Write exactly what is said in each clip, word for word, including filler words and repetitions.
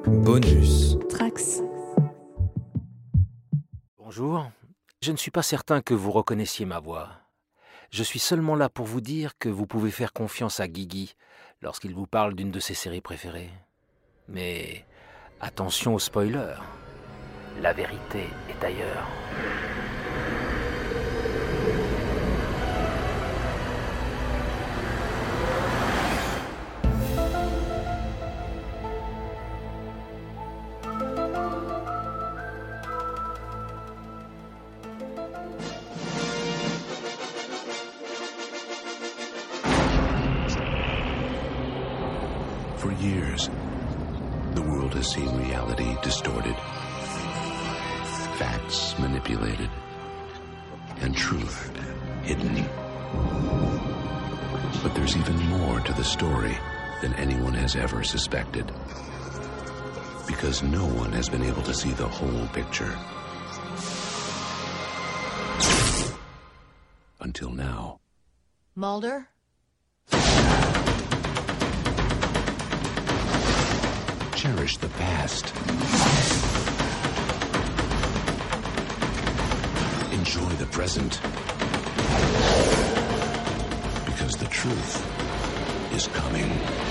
Bonus. Trax. Bonjour, je ne suis pas certain que vous reconnaissiez ma voix. Je suis seulement là pour vous dire que vous pouvez faire confiance à Guigui lorsqu'il vous parle d'une de ses séries préférées. Mais attention aux spoilers, la vérité est ailleurs. For years, the world has seen reality distorted, facts manipulated, and truth hidden. But there's even more to the story than anyone has ever suspected. Because no one has been able to see the whole picture. Until now. Mulder? Cherish the past. Enjoy the present. Because the truth is coming.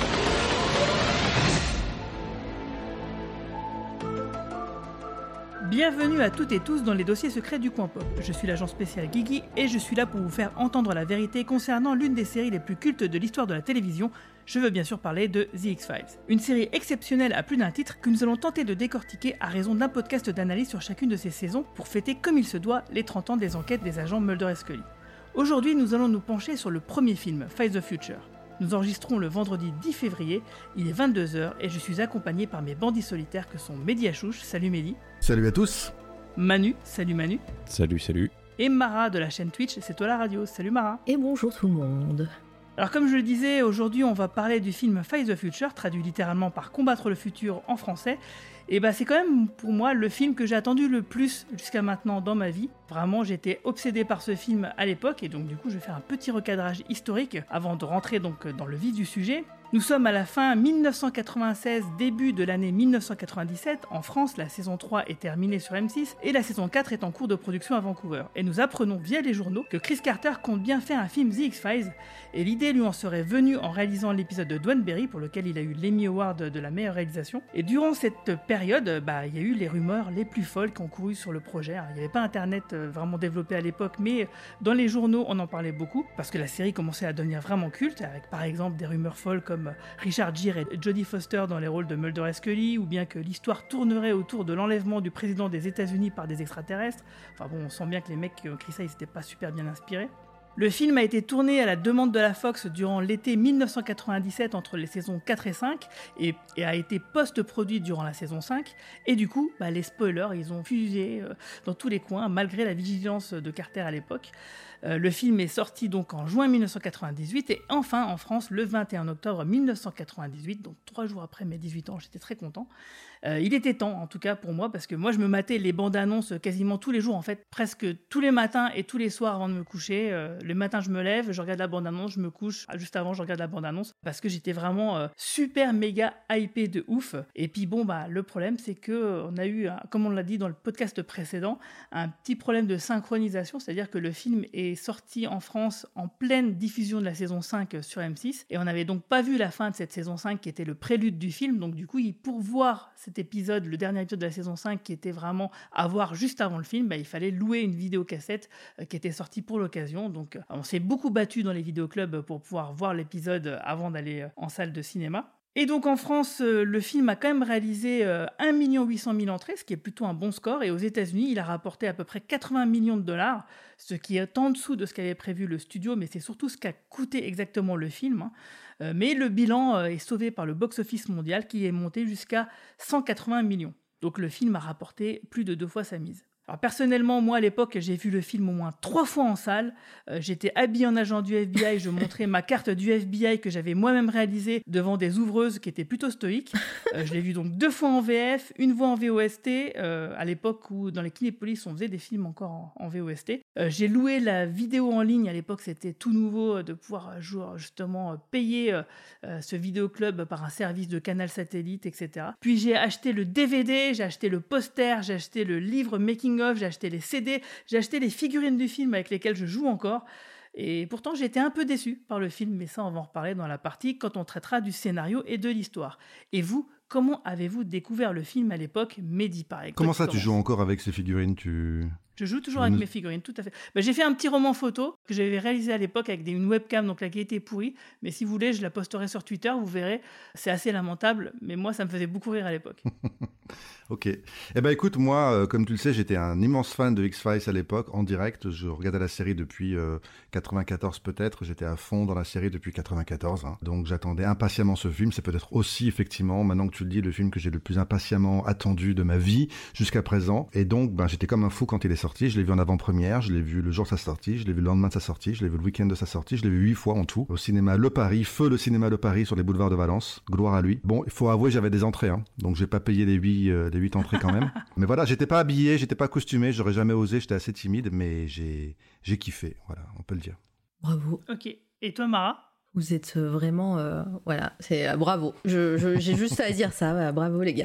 Bienvenue à toutes et tous dans les dossiers secrets du Coin Pop. Je suis l'agent spécial Guigui et je suis là pour vous faire entendre la vérité concernant l'une des séries les plus cultes de l'histoire de la télévision. Je veux bien sûr parler de The X-Files. Une série exceptionnelle à plus d'un titre que nous allons tenter de décortiquer à raison d'un podcast d'analyse sur chacune de ces saisons pour fêter comme il se doit les trente ans des enquêtes des agents Mulder et Scully. Aujourd'hui, nous allons nous pencher sur le premier film, Files of Future. Nous enregistrons le vendredi dix février, il est vingt-deux heures et je suis accompagné par mes bandits solitaires que sont Mehdi Achouch, salut Mehdi. Salut à tous. Manu, salut Manu. Salut, salut. Et Mara de la chaîne Twitch, c'est toi la radio, salut Mara. Et bonjour tout le monde. Alors comme je le disais, aujourd'hui on va parler du film Files of Future, traduit littéralement par Combattre le futur en français. Et bah c'est quand même pour moi le film que j'ai attendu le plus jusqu'à maintenant dans ma vie. Vraiment j'étais obsédé par ce film à l'époque et donc du coup je vais faire un petit recadrage historique avant de rentrer donc dans le vif du sujet. Nous sommes à la fin dix-neuf cent quatre-vingt-seize, début de l'année dix-neuf cent quatre-vingt-dix-sept. En France, la saison trois est terminée sur M six et la saison quatre est en cours de production à Vancouver. Et nous apprenons via les journaux que Chris Carter compte bien faire un film The X-Files et l'idée lui en serait venue en réalisant l'épisode de Dwan Berry pour lequel il a eu l'Emmy Award de la meilleure réalisation. Et durant cette période, bah, il y a eu les rumeurs les plus folles qui ont couru sur le projet. Alors, il n'y avait pas internet vraiment développé à l'époque, mais dans les journaux on en parlait beaucoup parce que la série commençait à devenir vraiment culte avec par exemple des rumeurs folles comme Richard Gere et Jodie Foster dans les rôles de Mulder et Scully, ou bien que l'histoire tournerait autour de l'enlèvement du président des États-Unis par des extraterrestres. Enfin bon, on sent bien que les mecs qui ont écrit ça, ils n'étaient pas super bien inspirés. Le film a été tourné à la demande de la Fox durant l'été dix-neuf cent quatre-vingt-dix-sept entre les saisons quatre et cinq et, et a été post-produit durant la saison cinq. Et du coup, bah, les spoilers, ils ont fusé euh, dans tous les coins malgré la vigilance de Carter à l'époque. Euh, le film est sorti donc en juin dix-neuf cent quatre-vingt-dix-huit et enfin en France le vingt et un octobre dix-neuf cent quatre-vingt-dix-huit, donc trois jours après mes dix-huit ans, j'étais très content. Euh, il était temps en tout cas pour moi parce que moi je me matais les bandes annonces quasiment tous les jours en fait, presque tous les matins et tous les soirs avant de me coucher. Euh, le matin je me lève, je regarde la bande annonce, je me couche, juste avant je regarde la bande annonce parce que j'étais vraiment euh, super méga hypé de ouf. Et puis bon bah le problème c'est que euh, on a eu, un, comme on l'a dit dans le podcast précédent, un petit problème de synchronisation, c'est-à-dire que le film est sorti en France en pleine diffusion de la saison cinq sur M six et on n'avait donc pas vu la fin de cette saison cinq qui était le prélude du film, donc du coup pour voir cet épisode, le dernier épisode de la saison cinq qui était vraiment à voir juste avant le film, bah, il fallait louer une vidéocassette euh, qui était sortie pour l'occasion, donc euh, on s'est beaucoup battu dans les vidéoclubs pour pouvoir voir l'épisode avant d'aller euh, en salle de cinéma. Et donc en France, euh, le film a quand même réalisé euh, un million huit cent mille entrées, ce qui est plutôt un bon score, et aux États-Unis, il a rapporté à peu près quatre-vingts millions de dollars, ce qui est en dessous de ce qu'avait prévu le studio, mais c'est surtout ce qu'a coûté exactement le film. Hein. Euh, mais le bilan euh, est sauvé par le box-office mondial qui est monté jusqu'à cent quatre-vingts millions. Donc le film a rapporté plus de deux fois sa mise. Alors personnellement, moi à l'époque, j'ai vu le film au moins trois fois en salle. Euh, j'étais habillée en agent du F B I, je montrais ma carte du F B I que j'avais moi-même réalisée devant des ouvreuses qui étaient plutôt stoïques. Euh, je l'ai vu donc deux fois en V F, une fois en V O S T, euh, à l'époque où dans les Kinépolis on faisait des films encore en, en V O S T. Euh, j'ai loué la vidéo en ligne, à l'époque c'était tout nouveau de pouvoir justement payer euh, ce vidéoclub par un service de canal satellite, et cetera. Puis j'ai acheté le D V D, j'ai acheté le poster, j'ai acheté le livre making j'ai acheté les C D, j'ai acheté les figurines du film avec lesquelles je joue encore. Et pourtant, j'ai été un peu déçu par le film, mais ça, on va en reparler dans la partie quand on traitera du scénario et de l'histoire. Et vous, comment avez-vous découvert le film à l'époque, Mehdi, par exemple? Comment ça, tu joues encore avec ces figurines tu... Je joue toujours avec mes figurines, tout à fait. Ben, j'ai fait un petit roman photo que j'avais réalisé à l'époque avec des, une webcam, donc la qualité est pourrie. Mais si vous voulez, je la posterai sur Twitter, vous verrez. C'est assez lamentable, mais moi, ça me faisait beaucoup rire à l'époque. Ok. Eh ben écoute, moi, euh, comme tu le sais, j'étais un immense fan de X-Files à l'époque, en direct. Je regardais la série depuis euh, quatre-vingt-quatorze peut-être. J'étais à fond dans la série depuis quatre-vingt-quatorze. Hein. Donc j'attendais impatiemment ce film. C'est peut-être aussi, effectivement, maintenant que tu le dis, le film que j'ai le plus impatiemment attendu de ma vie jusqu'à présent. Et donc, ben, j'étais comme un fou quand il est sorti. Je l'ai vu en avant-première, je l'ai vu le jour de sa sortie, je l'ai vu le lendemain de sa sortie, je l'ai vu le week-end de sa sortie, je l'ai vu huit fois en tout. Au cinéma Le Paris, feu le cinéma Le Paris sur les boulevards de Valence. Gloire à lui. Bon, il faut avouer, j'avais des entrées, hein. Donc j'ai pas payé les huit, euh, les huit entrées quand même. Mais voilà, j'étais pas habillé, j'étais pas costumé, j'aurais jamais osé, j'étais assez timide, mais j'ai, j'ai kiffé, voilà, on peut le dire. Bravo. Ok. Et toi, Mara? Vous êtes vraiment... Euh, voilà, c'est euh, bravo. Je, je, j'ai juste à dire ça. Voilà, bravo, les gars.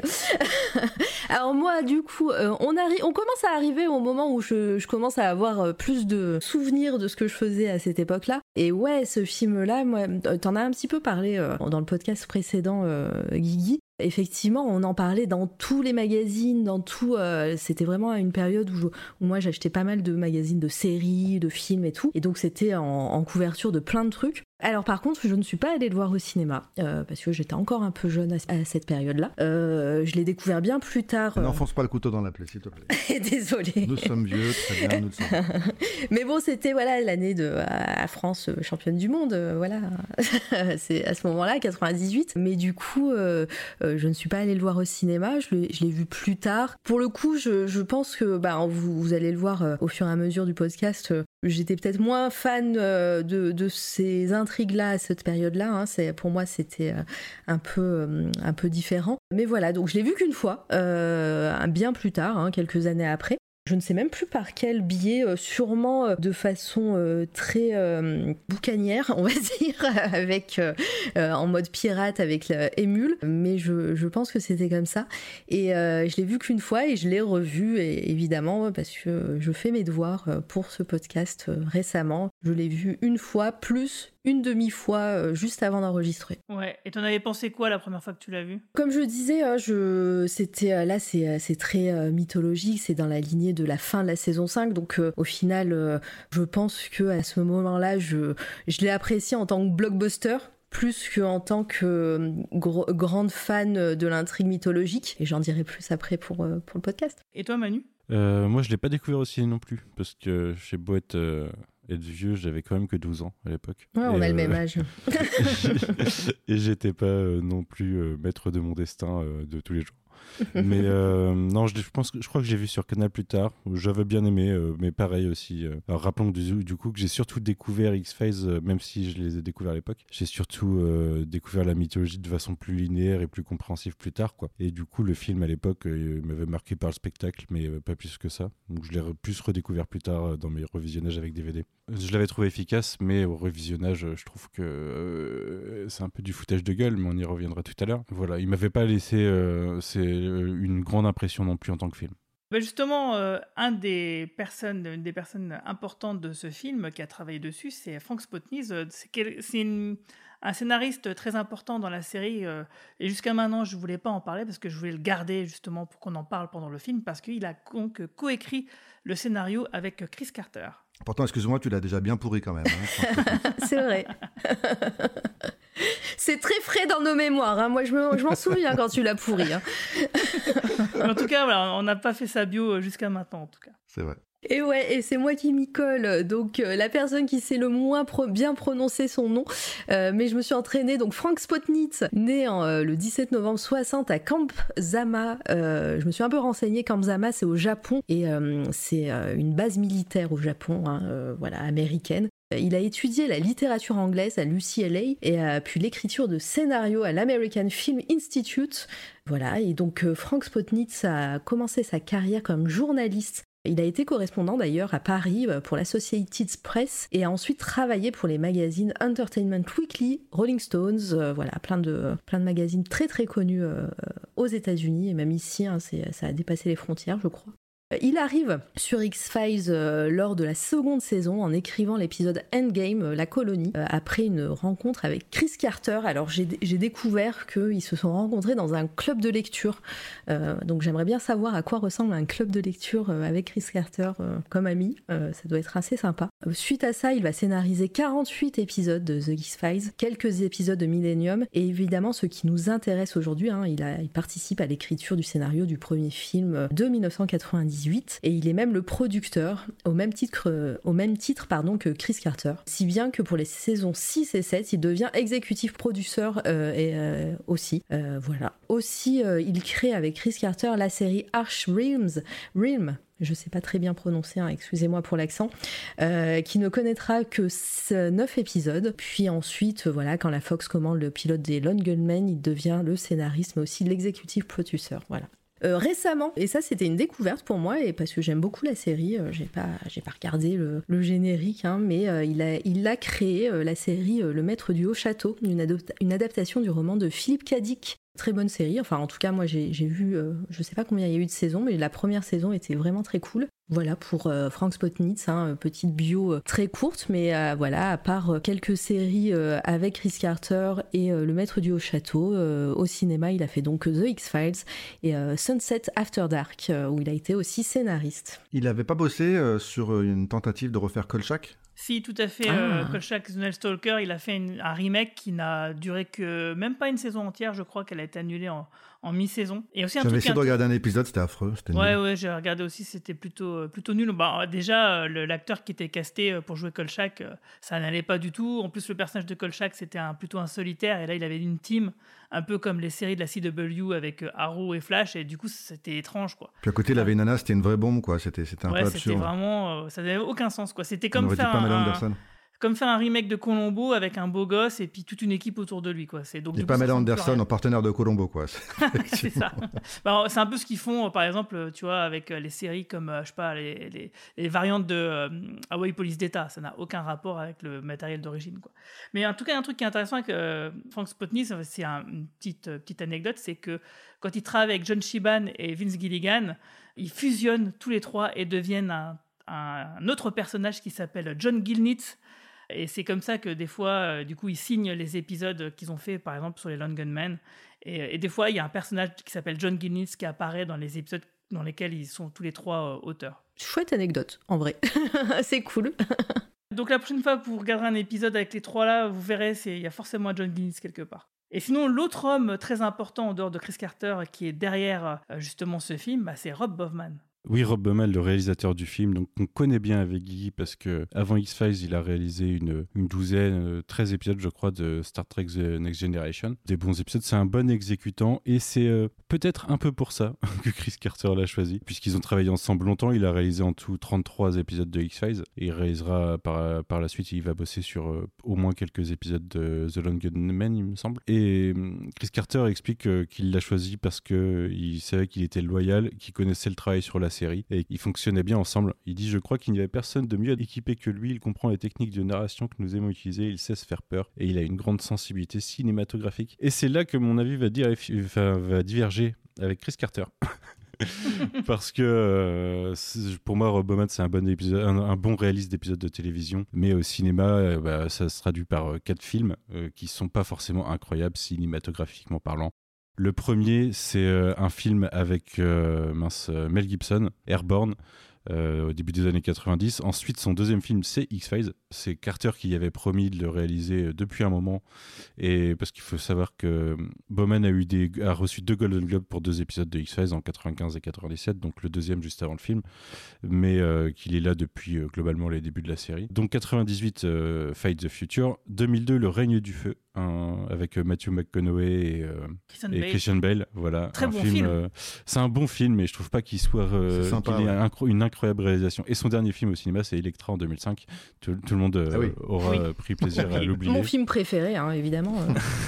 Alors moi, du coup, euh, on, arri- on commence à arriver au moment où je, je commence à avoir euh, plus de souvenirs de ce que je faisais à cette époque-là. Et ouais, ce film-là, moi, t'en as un petit peu parlé euh, dans le podcast précédent, euh, Guigui. Effectivement, on en parlait dans tous les magazines, dans tout. Euh, c'était vraiment une période où, je, où moi j'achetais pas mal de magazines de séries, de films et tout. Et donc c'était en, en couverture de plein de trucs. Alors par contre, je ne suis pas allée le voir au cinéma euh, parce que j'étais encore un peu jeune à, à cette période-là. Euh, je l'ai découvert bien plus tard. Euh... N'enfonce pas le couteau dans la plaie, s'il te plaît. Désolée. Nous sommes vieux, très bien, nous le sommes. Mais bon, c'était voilà l'année de la France championne du monde, euh, voilà. C'est à ce moment-là, quatre-vingt-dix-huit. Mais du coup, euh, euh, je ne suis pas allée le voir au cinéma. Je l'ai, je l'ai vu plus tard. Pour le coup, je, je pense que bah vous, vous allez le voir euh, au fur et à mesure du podcast. Euh, j'étais peut-être moins fan euh, de, de ces intrigues-là à cette période-là. Hein. C'est, pour moi, c'était euh, un peu, euh, un peu différent. Mais voilà, donc je l'ai vu qu'une fois, euh, bien plus tard, hein, quelques années après. Je ne sais même plus par quel biais, euh, sûrement euh, de façon euh, très euh, boucanière, on va dire, avec euh, euh, en mode pirate avec Emule, mais je, je pense que c'était comme ça. Et euh, je l'ai vu qu'une fois et je l'ai revu, et, évidemment, parce que je fais mes devoirs pour ce podcast euh, récemment. Je l'ai vu une fois, plus une demi-fois, euh, juste avant d'enregistrer. Ouais, et t'en avais pensé quoi la première fois que tu l'as vu? Comme je disais, hein, je... c'était, euh, là c'est, c'est très euh, mythologique, c'est dans la lignée de la fin de la saison cinq, donc euh, au final, euh, je pense qu'à ce moment-là, je, je l'ai apprécié en tant que blockbuster, plus qu'en tant que euh, gro- grande fan de l'intrigue mythologique, et j'en dirai plus après pour, euh, pour le podcast. Et toi, Manu? euh, Moi, je l'ai pas découvert au ciné non plus, parce que chez beau être... Euh... Et de vieux, j'avais quand même que douze ans à l'époque. Ouais, on et a euh... le même âge. Et j'étais pas euh, non plus euh, maître de mon destin euh, de tous les jours. Mais euh, non, je, je pense que je crois que j'ai vu sur Canal plus tard. J'avais bien aimé, euh, mais pareil aussi. Euh. Alors, rappelons que du, du coup que j'ai surtout découvert X-Files, euh, même si je les ai découverts à l'époque. J'ai surtout euh, découvert la mythologie de façon plus linéaire et plus compréhensive plus tard, quoi. Et du coup, le film à l'époque euh, m'avait marqué par le spectacle, mais euh, pas plus que ça. Donc, je l'ai re- plus redécouvert plus tard euh, dans mes revisionnages avec D V D. Je l'avais trouvé efficace, mais au revisionnage, je trouve que euh, c'est un peu du foutage de gueule, mais on y reviendra tout à l'heure. Voilà, il m'avait pas laissé euh, c'est une grande impression non plus en tant que film. Bah justement, euh, un des personnes, une des personnes importantes de ce film qui a travaillé dessus, c'est Frank Spotnitz. C'est, quel, c'est une, un scénariste très important dans la série. Euh, et jusqu'à maintenant, je ne voulais pas en parler parce que je voulais le garder justement pour qu'on en parle pendant le film, parce qu'il a donc coécrit le scénario avec Chris Carter. Pourtant, excuse-moi, tu l'as déjà bien pourri quand même. Hein, c'est vrai. C'est très frais dans nos mémoires. Hein. Moi, je, me, je m'en souviens quand tu l'as pourri. Hein. En tout cas, voilà, on n'a pas fait sa bio jusqu'à maintenant, en tout cas. C'est vrai. Et ouais, et c'est moi qui m'y colle, donc euh, la personne qui sait le moins pro- bien prononcer son nom, euh, mais je me suis entraînée, donc Frank Spotnitz, né en, euh, le dix-sept novembre soixante à Camp Zama, euh, je me suis un peu renseignée, Camp Zama c'est au Japon, et euh, c'est euh, une base militaire au Japon, hein, euh, voilà, américaine. Il a étudié la littérature anglaise à l'U C L A et a puis l'écriture de scénarios à l'American Film Institute. Voilà, et donc euh, Frank Spotnitz a commencé sa carrière comme journaliste. Il a été correspondant d'ailleurs à Paris pour l'Associated Press et a ensuite travaillé pour les magazines Entertainment Weekly, Rolling Stones, euh, voilà, plein de, plein de magazines très très connus euh, aux États-Unis et même ici, hein, c'est, ça a dépassé les frontières, je crois. Il arrive sur X-Files euh, lors de la seconde saison en écrivant l'épisode Endgame, euh, la colonie, euh, après une rencontre avec Chris Carter. Alors j'ai, j'ai découvert qu'ils se sont rencontrés dans un club de lecture. Euh, donc j'aimerais bien savoir à quoi ressemble un club de lecture euh, avec Chris Carter euh, comme ami. Euh, ça doit être assez sympa. Euh, suite à ça, il va scénariser quarante-huit épisodes de The X-Files, quelques épisodes de Millennium et évidemment ce qui nous intéresse aujourd'hui, hein, il, a, il participe à l'écriture du scénario du premier film de dix-neuf cent quatre-vingt-dix-huit. Et il est même le producteur au même titre, euh, au même titre pardon, que Chris Carter. Si bien que pour les saisons six et sept, il devient executive producer euh, et, euh, aussi. Euh, voilà. Aussi, euh, il crée avec Chris Carter la série Arch Realms, Realm, je sais pas très bien prononcer, hein, excusez-moi pour l'accent, euh, qui ne connaîtra que neuf épisodes. Puis ensuite, voilà, quand la Fox commande le pilote des Lone Gunmen, il devient le scénariste, mais aussi l'executive producer. Voilà. Euh, récemment, et ça c'était une découverte pour moi, et parce que j'aime beaucoup la série, euh, j'ai pas, j'ai pas regardé le, le générique, hein, mais euh, il, a, il a créé euh, la série euh, Le Maître du Haut Château, une, adopta- une adaptation du roman de Philippe Cadic. Très bonne série, enfin en tout cas moi j'ai, j'ai vu, euh, je sais pas combien il y a eu de saisons, mais la première saison était vraiment très cool. Voilà pour euh, Frank Spotnitz, hein, petite bio euh, très courte, mais euh, voilà, à part euh, quelques séries euh, avec Chris Carter et euh, Le Maître du Haut Château, euh, au cinéma il a fait donc The X-Files et euh, Sunset After Dark, euh, où il a été aussi scénariste. Il n'avait pas bossé euh, sur une tentative de refaire Kolchak ? Si, tout à fait. Ah. Euh, Kolchak The Night Stalker, il a fait une, un remake qui n'a duré que même pas une saison entière. Je crois qu'elle a été annulée en, en mi-saison. Et aussi un J'avais truc essayé de regarder un épisode, c'était affreux. C'était Ouais, nul. ouais, j'ai regardé aussi, c'était plutôt, plutôt nul. Bah, déjà, le, l'acteur qui était casté pour jouer Kolchak, ça n'allait pas du tout. En plus, le personnage de Kolchak, c'était un, plutôt un solitaire. Et là, il avait une team, un peu comme les séries de la C W avec Arrow et Flash. Et du coup, c'était étrange, quoi. Puis à côté, il avait une nana, c'était une vraie bombe, quoi. C'était, c'était un ouais, peu c'était absurde. vraiment... Euh, ça n'avait aucun sens, quoi. C'était On comme aurait dit faire Pamela un, Anderson. comme faire un remake de Columbo avec un beau gosse et puis toute une équipe autour de lui, quoi. C'est donc Et du coup, ça Pamela ressemble plus à Anderson rien. en partenaire de Colombo, quoi. C'est ça. Bah, c'est un peu ce qu'ils font, par exemple, tu vois, avec les séries comme, je sais pas, les, les, les variantes de euh, Hawaii Police d'État. Ça n'a aucun rapport avec le matériel d'origine, quoi. Mais en tout cas, un truc qui est intéressant avec euh, Frank Spotnitz, c'est un, une petite, petite anecdote, c'est que quand il travaille avec John Shiban et Vince Gilligan, ils fusionnent tous les trois et deviennent un, un autre personnage qui s'appelle John Gilnitz. Et c'est comme ça que des fois, euh, du coup, ils signent les épisodes qu'ils ont fait, par exemple, sur les Lone Gunmen. Et, et des fois, il y a un personnage qui s'appelle John Gilnitz qui apparaît dans les épisodes dans lesquels ils sont tous les trois euh, auteurs. Chouette anecdote, en vrai. C'est cool. Donc la prochaine fois que vous regarderez un épisode avec les trois là, vous verrez, il y a forcément un John Gilnitz quelque part. Et sinon, l'autre homme très important en dehors de Chris Carter qui est derrière euh, justement ce film, bah, c'est Rob Bowman. Oui, Rob Bowman, le réalisateur du film, donc on connaît bien avec Guigui parce que avant X-Files, il a réalisé une, une douzaine, treize épisodes, je crois, de Star Trek The Next Generation. Des bons épisodes, c'est un bon exécutant et c'est euh, peut-être un peu pour ça que Chris Carter l'a choisi, puisqu'ils ont travaillé ensemble longtemps. Il a réalisé en tout trente-trois épisodes de X-Files et il réalisera par, par la suite, il va bosser sur euh, au moins quelques épisodes de The Lone Gunmen, il me semble. Et euh, Chris Carter explique euh, qu'il l'a choisi parce qu'il savait qu'il était loyal, qu'il connaissait le travail sur la série et ils fonctionnaient bien ensemble. Il dit: je crois qu'il n'y avait personne de mieux équipé que lui, il comprend les techniques de narration que nous aimons utiliser, il sait se faire peur et il a une grande sensibilité cinématographique. Et c'est là que mon avis va, dire, va, va diverger avec Chris Carter. Parce que euh, pour moi Rob Bowman c'est un bon, épisode, un, un bon réaliste d'épisodes de télévision, mais au cinéma euh, bah, ça se traduit par euh, quatre films euh, qui sont pas forcément incroyables cinématographiquement parlant. Le premier, c'est euh, un film avec euh, mince, euh, Mel Gibson, Airborne. euh, au début des années quatre-vingt-dix. Ensuite, son deuxième film, c'est X-Files. C'est Carter qui avait promis de le réaliser depuis un moment. Et parce qu'il faut savoir que Bowman a, eu des, a reçu deux Golden Globes pour deux épisodes de X-Files en quatre-vingt-quinze et quatre-vingt-dix-sept, donc le deuxième juste avant le film, mais euh, qu'il est là depuis euh, globalement les débuts de la série. Donc quatre-vingt-dix-huit, euh, Fight the Future. deux mille deux, Le Règne du Feu, hein, avec Matthew McConaughey et, euh, Christian, et Bale. Christian Bale. Voilà, très un bon film. film. Euh, c'est un bon film, mais je trouve pas qu'il soit euh, c'est sympa, qu'il ait ouais. incro- une incroyable réalisation. Et son dernier film au cinéma, c'est Electra en deux mille cinq. Tout, tout le monde euh, ah oui. aura oui. pris plaisir à l'oublier. Mon film préféré, hein, évidemment.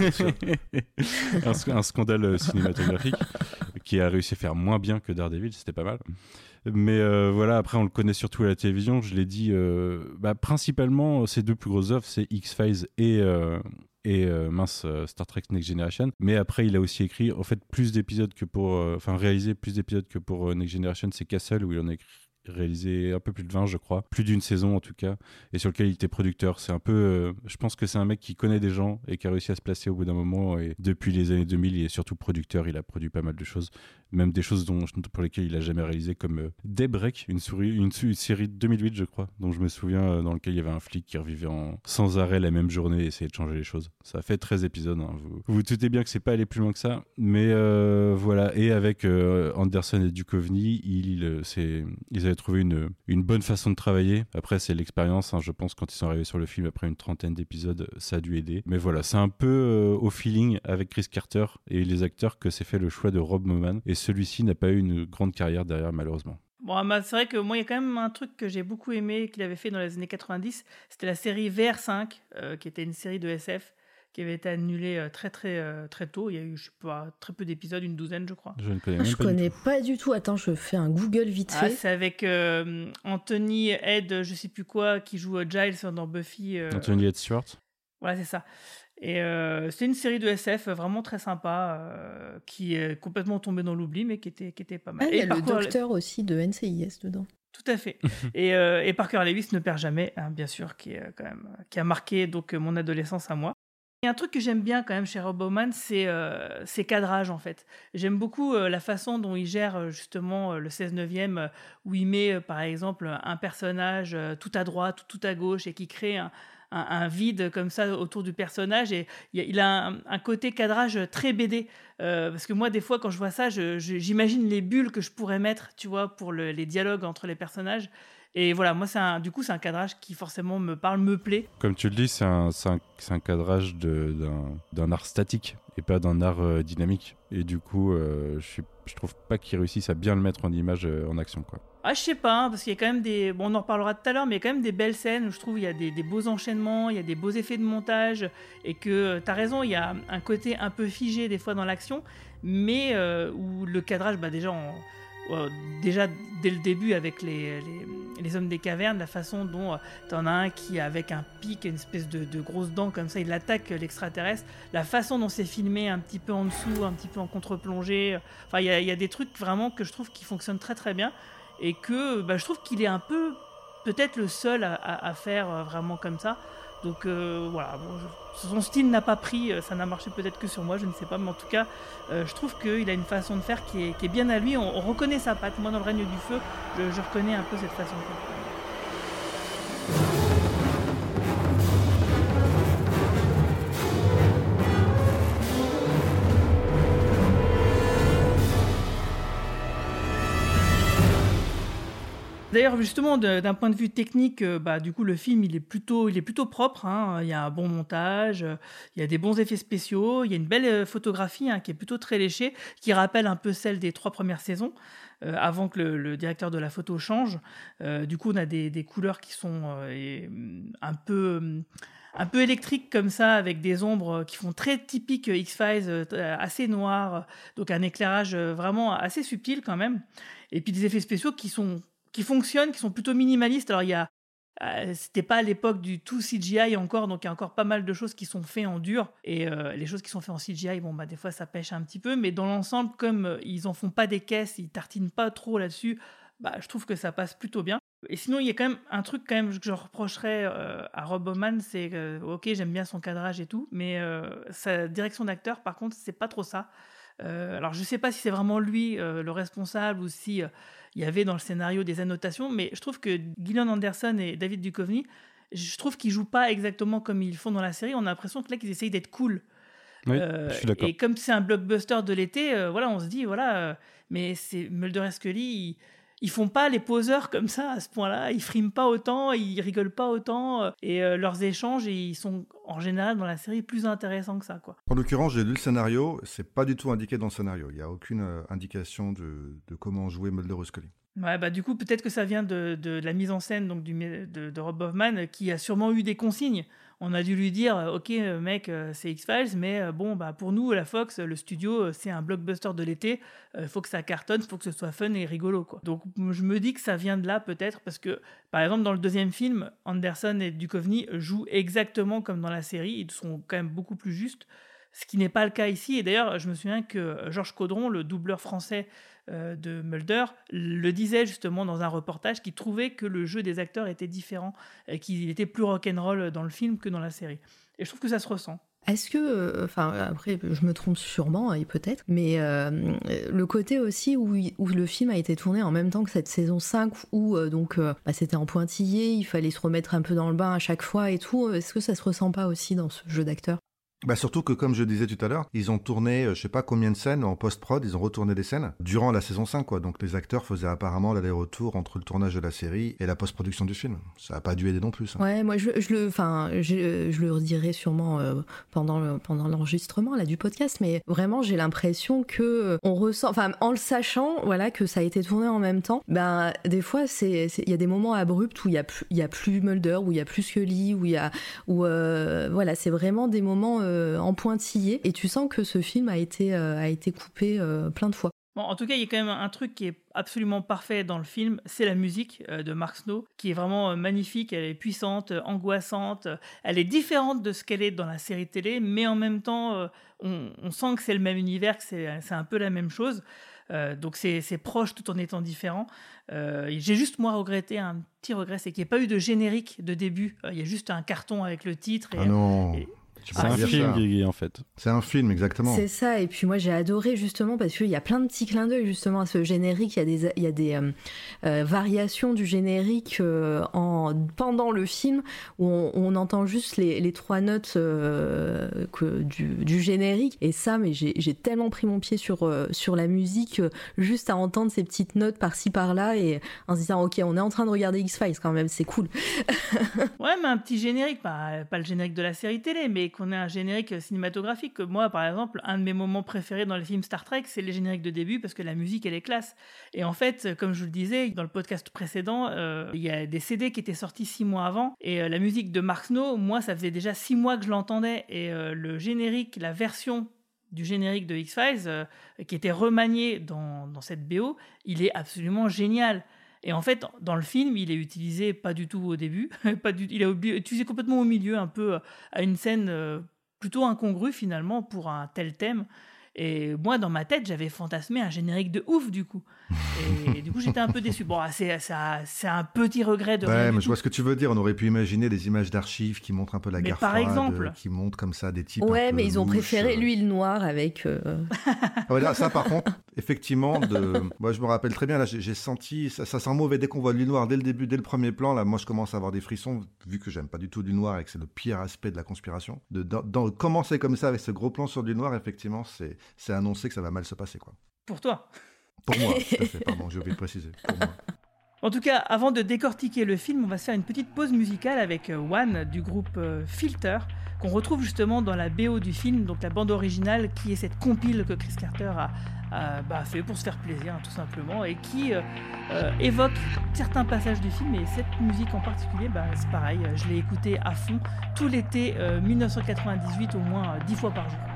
un, un scandale cinématographique qui a réussi à faire moins bien que Daredevil, c'était pas mal. Mais euh, voilà, après on le connaît surtout à la télévision, je l'ai dit, euh, bah, principalement ses deux plus grosses œuvres, c'est X-Files et, euh, et euh, mince, euh, Star Trek Next Generation. Mais après il a aussi écrit en fait plus d'épisodes que pour, enfin euh, réalisé plus d'épisodes que pour euh, Next Generation, c'est Castle où il en a écrit réalisé un peu plus de vingt, je crois, plus d'une saison en tout cas, et sur lequel il était producteur. C'est un peu, euh, je pense que c'est un mec qui connaît des gens et qui a réussi à se placer au bout d'un moment, et depuis les années deux mille, il est surtout producteur, il a produit pas mal de choses, même des choses dont, pour lesquelles il a jamais réalisé, comme euh, Daybreak, une, souris, une, une série de deux mille huit, je crois, dont je me souviens, euh, dans lequel il y avait un flic qui revivait en, sans arrêt la même journée et essayait de changer les choses. Ça a fait treize épisodes, hein. vous, vous vous doutez bien que c'est pas allé plus loin que ça, mais euh, voilà, et avec euh, Anderson et Duchovny, il, il, c'est, ils avaient trouvé une, une bonne façon de travailler. Après, c'est l'expérience, hein, je pense, quand ils sont arrivés sur le film, après une trentaine d'épisodes, ça a dû aider. Mais voilà, c'est un peu euh, au feeling avec Chris Carter et les acteurs que s'est fait le choix de Rob Bowman, et celui-ci n'a pas eu une grande carrière derrière, malheureusement. Bon, bah, c'est vrai que moi, il y a quand même un truc que j'ai beaucoup aimé qu'il avait fait dans les années quatre-vingt-dix, c'était la série V R cinq, euh, qui était une série de S F, qui avait été annulée euh, très très euh, très tôt. Il y a eu, je sais pas, très peu d'épisodes, une douzaine, je crois. Je ne connais, même je pas, connais du tout. pas du tout. Attends, je fais un Google vite Ah, fait. c'est avec euh, Anthony Head, je sais plus quoi, qui joue euh, Giles dans Buffy. Euh... Anthony Head Stewart. Voilà, c'est ça. Et euh, c'était une série de S F vraiment très sympa, euh, qui est complètement tombée dans l'oubli, mais qui était, qui était pas mal. Ah, il y a et le Parker... docteur aussi de N C I S dedans. Tout à fait. et, euh, et Parker Lewis ne perd jamais, hein, bien sûr, qui, est quand même, qui a marqué donc, mon adolescence à moi. Il y a un truc que j'aime bien quand même chez Rob Bowman, c'est euh, ses cadrages en fait. J'aime beaucoup euh, la façon dont il gère justement euh, le seize neuvième, euh, où il met euh, par exemple un personnage euh, tout à droite ou tout à gauche et qui crée un, un, un vide comme ça autour du personnage, et il, il a un, un côté cadrage très B D. Euh, parce que moi, des fois, quand je vois ça, je, je, j'imagine les bulles que je pourrais mettre, tu vois, pour le, les dialogues entre les personnages. Et voilà, moi, c'est un, du coup, c'est un cadrage qui forcément me parle, me plaît. Comme tu le dis, c'est un, c'est un, c'est un cadrage de, d'un, d'un art statique et pas d'un art euh, dynamique. Et du coup, euh, je, je trouve pas qu'ils réussissent à bien le mettre en image, euh, en action, quoi. Ah, je sais pas, hein, parce qu'il y a quand même des... Bon, on en reparlera tout à l'heure, mais il y a quand même des belles scènes où je trouve il y a des, des beaux enchaînements, il y a des beaux effets de montage, et que, t'as raison, il y a un côté un peu figé des fois dans l'action, mais euh, où le cadrage, bah déjà, on... Euh, déjà dès le début avec les, les, les hommes des cavernes, la façon dont euh, t'en as un qui avec un pic, une espèce de, de grosse dent comme ça, il attaque l'extraterrestre, la façon dont c'est filmé un petit peu en dessous, un petit peu en contre-plongée, enfin il y, y a des trucs vraiment que je trouve qui fonctionnent très très bien, et que bah, je trouve qu'il est un peu peut-être le seul à, à, à faire euh, vraiment comme ça. Donc euh, voilà, bon, je, son style n'a pas pris, ça n'a marché peut-être que sur moi, je ne sais pas, mais en tout cas, euh, je trouve qu'il a une façon de faire qui est, qui est bien à lui, on, on reconnaît sa patte. Moi, dans Le Règne du Feu, je, je reconnais un peu cette façon de faire. D'ailleurs, justement, de, d'un point de vue technique, euh, bah, du coup, le film, il est plutôt, il est plutôt propre, hein. Il y a un bon montage, euh, il y a des bons effets spéciaux, il y a une belle euh, photographie, hein, qui est plutôt très léchée, qui rappelle un peu celle des trois premières saisons, euh, avant que le, le directeur de la photo change. Euh, du coup, on a des, des couleurs qui sont euh, et, un peu... un peu électriques comme ça, avec des ombres qui font très typique X-Files, euh, assez noires, donc un éclairage vraiment assez subtil quand même. Et puis des effets spéciaux qui sont... qui fonctionnent, qui sont plutôt minimalistes. Alors, il y a, euh, c'était pas à l'époque du tout C G I encore, donc il y a encore pas mal de choses qui sont faites en dur. Et euh, les choses qui sont faites en C G I, bon, bah, des fois, ça pêche un petit peu. Mais dans l'ensemble, comme euh, ils en font pas des caisses, ils tartinent pas trop là-dessus, bah, je trouve que ça passe plutôt bien. Et sinon, il y a quand même un truc quand même que je reprocherais euh, à Rob Bowman, c'est que, ok, j'aime bien son cadrage et tout, mais euh, sa direction d'acteur, par contre, c'est pas trop ça. Euh, alors je sais pas si c'est vraiment lui euh, le responsable ou si euh, il y avait dans le scénario des annotations, mais je trouve que Gillian Anderson et David Duchovny, je trouve qu'ils jouent pas exactement comme ils font dans la série. On a l'impression que là qu'ils essayent d'être cool. Oui, Euh, je suis d'accord. et comme c'est un blockbuster de l'été, euh, voilà, on se dit voilà, euh, mais c'est Mulder et Scully, ils, ils font pas les poseurs comme ça à ce point-là. Ils friment pas autant, ils rigolent pas autant, euh, et euh, leurs échanges, ils sont en général dans la série plus intéressants que ça, quoi. En l'occurrence, j'ai lu le scénario, c'est pas du tout indiqué dans le scénario. Il n'y a aucune euh, indication de, de comment jouer Mulder et Scully. Ouais, bah du coup, peut-être que ça vient de, de, de la mise en scène donc, du, de, de Rob Hoffman, qui a sûrement eu des consignes. On a dû lui dire, ok mec, c'est X-Files, mais bon, bah, pour nous, la Fox, le studio, c'est un blockbuster de l'été, il faut que ça cartonne, il faut que ce soit fun et rigolo, quoi. Donc je me dis que ça vient de là peut-être, parce que par exemple dans le deuxième film, Anderson et Duchovny jouent exactement comme dans la série, ils sont quand même beaucoup plus justes, ce qui n'est pas le cas ici. Et d'ailleurs, je me souviens que Georges Caudron, le doubleur français de Mulder, le disait justement dans un reportage, qu'il trouvait que le jeu des acteurs était différent et qu'il était plus rock'n'roll dans le film que dans la série. Et je trouve que ça se ressent. Est-ce que, enfin euh, après je me trompe sûrement et peut-être, mais euh, le côté aussi où, où le film a été tourné en même temps que cette saison cinq, où euh, donc euh, bah, c'était en pointillé, il fallait se remettre un peu dans le bain à chaque fois et tout, est-ce que ça se ressent pas aussi dans ce jeu d'acteurs ? Bah surtout que, comme je disais tout à l'heure, ils ont tourné, euh, je sais pas combien de scènes en post-prod, ils ont retourné des scènes durant la saison cinq, quoi. Donc les acteurs faisaient apparemment l'aller-retour entre le tournage de la série et la post-production du film. Ça a pas dû aider non plus, ça. Ouais, moi je, je le, enfin, je, je le redirai sûrement euh, pendant le, pendant l'enregistrement là du podcast, mais vraiment j'ai l'impression que on ressent, enfin, en le sachant, voilà, que ça a été tourné en même temps. Ben des fois c'est, il y a des moments abrupts où il y a plus, il y a plus Mulder, où il y a plus Scully, où il y a, où euh, voilà, c'est vraiment des moments euh, en pointillé, et tu sens que ce film a été euh, a été coupé euh, plein de fois. Bon, en tout cas, il y a quand même un truc qui est absolument parfait dans le film, c'est la musique euh, de Mark Snow, qui est vraiment euh, magnifique, elle est puissante, euh, angoissante, euh, elle est différente de ce qu'elle est dans la série télé, mais en même temps, euh, on, on sent que c'est le même univers, que c'est, c'est un peu la même chose, euh, donc c'est, c'est proche tout en étant différent. Euh, j'ai juste, moi, regretté un petit regret, c'est qu'il n'y ait pas eu de générique de début, euh, il y a juste un carton avec le titre. Et, ah non et, C'est un film, Guigui, en fait. C'est un film, exactement. C'est ça, et puis moi j'ai adoré justement parce qu'il y a plein de petits clins d'œil justement à ce générique. Il y a des, il y a des euh, euh, variations du générique euh, en, pendant le film où on, on entend juste les, les trois notes euh, que, du, du générique. Et ça, mais j'ai, j'ai tellement pris mon pied sur, euh, sur la musique euh, juste à entendre ces petites notes par-ci par-là et en se disant ok, on est en train de regarder X-Files quand même, c'est cool. Ouais, mais un petit générique, pas, pas le générique de la série télé, mais qu'on ait un générique cinématographique. Moi, par exemple, un de mes moments préférés dans les films Star Trek, c'est les génériques de début parce que la musique, elle est classe. Et en fait, comme je vous le disais dans le podcast précédent, euh, il y a des C D qui étaient sortis six mois avant. Et euh, la musique de Mark Snow, moi, ça faisait déjà six mois que je l'entendais. Et euh, le générique, la version du générique de X-Files, euh, qui était remanié dans, dans cette B O, il est absolument génial. Et en fait, dans le film, il est utilisé pas du tout au début, pas du, il est utilisé complètement au milieu, un peu à une scène euh, plutôt incongrue finalement pour un tel thème. Et moi, dans ma tête, j'avais fantasmé un générique de ouf, du coup. Et, et du coup, j'étais un peu déçu. Bon, c'est, c'est, c'est un petit regret de ouais, rien mais du je tout. vois ce que tu veux dire. On aurait pu imaginer des images d'archives qui montrent un peu la Mais guerre par froide, exemple. qui montrent comme ça des types Ouais, un peu mais ils ont louches. préféré l'huile noire avec. Euh... Ah ouais, là, ça, par contre, effectivement, de... moi, je me rappelle très bien. Là, j'ai, j'ai senti ça, ça sent mauvais dès qu'on voit l'huile noire dès le début, dès le premier plan. Là, moi, je commence à avoir des frissons vu que j'aime pas du tout l'huile noire et que c'est le pire aspect de la conspiration. De dans, dans, commencer comme ça avec ce gros plan sur l'huile noire, effectivement, c'est, c'est annoncer que ça va mal se passer, quoi. Pour toi. Pour moi, tout à fait. Pardon, j'ai oublié de préciser. Pour moi. En tout cas, avant de décortiquer le film, on va se faire une petite pause musicale avec One du groupe euh, Filter, qu'on retrouve justement dans la B O du film, donc la bande originale qui est cette compile que Chris Carter a, a bah, fait pour se faire plaisir, hein, tout simplement, et qui euh, euh, évoque certains passages du film. Et cette musique en particulier, bah, c'est pareil, je l'ai écoutée à fond tout l'été euh, dix-neuf cent quatre-vingt-dix-huit, au moins euh, dix fois par jour.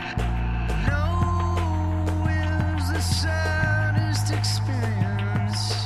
Experience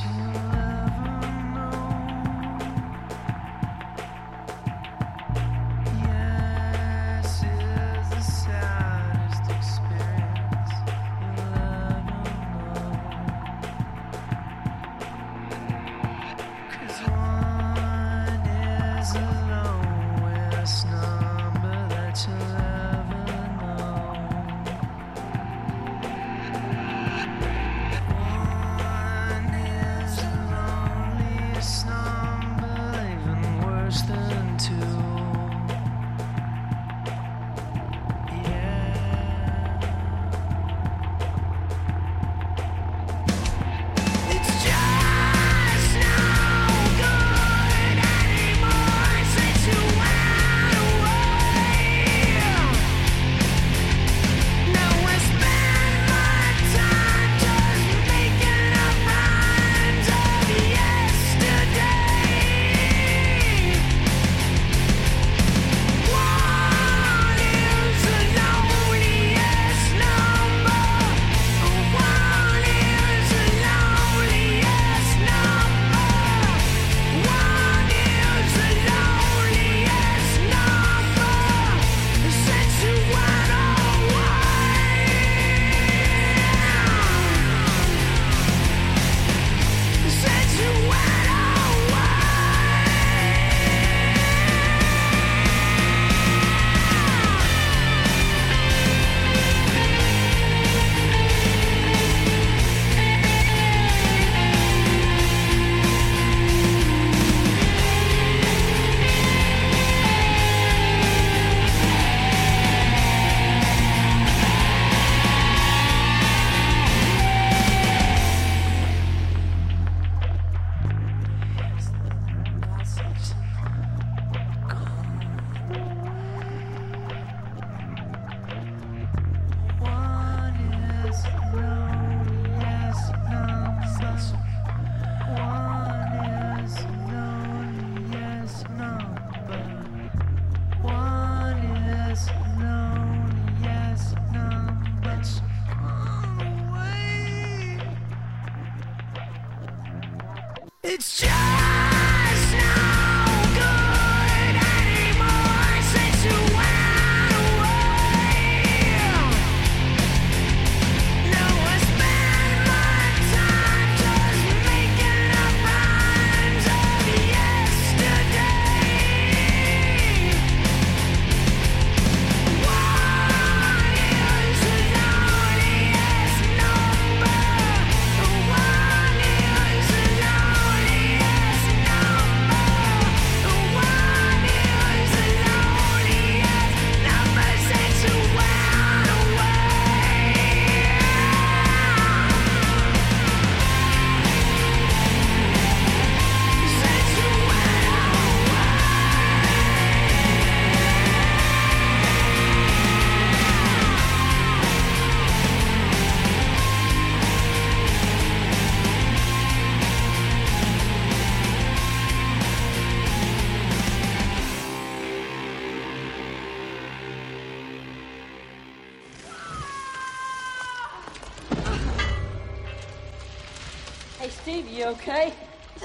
Hey, Steve, you okay?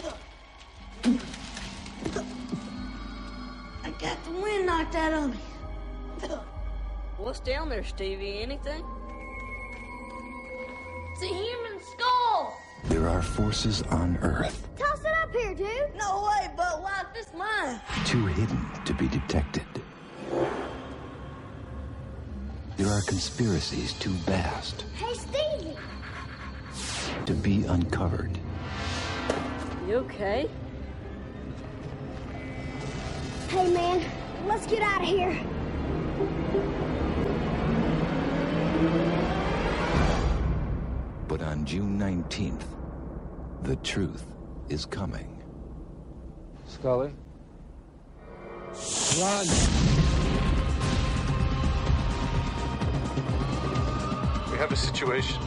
I got the wind knocked out of me. What's down there, Stevie? Anything? It's a human skull. There are forces on Earth Toss it up here, dude. No way, but why this mine? too hidden to be detected. There are conspiracies too vast Hey, Stevie. to be uncovered. You okay? Hey, man, let's get out of here. But on June nineteenth, the truth is coming. Scully? Run! We have a situation.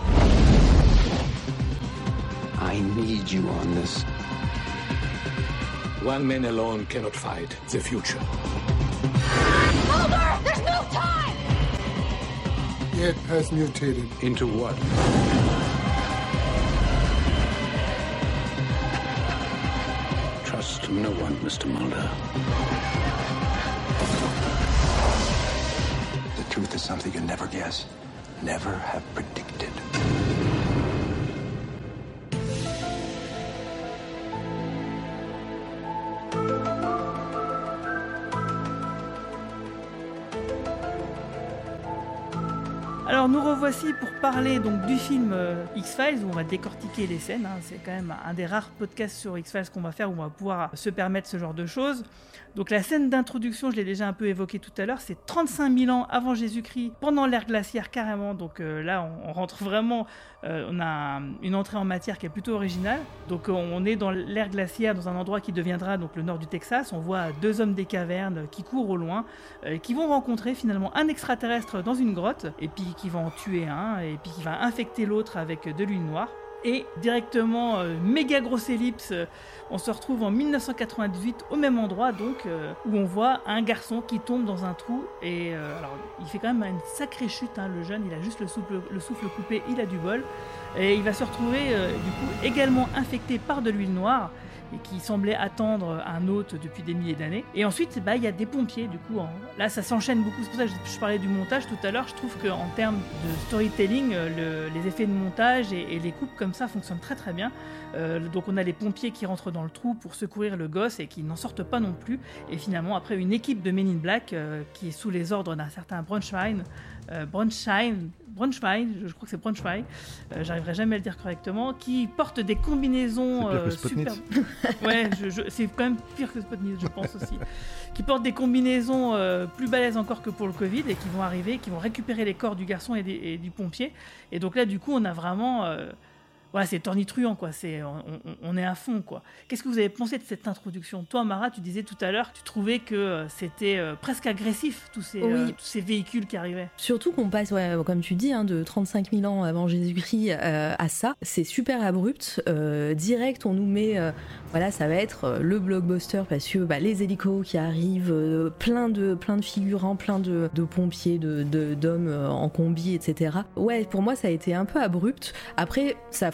I need you on this. One man alone cannot fight the future. Mulder, there's no time! It has mutated. Into what? Trust no one, Mister Mulder. The truth is something you never guess, never have predicted. Alors nous revoici pour parler donc du film euh, X-Files où on va décortiquer les scènes. Hein. C'est quand même un des rares podcasts sur X-Files qu'on va faire où on va pouvoir se permettre ce genre de choses. Donc la scène d'introduction, je l'ai déjà un peu évoqué tout à l'heure, c'est trente-cinq mille ans avant Jésus-Christ, pendant l'ère glaciaire carrément. Donc euh, là, on, on rentre vraiment, euh, on a un, une entrée en matière qui est plutôt originale. Donc euh, on est dans l'ère glaciaire, dans un endroit qui deviendra donc le nord du Texas. On voit deux hommes des cavernes qui courent au loin, euh, qui vont rencontrer finalement un extraterrestre dans une grotte, et puis qui va en tuer un, et puis qui va infecter l'autre avec de l'huile noire. Et directement, euh, méga grosse ellipse, euh, on se retrouve en dix-neuf cent quatre-vingt-dix-huit au même endroit donc, euh, où on voit un garçon qui tombe dans un trou. Et euh, alors, il fait quand même une sacrée chute, hein, le jeune, il a juste le souffle, le souffle coupé, il a du bol. Et il va se retrouver euh, du coup également infecté par de l'huile noire, et qui semblait attendre un hôte depuis des milliers d'années. Et ensuite, bah, il y a des pompiers, du coup. En... Là, ça s'enchaîne beaucoup. C'est pour ça que je parlais du montage tout à l'heure. Je trouve qu'en termes de storytelling, le, les effets de montage et, et les coupes comme ça fonctionnent très très bien. Euh, donc on a les pompiers qui rentrent dans le trou pour secourir le gosse et qui n'en sortent pas non plus. Et finalement, après, une équipe de Men in Black euh, qui est sous les ordres d'un certain Bronstein, euh, Bronstein, Bronstein, je crois que c'est Bronstein, euh, j'arriverai jamais à le dire correctement, qui porte des combinaisons c'est pire que euh, Sputnik. super. Ouais, je, je, c'est quand même pire que Sputnik, je pense aussi. Qui portent des combinaisons euh, plus balèzes encore que pour le Covid et qui vont arriver, qui vont récupérer les corps du garçon et, des, et du pompier. Et donc là, du coup, on a vraiment. Euh, Voilà, c'est tornitruant, quoi. C'est, on, on, on est à fond, quoi. Qu'est-ce que vous avez pensé de cette introduction ? Toi, Mara, tu disais tout à l'heure que tu trouvais que euh, c'était euh, presque agressif, tous ces, Oui. euh, tous ces véhicules qui arrivaient. Surtout qu'on passe, ouais, comme tu dis, hein, de trente-cinq mille ans avant Jésus-Christ euh, à ça. C'est super abrupt. Euh, direct, on nous met... Euh, voilà, ça va être euh, le blockbuster parce que bah, les hélicos qui arrivent, euh, plein, de, plein de figurants, plein de, de pompiers, de, de, d'hommes euh, en combi, et cetera. Ouais, pour moi, ça a été un peu abrupt. Après, ça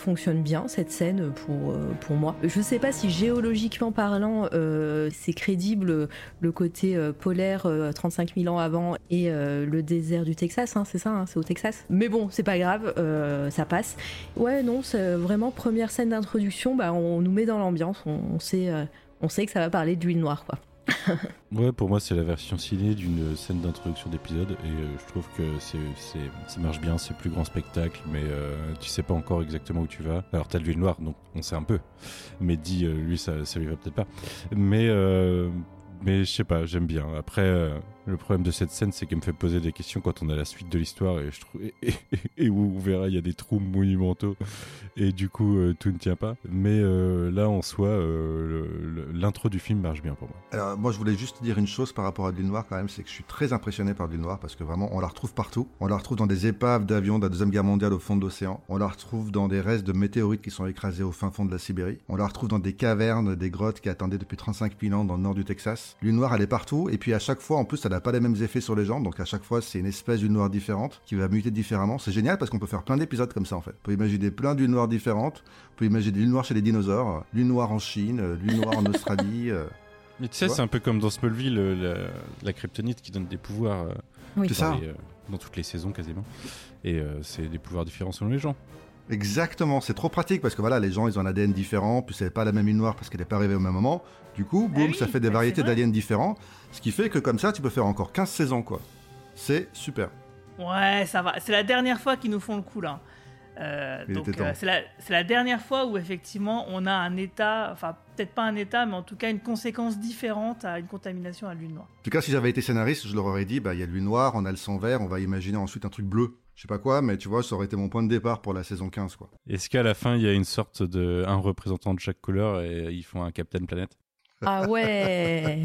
fonctionne bien cette scène pour, pour moi. Je sais pas si géologiquement parlant euh, c'est crédible le côté euh, polaire euh, trente-cinq mille ans avant et euh, le désert du Texas, hein, c'est ça, hein, c'est au Texas. Mais bon, c'est pas grave, euh, ça passe. Ouais, non, c'est vraiment première scène d'introduction, bah, on nous met dans l'ambiance, on, on, sait, euh, on sait que ça va parler d'huile noire, quoi. Ouais, pour moi c'est la version ciné d'une scène d'introduction d'épisode et euh, je trouve que c'est, c'est, ça marche bien, c'est plus grand spectacle, mais euh, tu sais pas encore exactement où tu vas. Alors t'as l'huile noire, donc on sait un peu, mais dit euh, lui ça, ça lui va peut-être pas. Mais euh, mais je sais pas, j'aime bien. Après, euh, le problème de cette scène, c'est qu'elle me fait poser des questions quand on a la suite de l'histoire et je trouve et, et, et où on verra il y a des trous monumentaux et du coup euh, tout ne tient pas. Mais euh, là en soi, euh, le, le, l'intro du film marche bien pour moi. Alors moi je voulais juste dire une chose par rapport à l'huile noire quand même, c'est que je suis très impressionné par l'huile noire parce que vraiment on la retrouve partout. On la retrouve dans des épaves d'avions de la Deuxième Guerre mondiale au fond de l'océan. On la retrouve dans des restes de météorites qui sont écrasés au fin fond de la Sibérie. On la retrouve dans des cavernes, des grottes qui attendaient depuis trente-cinq mille ans dans le nord du Texas. L'huile noire elle est partout et puis à chaque fois en plus elle n'a pas les mêmes effets sur les gens, donc à chaque fois c'est une espèce d'huile noire différente qui va muter différemment. C'est génial parce qu'on peut faire plein d'épisodes comme ça en fait. On peut imaginer plein d'huiles noires différentes, on peut imaginer l'huile noire chez les dinosaures, l'huile noire en Chine, l'huile noire en Australie. euh... Mais tu sais, tu c'est un peu comme dans Smallville, la, la kryptonite qui donne des pouvoirs euh, oui. C'est ça. Les, euh, dans toutes les saisons quasiment. Et euh, c'est des pouvoirs différents selon les gens. Exactement, c'est trop pratique parce que voilà, les gens ils ont un A D N différent, puis c'est pas la même huile noire parce qu'elle n'est pas arrivée au même moment. Du coup, boum, ah oui, ça fait des variétés d'aliens différents, ce qui fait que comme ça, tu peux faire encore quinze saisons quoi. C'est super. Ouais, ça va. C'est la dernière fois qu'ils nous font le coup là. Euh, donc euh, c'est, la, c'est la dernière fois où effectivement on a un état, enfin peut-être pas un état, mais en tout cas une conséquence différente à une contamination à l'huile noire. En tout cas, si j'avais été scénariste, je leur aurais dit, bah il y a l'huile noire, on a le sang vert, on va imaginer ensuite un truc bleu. Je sais pas quoi, mais tu vois, ça aurait été mon point de départ pour la saison quinze quoi. Est-ce qu'à la fin il y a une sorte de un représentant de chaque couleur et ils font un Captain Planet? Ah ouais.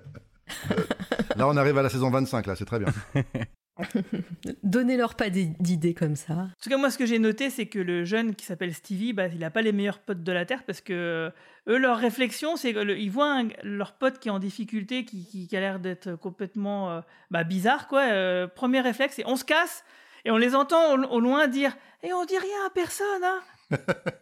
Là on arrive à la saison vingt-cinq là, c'est très bien. Donnez-leur pas d'idées comme ça. En tout cas, moi, ce que j'ai noté, c'est que le jeune qui s'appelle Stevie, bah, il n'a pas les meilleurs potes de la Terre parce que eux, leur réflexion, c'est qu'ils voient un, leur pote qui est en difficulté, qui, qui, qui a l'air d'être complètement euh, bah, bizarre, quoi. Euh, premier réflexe, c'est on se casse et on les entend au, au loin dire « Et on dit rien à personne, hein !»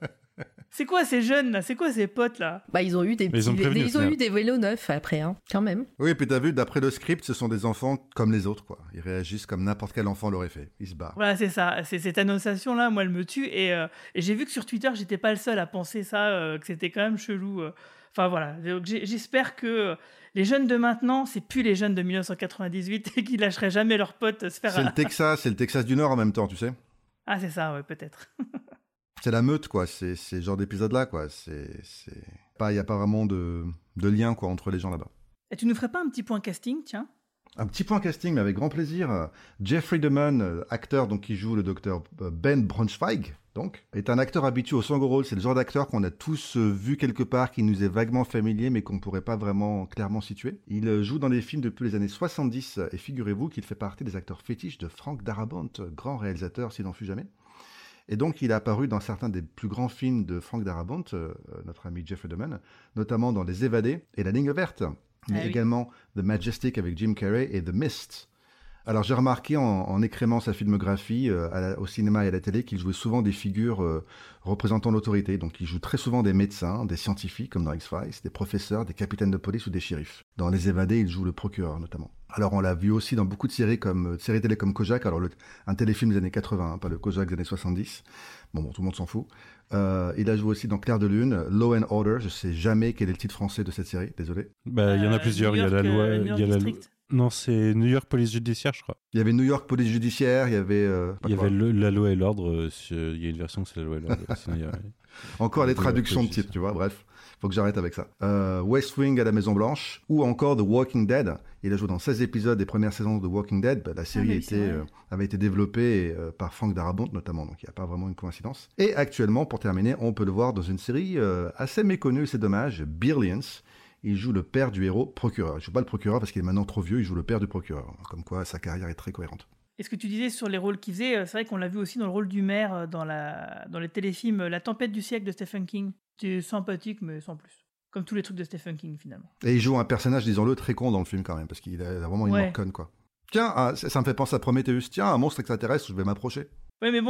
C'est quoi ces jeunes là? C'est quoi ces potes là? Bah ils ont eu des petits, ils ont, des, ils ont eu des vélos neufs après, hein, quand même. Oui, et puis t'as vu, d'après le script, ce sont des enfants comme les autres, quoi. Ils réagissent comme n'importe quel enfant l'aurait fait. Ils se barrent. Voilà, c'est ça. C'est, cette annonciation là, moi, elle me tue. Et, euh, et j'ai vu que sur Twitter, j'étais pas le seul à penser ça, euh, que c'était quand même chelou. Euh. Enfin voilà. Donc, j'espère que les jeunes de maintenant, c'est plus les jeunes de dix-neuf cent quatre-vingt-dix-huit et qu'ils lâcheraient jamais leurs potes se faire. C'est le Texas, c'est le Texas du Nord en même temps, tu sais. Ah c'est ça, ouais, peut-être. C'est la meute, quoi. C'est, c'est ce genre d'épisode-là, quoi. C'est, c'est... Pas, y a pas vraiment de, de lien, quoi, entre les gens là-bas. Et tu nous ferais pas un petit point casting, tiens? Un petit point casting, mais avec grand plaisir. Jeffrey Deman, acteur donc qui joue le docteur Ben Braunschweig, donc, est un acteur habitué au second rôle. C'est le genre d'acteur qu'on a tous vu quelque part, qui nous est vaguement familier, mais qu'on ne pourrait pas vraiment clairement situer. Il joue dans des films depuis les années soixante-dix, et figurez-vous qu'il fait partie des acteurs fétiches de Frank Darabont, grand réalisateur s'il n'en fut jamais. Et donc, il est apparu dans certains des plus grands films de Frank Darabont, euh, notre ami Jeffrey Deman, notamment dans Les Évadés et La Ligne verte, mais ah, oui. également The Majestic avec Jim Carrey et The Mist. Alors, j'ai remarqué en, en écrémant sa filmographie euh, à la, au cinéma et à la télé qu'il jouait souvent des figures euh, représentant l'autorité. Donc, il joue très souvent des médecins, des scientifiques, comme dans X-Files, des professeurs, des capitaines de police ou des shérifs. Dans Les Évadés, il joue le procureur, notamment. Alors, on l'a vu aussi dans beaucoup de séries comme euh, séries télé comme Kojak, alors le, un téléfilm des années quatre-vingts, hein, pas le Kojak des années soixante-dix. Bon, bon, tout le monde s'en fout. Euh, il a joué aussi dans Clair de Lune, Law and Order. Je sais jamais quel est le titre français de cette série, désolé. Bah, il y en a plusieurs. Il y a la loi. Il y a la loi. Non, c'est New York Police Judiciaire, je crois. Il y avait New York Police Judiciaire, il y avait... Euh, il y avait le, la loi et l'ordre, euh, il y a une version c'est la loi et l'ordre. Sinon, il y a... Encore les traductions de titres, tu vois, bref, faut que j'arrête avec ça. Euh, West Wing à la Maison Blanche, ou encore The Walking Dead. Il a joué dans seize épisodes des premières saisons de The Walking Dead. Bah, la série ah, était, euh, avait été développée euh, par Frank Darabont notamment, donc il n'y a pas vraiment une coïncidence. Et actuellement, pour terminer, on peut le voir dans une série euh, assez méconnue, c'est dommage, Billions. Il joue le père du héros procureur. Il ne joue pas le procureur parce qu'il est maintenant trop vieux, il joue le père du procureur. Comme quoi, sa carrière est très cohérente. Et ce que tu disais sur les rôles qu'il faisait, c'est vrai qu'on l'a vu aussi dans le rôle du maire dans, la, dans les téléfilms La Tempête du siècle de Stephen King. C'est sympathique, mais sans plus. Comme tous les trucs de Stephen King, finalement. Et il joue un personnage, disons-le, très con dans le film quand même, parce qu'il a vraiment une ouais. mort conne, quoi. Tiens, ah, ça, ça me fait penser à Prometheus. Tiens, un monstre extraterrestre, je vais m'approcher. Oui, mais bon,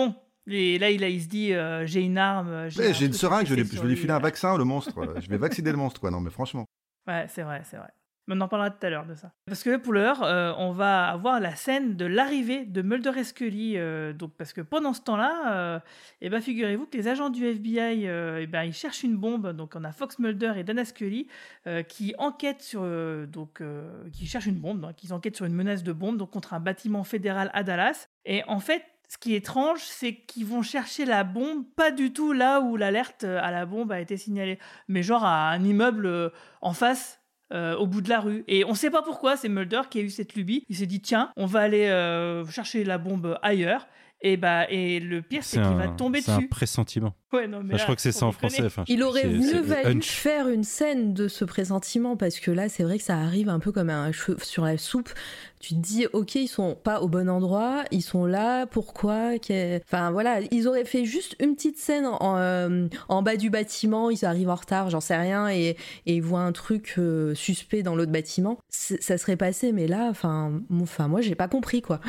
Et là, il, il se dit, euh, j'ai une arme. J'ai, ouais, j'ai une seringue, je vais, je vais lui filer un vaccin, le monstre. Je vais vacciner le monstre, quoi. Non, mais franchement. Ouais, c'est vrai, c'est vrai. Mais on en parlera tout à l'heure de ça. Parce que pour l'heure, euh, on va avoir la scène de l'arrivée de Mulder et Scully. Euh, donc, parce que pendant ce temps-là, euh, eh ben, figurez-vous que les agents du F B I, euh, eh ben, ils cherchent une bombe. Donc, on a Fox Mulder et Dana Scully euh, qui enquêtent sur, euh, donc, euh, qui cherchent une bombe, donc, ils enquêtent sur une menace de bombe donc, contre un bâtiment fédéral à Dallas. Et en fait, ce qui est étrange, c'est qu'ils vont chercher la bombe pas du tout là où l'alerte à la bombe a été signalée, mais genre à un immeuble en face. Euh, au bout de la rue. Et on sait pas pourquoi, c'est Mulder qui a eu cette lubie. Il s'est dit, tiens, on va aller euh, chercher la bombe ailleurs. Et, bah, et le pire, c'est, c'est qu'il un, va tomber c'est dessus. C'est un pressentiment. Ouais, non, mais enfin, là, je crois que c'est ça en français. Enfin, il aurait c'est, mieux c'est valu faire une scène de ce pressentiment, parce que là, c'est vrai que ça arrive un peu comme un cheveu sur la soupe. Tu te dis, ok, ils sont pas au bon endroit, ils sont là, pourquoi qu'est... Enfin voilà, ils auraient fait juste une petite scène en, euh, en bas du bâtiment, ils arrivent en retard, j'en sais rien, et, et ils voient un truc euh, suspect dans l'autre bâtiment. C'est, ça serait passé, mais là, enfin, enfin moi, j'ai pas compris, quoi.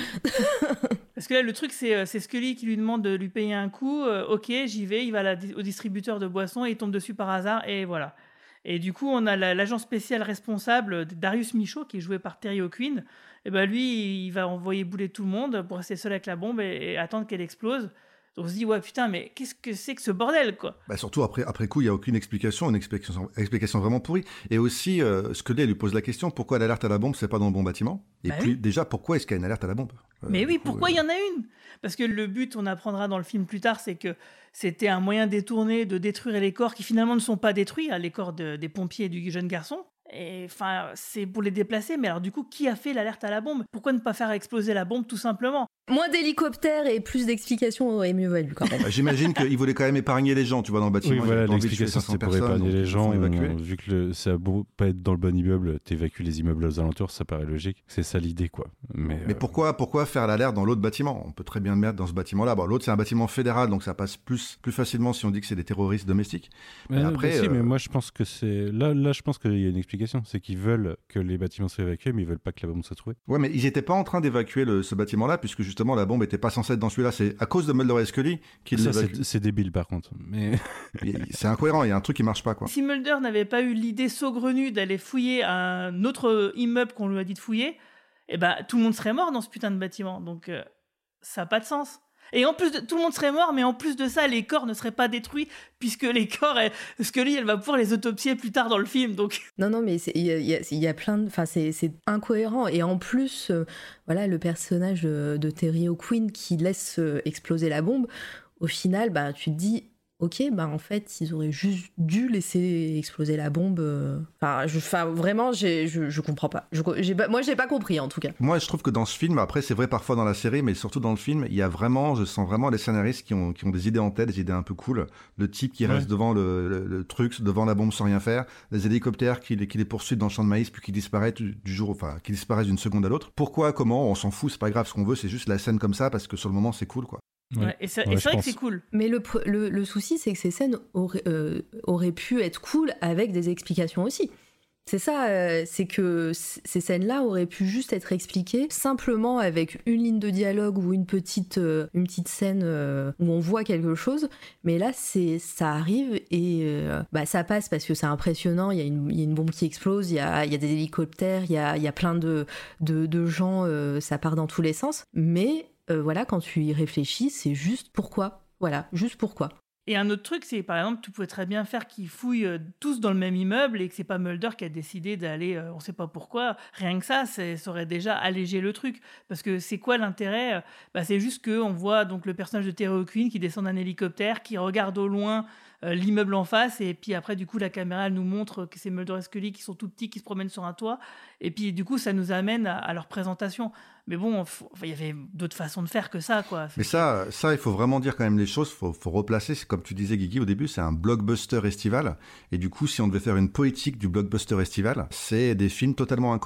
Parce que là, le truc, c'est, c'est Scully qui lui demande de lui payer un coup. Euh, ok, j'y vais, il va la, au distributeur de boissons et il tombe dessus par hasard, et voilà. Et du coup, on a la, l'agent spécial responsable, Darius Michaud, qui est joué par Terry O'Quinn. Et ben lui, il va envoyer bouler tout le monde pour rester seul avec la bombe et, et attendre qu'elle explose. Donc on se dit, ouais, putain, mais qu'est-ce que c'est que ce bordel, quoi? Bah surtout, après, après coup, il n'y a aucune explication, une explication, explication vraiment pourrie. Et aussi, euh, Scully, elle lui pose la question, pourquoi l'alerte à la bombe, c'est pas dans le bon bâtiment? Et bah puis, oui. déjà, pourquoi est-ce qu'il y a une alerte à la bombe? euh, Mais oui, coup, pourquoi il euh... y en a une? Parce que le but, on apprendra dans le film plus tard, c'est que c'était un moyen détourné de détruire les corps qui finalement ne sont pas détruits, hein, les corps de, des pompiers et du jeune garçon. Et enfin, c'est pour les déplacer, mais alors du coup, qui a fait l'alerte à la bombe? Pourquoi ne pas faire exploser la bombe tout simplement? Moins d'hélicoptères et plus d'explications aurait mieux valu quand même. Bah, j'imagine qu'il voulait quand même épargner les gens, tu vois, dans le bâtiment. Oui, voilà, l'explication c'est pour épargner les gens. On, vu que le, ça a beau pas être dans le bon immeuble, t'évacues les immeubles aux alentours, ça paraît logique. C'est ça l'idée, quoi. Mais, mais euh... pourquoi, pourquoi faire l'alerte dans l'autre bâtiment? On peut très bien le mettre dans ce bâtiment-là. Bon, l'autre, c'est un bâtiment fédéral, donc ça passe plus, plus facilement si on dit que c'est des terroristes domestiques. Mais, mais après, mais, si, euh... mais moi, je pense que c'est là, là, je pense qu'il y a une explication, c'est qu'ils veulent que les bâtiments soient évacués, mais ils veulent pas que la bombe soit trouvée. Ouais, mais ils étaient pas en train d'évacuer le, ce bâtiment-là, puisque justement la bombe était pas censée être dans celui-là. C'est à cause de Mulder et Scully qu'ils l'évacuent. C'est, c'est débile par contre. Mais c'est incohérent. Il y a un truc qui marche pas, quoi. Si Mulder n'avait pas eu l'idée saugrenue d'aller fouiller un autre immeuble qu'on lui a dit de fouiller, eh ben tout le monde serait mort dans ce putain de bâtiment. Donc euh, ça a pas de sens. Et en plus, de, tout le monde serait mort, mais en plus de ça, les corps ne seraient pas détruits, puisque les corps, elle, Scully, elle va pouvoir les autopsier plus tard dans le film. Donc. Non, non, mais il y, y, y a plein de... Enfin, c'est, c'est incohérent. Et en plus, euh, voilà, le personnage de, de Terry O'Quinn qui laisse euh, exploser la bombe, au final, bah, tu te dis... Ok, bah en fait, ils auraient juste dû laisser exploser la bombe. Enfin, je, enfin vraiment, j'ai, je, je comprends pas. Je, j'ai pas. Moi, j'ai pas compris, en tout cas. Moi, je trouve que dans ce film, après, c'est vrai parfois dans la série, mais surtout dans le film, il y a vraiment, je sens vraiment les scénaristes qui ont, qui ont des idées en tête, des idées un peu cool. Le type qui ouais. reste devant le, le, le truc, devant la bombe sans rien faire. Les hélicoptères qui, qui les poursuivent dans le champ de maïs, puis qui disparaissent du, du jour, enfin, qui disparaissent d'une seconde à l'autre. Pourquoi, comment, on s'en fout, c'est pas grave. Ce qu'on veut, c'est juste la scène comme ça, parce que sur le moment, c'est cool, quoi. Ouais. Ouais, et c'est, ouais, et c'est vrai pense. que c'est cool. Mais le, le, le souci, c'est que ces scènes auraient, euh, auraient pu être cool avec des explications aussi. C'est ça, euh, c'est que c- ces scènes-là auraient pu juste être expliquées simplement avec une ligne de dialogue ou une petite, euh, une petite scène euh, où on voit quelque chose. Mais là, c'est, ça arrive et euh, bah, ça passe parce que c'est impressionnant. Il y a une, il y a une bombe qui explose, il y a, il y a des hélicoptères, il y a, il y a plein de, de, de gens, euh, ça part dans tous les sens. Mais Euh, voilà, quand tu y réfléchis, c'est juste pourquoi. Voilà, juste pourquoi. Et un autre truc, c'est par exemple, tu pouvais très bien faire qu'ils fouillent euh, tous dans le même immeuble et que c'est pas Mulder qui a décidé d'aller, euh, on sait pas pourquoi. Rien que ça, c'est, ça aurait déjà allégé le truc. Parce que c'est quoi l'intérêt? Bah, c'est juste qu'on voit donc le personnage de Terry O'Quinn qui descend d'un hélicoptère, qui regarde au loin euh, l'immeuble en face, et puis après, du coup, la caméra elle nous montre que c'est Mulder et Scully qui sont tout petits, qui se promènent sur un toit. Et puis, du coup, ça nous amène à, à leur présentation. Mais bon, il y avait d'autres façons de faire que ça, quoi. Mais ça, ça, il faut vraiment dire quand même les choses. Faut, faut replacer. C'est comme tu disais, Guigui, au début, c'est un blockbuster estival. Et du coup, si on devait faire une poétique du blockbuster estival, c'est des films totalement incohérents.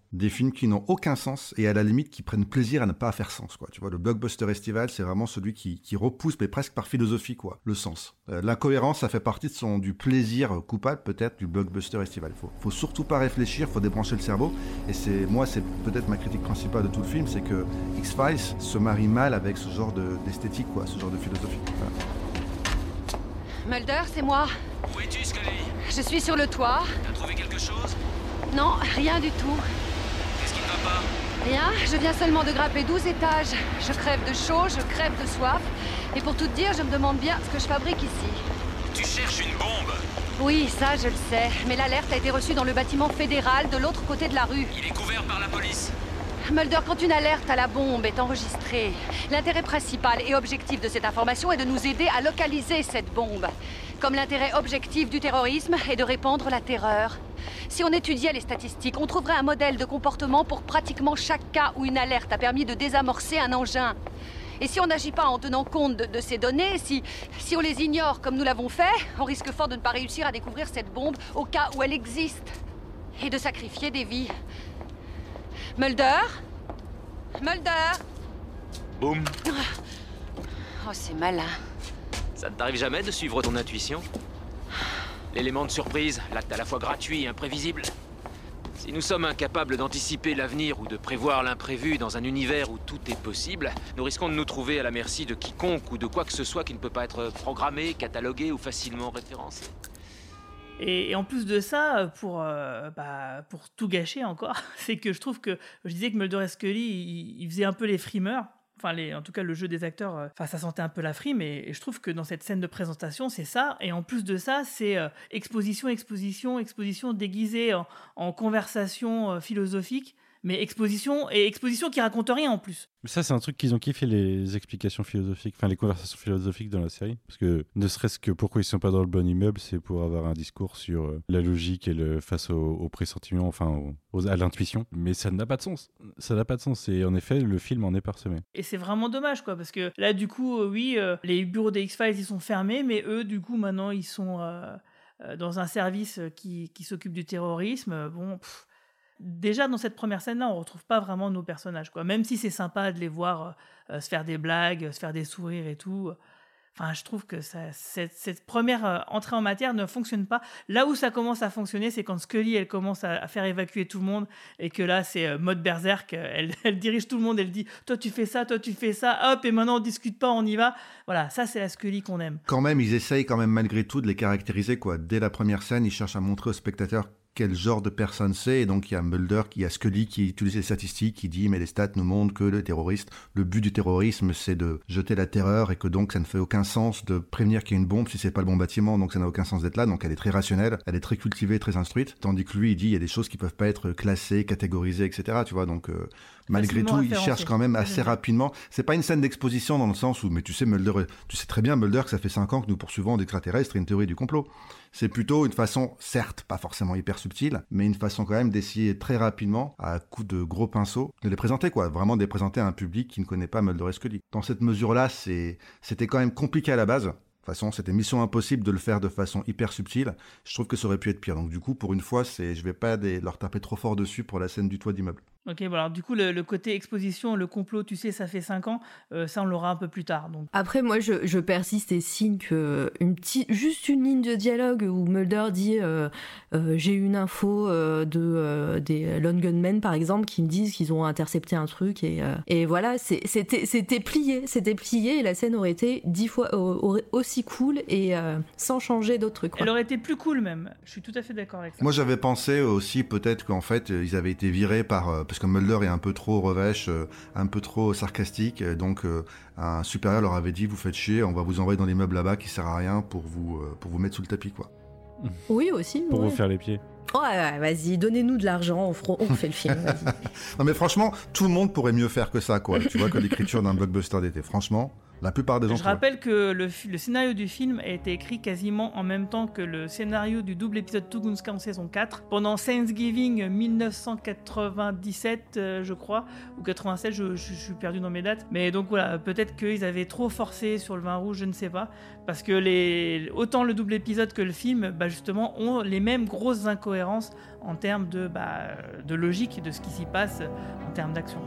des films qui n'ont aucun sens et à la limite qui prennent plaisir à ne pas faire sens, quoi. Tu vois, le blockbuster estival, c'est vraiment celui qui, qui repousse, mais presque par philosophie, quoi, le sens. Euh, l'incohérence, ça fait partie de son, du plaisir coupable, peut-être, du blockbuster estival. Faut, faut surtout pas réfléchir, faut débrancher le cerveau. Et c'est, moi, c'est peut-être ma critique principale de tout le film, c'est que X-Files se marie mal avec ce genre de, d'esthétique, quoi, ce genre de philosophie. Voilà. Mulder, c'est moi. Où es-tu, Scully? Je suis sur le toit. T'as trouvé quelque chose? Non, rien du tout. Qu'est-ce qui ne va pas? Rien, je viens seulement de grimper douze étages. Je crève de chaud, je crève de soif. Et pour tout te dire, je me demande bien ce que je fabrique ici. Tu cherches une bombe? Oui, ça je le sais. Mais l'alerte a été reçue dans le bâtiment fédéral de l'autre côté de la rue. Il est couvert par la police. Mulder, quand une alerte à la bombe est enregistrée, l'intérêt principal et objectif de cette information est de nous aider à localiser cette bombe. Comme l'intérêt objectif du terrorisme est de répandre la terreur. Si on étudiait les statistiques, on trouverait un modèle de comportement pour pratiquement chaque cas où une alerte a permis de désamorcer un engin. Et si on n'agit pas en tenant compte de, de ces données, si, si on les ignore comme nous l'avons fait, on risque fort de ne pas réussir à découvrir cette bombe au cas où elle existe. Et de sacrifier des vies. Mulder? Mulder? Boum. Oh, c'est malin. Ça ne t'arrive jamais de suivre ton intuition? L'élément de surprise, l'acte à la fois gratuit et imprévisible. Si nous sommes incapables d'anticiper l'avenir ou de prévoir l'imprévu dans un univers où tout est possible, nous risquons de nous trouver à la merci de quiconque ou de quoi que ce soit qui ne peut pas être programmé, catalogué ou facilement référencé. Et, et en plus de ça, pour, euh, bah, pour tout gâcher encore, c'est que je trouve que, je disais que Mulder et Scully, ils, ils faisaient un peu les frimeurs. Enfin, les, en tout cas, le jeu des acteurs, euh, enfin, ça sentait un peu la frime, et, et je trouve que dans cette scène de présentation, c'est ça. Et en plus de ça, c'est euh, exposition, exposition, exposition déguisée en, en conversation euh, philosophique, mais exposition, et exposition qui raconte rien en plus. Ça, c'est un truc qu'ils ont kiffé, les explications philosophiques, enfin les conversations philosophiques dans la série. Parce que ne serait-ce que pourquoi ils sont pas dans le bon immeuble, c'est pour avoir un discours sur euh, la logique et le face au, au pressentiment, enfin au, aux, à l'intuition. Mais ça n'a pas de sens. Ça n'a pas de sens. Et en effet, le film en est parsemé. Et c'est vraiment dommage, quoi, parce que là, du coup, euh, oui, euh, les bureaux des X-Files, ils sont fermés, mais eux, du coup, maintenant, ils sont euh, euh, dans un service qui, qui s'occupe du terrorisme. Bon... Pff, déjà, dans cette première scène-là, on ne retrouve pas vraiment nos personnages, quoi. Même si c'est sympa de les voir euh, se faire des blagues, se faire des sourires et tout. Enfin, je trouve que ça, cette, cette première euh, entrée en matière ne fonctionne pas. Là où ça commence à fonctionner, c'est quand Scully, elle commence à, à faire évacuer tout le monde et que là, c'est euh, mode berserk. Elle, elle dirige tout le monde, elle dit « Toi, tu fais ça, toi, tu fais ça. Hop, et maintenant, on ne discute pas, on y va. » Voilà, ça, c'est la Scully qu'on aime. Quand même, ils essayent quand même malgré tout de les caractériser, quoi. Dès la première scène, ils cherchent à montrer aux spectateurs quel genre de personne c'est, et donc il y a Mulder, il y a Scully qui utilise les statistiques, qui dit mais les stats nous montrent que le terroriste, le but du terrorisme c'est de jeter la terreur et que donc ça ne fait aucun sens de prévenir qu'il y a une bombe si c'est pas le bon bâtiment, donc ça n'a aucun sens d'être là, donc elle est très rationnelle, elle est très cultivée, très instruite, tandis que lui il dit il y a des choses qui peuvent pas être classées, catégorisées, et cetera. Tu vois, donc euh, malgré tout il cherche quand même assez rapidement, c'est pas une scène d'exposition dans le sens où, mais tu sais Mulder, tu sais très bien Mulder que ça fait cinq ans que nous poursuivons d'extraterrestres et une théorie du complot. C'est plutôt une façon, certes, pas forcément hyper subtile, mais une façon quand même d'essayer très rapidement, à coups de gros pinceaux, de les présenter, quoi. Vraiment de les présenter à un public qui ne connaît pas Mulder et Scully. Dans cette mesure-là, c'est... c'était quand même compliqué à la base. De toute façon, c'était mission impossible de le faire de façon hyper subtile. Je trouve que ça aurait pu être pire. Donc du coup, pour une fois, c'est... je vais pas des... leur taper trop fort dessus pour la scène du toit d'immeuble. Ok, bon alors du coup, le, le côté exposition, le complot, tu sais, ça fait cinq ans, euh, ça on l'aura un peu plus tard. Donc. Après, moi, je, je persiste et signe que une petite, juste une ligne de dialogue où Mulder dit euh, euh, j'ai une info euh, de, euh, des Lone Gunmen, par exemple, qui me disent qu'ils ont intercepté un truc, et, euh, et voilà, c'est, c'était, c'était plié, c'était plié, et la scène aurait été dix fois euh, aussi cool, et euh, sans changer d'autres trucs. Quoi. Elle aurait été plus cool même, je suis tout à fait d'accord avec ça. Moi, j'avais pensé aussi peut-être qu'en fait, ils avaient été virés par... Euh, parce que Mulder est un peu trop revêche, euh, un peu trop sarcastique, euh, donc euh, un supérieur leur avait dit vous faites chier, on va vous envoyer dans l'immeuble là-bas qui sert à rien pour vous euh, pour vous mettre sous le tapis, quoi. Oui, aussi. Pour ouais. vous faire les pieds. Ouais, ouais, vas-y, donnez-nous de l'argent, on, fera, on fait le film. Non mais franchement, tout le monde pourrait mieux faire que ça, quoi. Tu vois, que l'écriture d'un blockbuster d'été. Franchement, La plupart des gens. Je rappelle que le, le scénario du film a été écrit quasiment en même temps que le scénario du double épisode Tunguska en saison quatre. Pendant Thanksgiving dix-neuf cent quatre-vingt-dix-sept, euh, je crois, ou quatre-vingt-sept, je, je, je suis perdu dans mes dates. Mais donc voilà, peut-être qu'ils avaient trop forcé sur le vin rouge, je ne sais pas. Parce que les, autant le double épisode que le film, bah justement, ont les mêmes grosses incohérences en termes de, bah, de logique de ce qui s'y passe en termes d'action.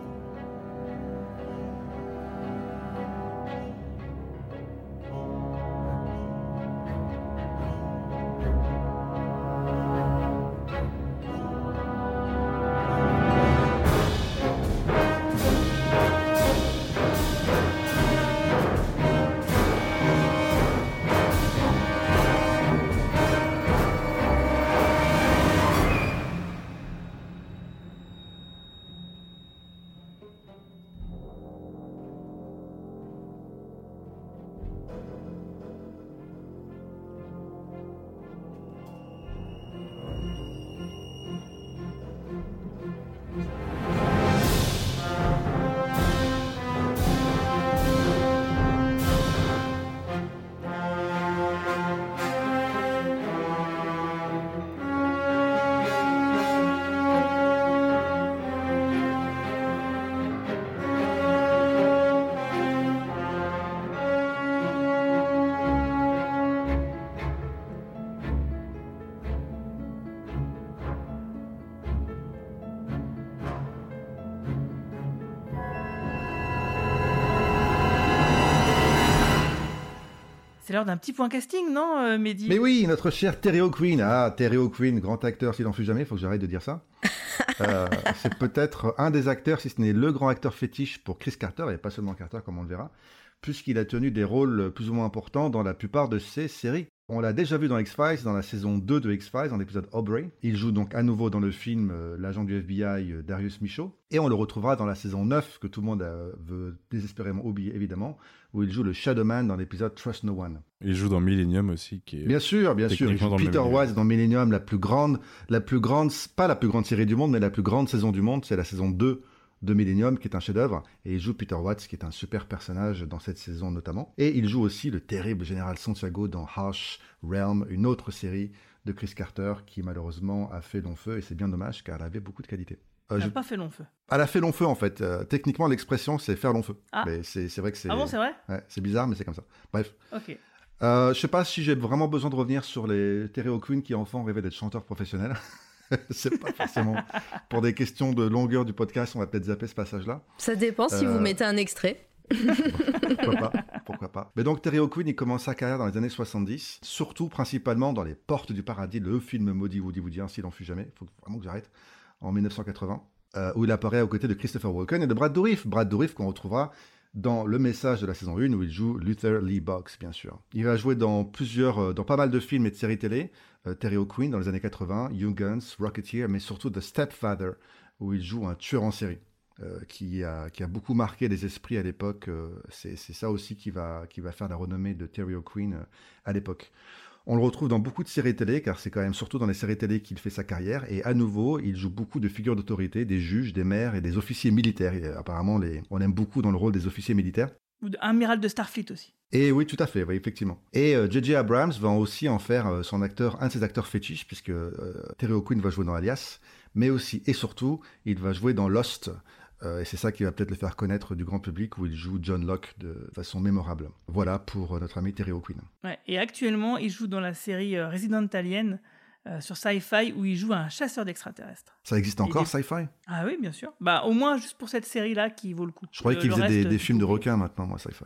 C'est l'heure d'un petit point casting, non, euh, Mehdi ? Mais oui, notre cher Terry O'Quinn. Ah, Terry O'Quinn, grand acteur s'il en fut jamais, il faut que j'arrête de dire ça. euh, c'est peut-être un des acteurs, si ce n'est le grand acteur fétiche pour Chris Carter, et pas seulement Carter, comme on le verra, puisqu'il a tenu des rôles plus ou moins importants dans la plupart de ses séries. On l'a déjà vu dans X-Files, dans la saison deux de X-Files, dans l'épisode Aubrey. Il joue donc à nouveau dans le film euh, l'agent du F B I, euh, Darius Michaud. Et on le retrouvera dans la saison neuf, que tout le monde euh, veut désespérément oublier, évidemment, où il joue le Shadowman dans l'épisode Trust No One. Il joue dans Millennium aussi, qui est... Bien sûr, bien sûr. Il joue Peter Watts dans Millennium, la plus grande, la plus grande, pas la plus grande série du monde, mais la plus grande saison du monde. C'est la saison deux de Millennium, qui est un chef-d'œuvre, et il joue Peter Watts, qui est un super personnage dans cette saison notamment. Et il joue aussi le terrible général Santiago dans Harsh Realm, une autre série de Chris Carter, qui malheureusement a fait long feu, et c'est bien dommage, car elle avait beaucoup de qualités. Euh, elle n'a je... pas fait long feu. Elle a fait long feu, en fait. Euh, techniquement, l'expression, c'est faire long feu. Ah. Mais c'est, c'est vrai que c'est... Ah bon, c'est vrai ? Ouais, c'est bizarre, mais c'est comme ça. Bref. Ok. Euh, je sais pas si j'ai vraiment besoin de revenir sur les Terry O'Quinn qui enfant rêvaient d'être chanteurs professionnels. C'est pas forcément pour des questions de longueur du podcast, on va peut-être zapper ce passage-là. Ça dépend si euh... vous mettez un extrait. Pourquoi pas, pourquoi pas. Mais donc Terry O'Quinn, il commence sa carrière dans les années soixante-dix, surtout principalement dans Les Portes du Paradis, le film maudit Woody Woodien, s'il en fut jamais. Il faut vraiment que j'arrête. En dix-neuf cent quatre-vingts, euh, où il apparaît aux côtés de Christopher Walken et de Brad Dourif. Brad Dourif qu'on retrouvera dans Le Message de la saison un, où il joue Luther Lee Boggs, bien sûr. Il va jouer dans plusieurs, dans pas mal de films et de séries télé. Euh, Terry O'Quinn dans les années quatre-vingts, Young Guns, Rocketeer, mais surtout The Stepfather, où il joue un tueur en série, euh, qui, a, qui a beaucoup marqué les esprits à l'époque. Euh, c'est, c'est ça aussi qui va, qui va faire la renommée de Terry O'Quinn euh, à l'époque. On le retrouve dans beaucoup de séries télé, car c'est quand même surtout dans les séries télé qu'il fait sa carrière. Et à nouveau, il joue beaucoup de figures d'autorité, des juges, des maires et des officiers militaires. Et apparemment, les... on aime beaucoup dans le rôle des officiers militaires. Ou amiral de Starfleet aussi. Et oui, tout à fait, oui, effectivement. Et euh, J J Abrams va aussi en faire euh, son acteur, un de ses acteurs fétiches, puisque euh, Terry O'Quinn va jouer dans Alias, mais aussi et surtout, il va jouer dans Lost. Euh, et c'est ça qui va peut-être le faire connaître du grand public, où il joue John Locke de façon mémorable. Voilà pour euh, notre ami Terry O'Quinn. Ouais, et actuellement, il joue dans la série euh, Resident Alien euh, sur Sci-Fi, où il joue un chasseur d'extraterrestres. Ça existe encore, des... Sci-Fi ? Ah oui, bien sûr. Bah, au moins juste pour cette série-là qui vaut le coup. Je croyais le, qu'il faisait des, des tout... films de requins maintenant, moi, Sci-Fi.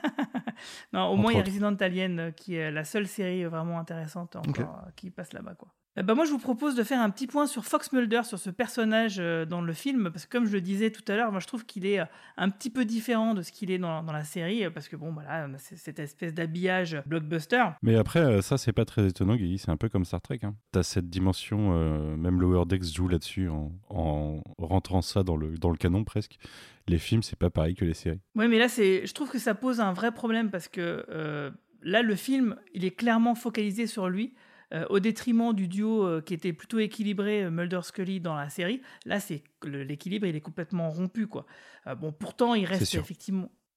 Non, au Entre moins, il y a Resident Alien, qui est la seule série vraiment intéressante encore, okay. qui passe là-bas, quoi. Bah moi, je vous propose de faire un petit point sur Fox Mulder, sur ce personnage dans le film, parce que comme je le disais tout à l'heure, moi je trouve qu'il est un petit peu différent de ce qu'il est dans, dans la série, parce que bon, voilà, on a cette espèce d'habillage blockbuster. Mais après, ça, c'est pas très étonnant, Guy, c'est un peu comme Star Trek. Hein. T'as cette dimension, euh, même Lower Decks joue là-dessus en, en rentrant ça dans le, dans le canon presque. Les films, c'est pas pareil que les séries. Oui, mais là, c'est, je trouve que ça pose un vrai problème, parce que euh, là, le film, il est clairement focalisé sur lui. Euh, au détriment du duo euh, qui était plutôt équilibré, euh, Mulder-Scully dans la série. Là, c'est, le, l'équilibre, il est complètement rompu, quoi. Euh, bon, pourtant, il reste effectivement...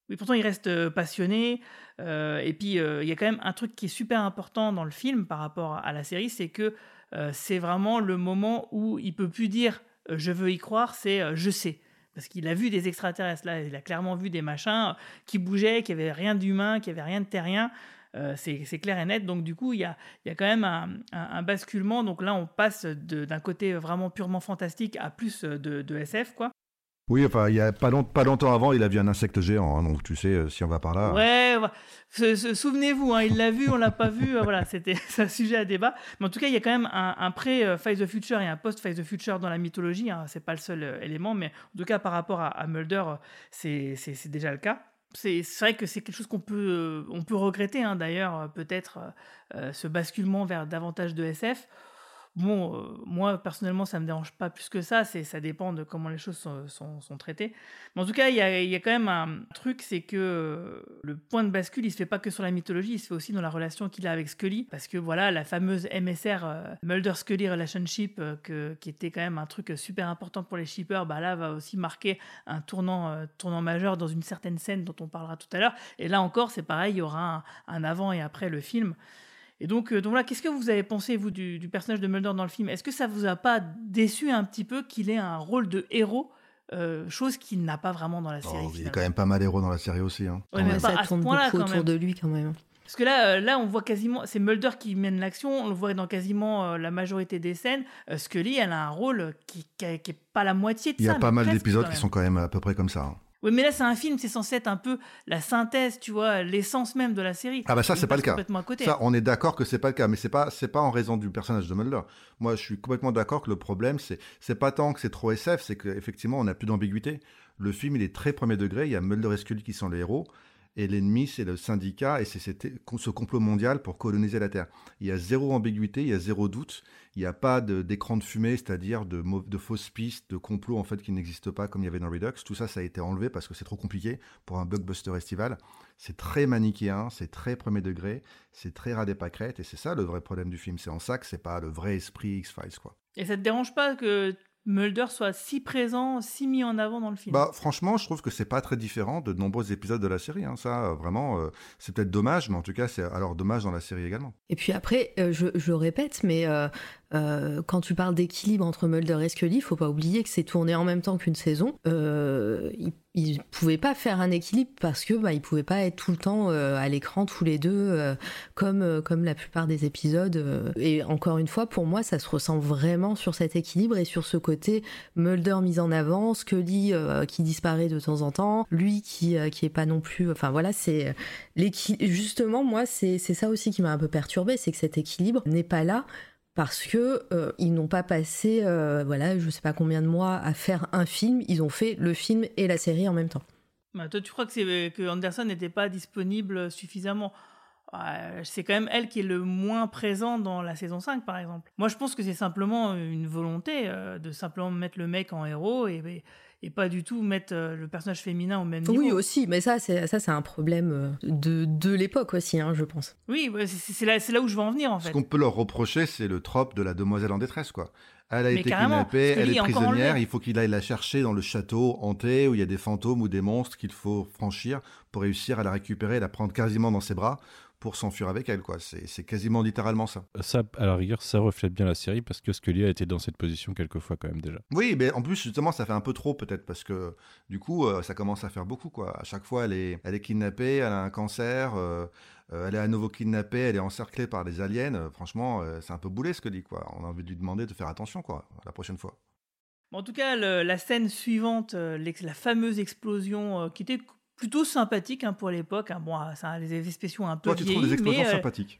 Oui, pourtant il reste euh, passionné. Euh, et puis euh, il y a quand même un truc qui est super important dans le film par rapport à la série, c'est que euh, c'est vraiment le moment où il peut plus dire euh, je veux y croire, c'est euh, je sais. Parce qu'il a vu des extraterrestres, là, il a clairement vu des machins qui bougeaient, qui n'avaient rien d'humain, qui n'avaient rien de terrien. Euh, c'est, c'est clair et net. Donc du coup, il y a, il y a quand même un, un, un basculement. Donc là, on passe de, d'un côté vraiment purement fantastique à plus de, de S F, quoi. Oui, enfin, il y a pas, long, pas longtemps avant, il a vu un insecte géant, hein, donc tu sais, si on va par là... Ouais, ouais. Se, se, souvenez-vous, hein, il l'a vu, on l'a pas vu, euh, voilà, c'était c'est un sujet à débat. Mais en tout cas, il y a quand même un, un pré-Fight the Future et un post-Fight the Future dans la mythologie, hein, c'est pas le seul euh, élément, mais en tout cas, par rapport à, à Mulder, c'est, c'est, c'est déjà le cas. C'est, c'est vrai que c'est quelque chose qu'on peut, euh, on peut regretter, hein, d'ailleurs, euh, peut-être euh, ce basculement vers davantage de S F. Bon, euh, moi, personnellement, ça ne me dérange pas plus que ça. C'est, ça dépend de comment les choses sont, sont, sont traitées. Mais en tout cas, il y a, y a quand même un truc, c'est que euh, le point de bascule, il ne se fait pas que sur la mythologie, il se fait aussi dans la relation qu'il a avec Scully. Parce que voilà, la fameuse M S R, euh, Mulder-Scully Relationship, euh, que, qui était quand même un truc super important pour les shippers, bah là, va aussi marquer un tournant, euh, tournant majeur dans une certaine scène dont on parlera tout à l'heure. Et là encore, c'est pareil, il y aura un, un avant et après le film. Et donc, euh, donc là, qu'est-ce que vous avez pensé, vous, du, du personnage de Mulder dans le film ? Est-ce que ça vous a pas déçu un petit peu qu'il ait un rôle de héros, euh, chose qu'il n'a pas vraiment dans la série ? Oh, il y a quand même pas mal héros dans la série aussi. Hein. Ouais, mais ça tourne beaucoup autour de lui quand même. Parce que là, euh, là, on voit quasiment, c'est Mulder qui mène l'action, on le voit dans quasiment euh, la majorité des scènes. Euh, Scully, elle a un rôle qui, qui, qui est pas la moitié de ça. Il y a pas mal d'épisodes qui sont quand même à peu près comme ça. Hein. Oui, mais là, c'est un film, c'est censé être un peu la synthèse, tu vois, l'essence même de la série. Ah bah ça, c'est pas le cas. Complètement à côté. Ça, on est d'accord que c'est pas le cas, mais c'est pas, c'est pas en raison du personnage de Mulder. Moi, je suis complètement d'accord que le problème, c'est, c'est pas tant que c'est trop S F, c'est qu'effectivement, on n'a plus d'ambiguïté. Le film, il est très premier degré. Il y a Mulder et Scully qui sont les héros. Et l'ennemi, c'est le syndicat, et c'est ce complot mondial pour coloniser la Terre. Il y a zéro ambiguïté, il y a zéro doute, il n'y a pas de, d'écran de fumée, c'est-à-dire de, de fausses pistes, de complots en fait qui n'existent pas comme il y avait dans Redux. Tout ça, ça a été enlevé parce que c'est trop compliqué pour un blockbuster estival. C'est très manichéen, c'est très premier degré, c'est très ras des pâquerettes, et c'est ça le vrai problème du film. C'est en ça que c'est pas le vrai esprit X-Files, quoi. Et ça te dérange pas que Mulder soit si présent, si mis en avant dans le film? Bah, franchement, je trouve que c'est pas très différent de nombreux épisodes de la série. Hein. Ça, euh, vraiment, euh, c'est peut-être dommage, mais en tout cas, c'est alors dommage dans la série également. Et puis après, euh, je, je le répète, mais euh, euh, quand tu parles d'équilibre entre Mulder et Scully, il faut pas oublier que c'est tourné en même temps qu'une saison. Euh, ils, ils pouvaient pas faire un équilibre parce que bah, ils pouvaient pas être tout le temps euh, à l'écran tous les deux, euh, comme euh, comme la plupart des épisodes. Euh. Et encore une fois, pour moi, ça se ressent vraiment sur cet équilibre et sur ce côté Mulder mis en avant, Scully euh, qui disparaît de temps en temps, lui qui euh, qui est pas non plus. Enfin voilà, c'est l'équilibre. Justement, moi, c'est c'est ça aussi qui m'a un peu perturbée, c'est que cet équilibre n'est pas là. Parce que euh, ils n'ont pas passé, euh, voilà, je sais pas combien de mois à faire un film. Ils ont fait le film et la série en même temps. Bah, toi, tu crois que, c'est, que Anderson n'était pas disponible suffisamment? euh, C'est quand même elle qui est le moins présente dans la saison cinq, par exemple. Moi, je pense que c'est simplement une volonté euh, de simplement mettre le mec en héros et, et, et pas du tout mettre euh, le personnage féminin au même niveau. Oui, aussi, mais ça, c'est, ça, c'est un problème de, de l'époque aussi, hein, je pense. Oui, c'est, c'est, là, c'est là où je veux en venir, en fait. Ce qu'on peut leur reprocher, c'est le trope de la demoiselle en détresse, quoi. Elle a mais été kidnappée, elle est prisonnière, il faut qu'il aille la chercher dans le château hanté où il y a des fantômes ou des monstres qu'il faut franchir pour réussir à la récupérer et la prendre quasiment dans ses bras pour s'enfuir avec elle, quoi. C'est, c'est quasiment littéralement ça. Ça, à la rigueur, ça reflète bien la série parce que Scully a été dans cette position quelques fois quand même déjà. Oui, mais en plus, justement, ça fait un peu trop peut-être parce que du coup, euh, ça commence à faire beaucoup, quoi. À chaque fois, elle est, elle est kidnappée, elle a un cancer, euh, euh, elle est à nouveau kidnappée, elle est encerclée par des aliens. Euh, franchement, euh, c'est un peu boulé, Scully, quoi. On a envie de lui demander de faire attention, quoi, la prochaine fois. En tout cas, le, la scène suivante, euh, la fameuse explosion euh, qui était plutôt sympathique hein, pour l'époque. Hein. Bon, ça a les effets spéciaux un peu Toi, vieillis. Tu trouves des explosions mais, euh... sympathiques?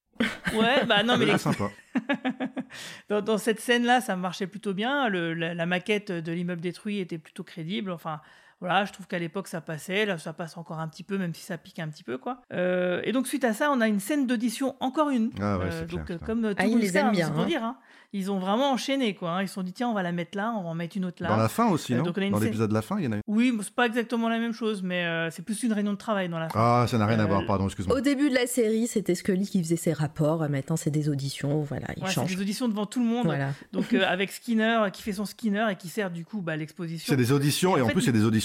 Ouais, bah non, mais les... sympa. dans, dans cette scène-là, ça marchait plutôt bien. Le, la, la maquette de l'immeuble détruit était plutôt crédible. Enfin, voilà, je trouve qu'à l'époque, ça passait. Là, ça passe encore un petit peu, même si ça pique un petit peu, quoi. Euh, et donc, suite à ça, on a une scène d'audition, encore une. Ah ouais, euh, c'est donc, clair, comme tout ah, ils les aiment bien. C'est pour dire, hein. Ils ont vraiment enchaîné, quoi. Hein. Ils se sont dit, tiens, on va la mettre là, on va en mettre une autre là. Dans la fin aussi, euh, non donc, Dans l'épisode de la fin, il y en a une. Oui, c'est pas exactement la même chose, mais euh, c'est plus une réunion de travail dans la fin. Ah, ça n'a rien euh, à voir, pardon, excuse-moi. Au début de la série, c'était Scully qui faisait ses rapports. Maintenant, c'est des auditions, voilà, il ouais, change. C'est des auditions devant tout le monde. Voilà. Donc, euh, avec Skinner, qui fait son Skinner et qui sert du coup bah, à l'exposition. C'est des auditions, et, et en, en fait, plus, il... c'est des auditions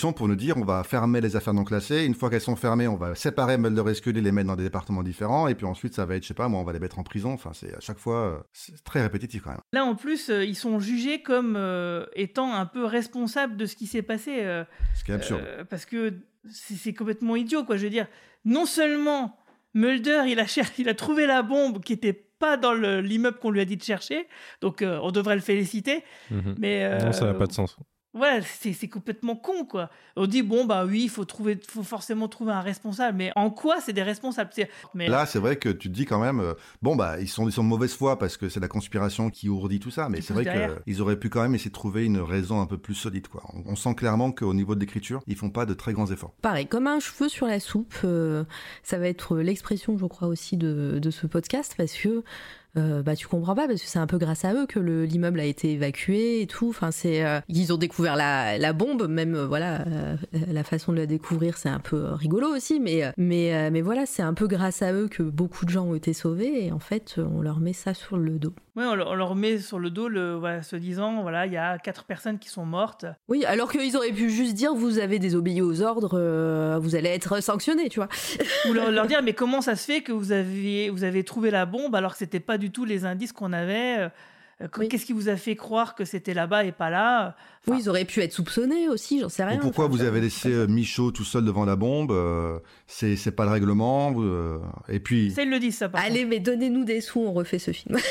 raison pour nous dire on va fermer les affaires non classées. Une fois qu'elles sont fermées, on va séparer Mulder et Scully, les mettre dans des départements différents, et puis ensuite ça va être, je sais pas, moi, on va les mettre en prison. Enfin, c'est à chaque fois, c'est très répétitif quand même. Là, en plus, euh, ils sont jugés comme euh, étant un peu responsables de ce qui s'est passé. Euh, ce qui est absurde. Euh, parce que c'est, c'est complètement idiot, quoi. Je veux dire, non seulement Mulder, il a, cher- il a trouvé la bombe qui était pas dans le, l'immeuble qu'on lui a dit de chercher, donc euh, on devrait le féliciter. Mmh. Mais euh, non, ça n'a pas de sens. Voilà, c'est, c'est complètement con, quoi. On dit, bon, bah oui, il faut, trouver, faut forcément trouver un responsable. Mais en quoi c'est des responsables? c'est... Mais... Là, c'est vrai que tu te dis quand même, euh, bon, bah, ils sont, ils sont de mauvaise foi parce que c'est la conspiration qui ourdit tout ça. Mais qui c'est vrai qu'ils auraient pu quand même essayer de trouver une raison un peu plus solide, quoi. On, on sent clairement qu'au niveau de l'écriture, ils font pas de très grands efforts. Pareil, comme un cheveu sur la soupe, euh, ça va être l'expression, je crois, aussi de, de ce podcast, parce que Euh, bah tu comprends pas parce que c'est un peu grâce à eux que le, l'immeuble a été évacué et tout. Enfin c'est euh, ils ont découvert la, la bombe, même euh, voilà euh, la façon de la découvrir c'est un peu rigolo aussi, mais mais euh, mais voilà c'est un peu grâce à eux que beaucoup de gens ont été sauvés et en fait on leur met ça sur le dos. Oui, on, on leur met sur le dos le voilà, se disant voilà il y a quatre personnes qui sont mortes. Oui, alors qu'ils auraient pu juste dire vous avez désobéi aux ordres, euh, vous allez être sanctionnés, tu vois. Ou leur, leur dire mais comment ça se fait que vous avez vous avez trouvé la bombe alors que c'était pas du tout les indices qu'on avait. Oui. Qu'est-ce qui vous a fait croire que c'était là-bas et pas là? Enfin... Oui, ils auraient pu être soupçonnés aussi, j'en sais rien. Ou pourquoi enfin, vous avez laissé euh, Michaud tout seul devant la bombe euh, c'est, c'est pas le règlement. Vous, euh... Et puis... Ça, ils le disent, ça, par Allez, contre. mais donnez-nous des sous, on refait ce film.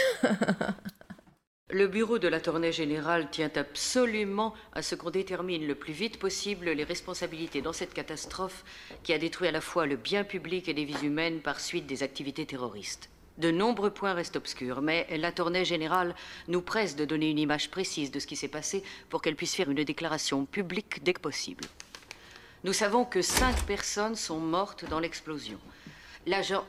Le bureau de l'attorney général tient absolument à ce qu'on détermine le plus vite possible les responsabilités dans cette catastrophe qui a détruit à la fois le bien public et les vies humaines par suite des activités terroristes. De nombreux points restent obscurs, mais l'attorney général nous presse de donner une image précise de ce qui s'est passé pour qu'elle puisse faire une déclaration publique dès que possible. Nous savons que cinq personnes sont mortes dans l'explosion. L'agent...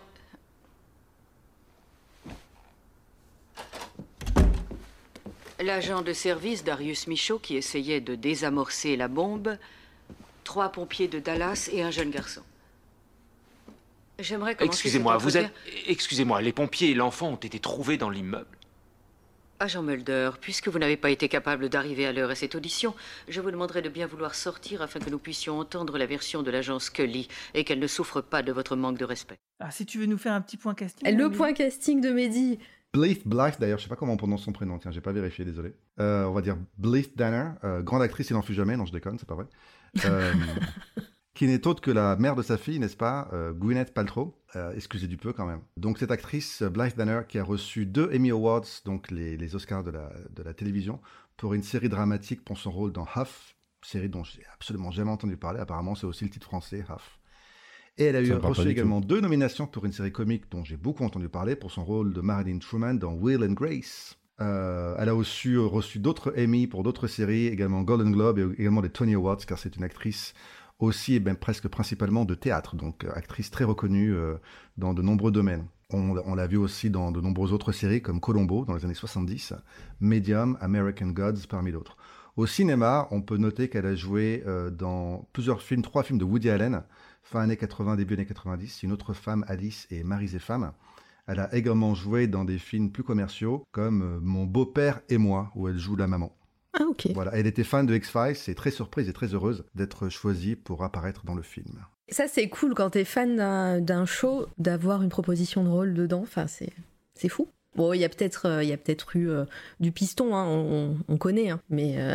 L'agent de service Darius Michaud qui essayait de désamorcer la bombe, trois pompiers de Dallas et un jeune garçon. J'aimerais commencer Excusez-moi, cet vous entretien... êtes... Excusez-moi, les pompiers et l'enfant ont été trouvés dans l'immeuble. Agent Mulder, puisque vous n'avez pas été capable d'arriver à l'heure à cette audition, je vous demanderai de bien vouloir sortir afin que nous puissions entendre la version de l'agent Scully et qu'elle ne souffre pas de votre manque de respect. Alors, si tu veux nous faire un petit point casting... Le Mehdi. point casting de Mehdi. Blythe, Blythe, d'ailleurs, je sais pas comment on prononce son prénom, tiens, j'ai pas vérifié, désolé. Euh, on va dire Blythe Danner, euh, grande actrice, il n'en fut jamais, non, je déconne, c'est pas vrai. Euh, qui n'est autre que la mère de sa fille, n'est-ce pas, euh, Gwyneth Paltrow, euh, excusez du peu quand même. Donc cette actrice, Blythe Danner, qui a reçu deux Emmy Awards, donc les, les Oscars de la, de la télévision, pour une série dramatique pour son rôle dans Huff, série dont j'ai absolument jamais entendu parler, apparemment c'est aussi le titre français, Huff. Et elle a eu reçu également deux nominations pour une série comique dont j'ai beaucoup entendu parler, pour son rôle de Marilyn Truman dans Will and Grace. Euh, elle a aussi reçu d'autres Emmy pour d'autres séries, également Golden Globe et également des Tony Awards, car c'est une actrice aussi, et bien presque principalement de théâtre, donc euh, actrice très reconnue euh, dans de nombreux domaines. On, on l'a vu aussi dans de nombreuses autres séries comme Columbo dans les années soixante-dix, Medium, American Gods parmi d'autres. Au cinéma, on peut noter qu'elle a joué euh, dans plusieurs films, trois films de Woody Allen, fin années quatre-vingts, début années quatre-vingt-dix, Une autre femme, Alice et Marie et femme. Elle a également joué dans des films plus commerciaux comme euh, Mon beau-père et moi, où elle joue la maman. Ah ok. Voilà, elle était fan de X-Files, c'est très surprise et très heureuse d'être choisie pour apparaître dans le film. Ça c'est cool quand t'es fan d'un, d'un show, d'avoir une proposition de rôle dedans, enfin c'est, c'est fou. Bon, il y a peut-être, euh, il y a peut-être eu euh, du piston, hein, on, on connaît, hein, mais, euh...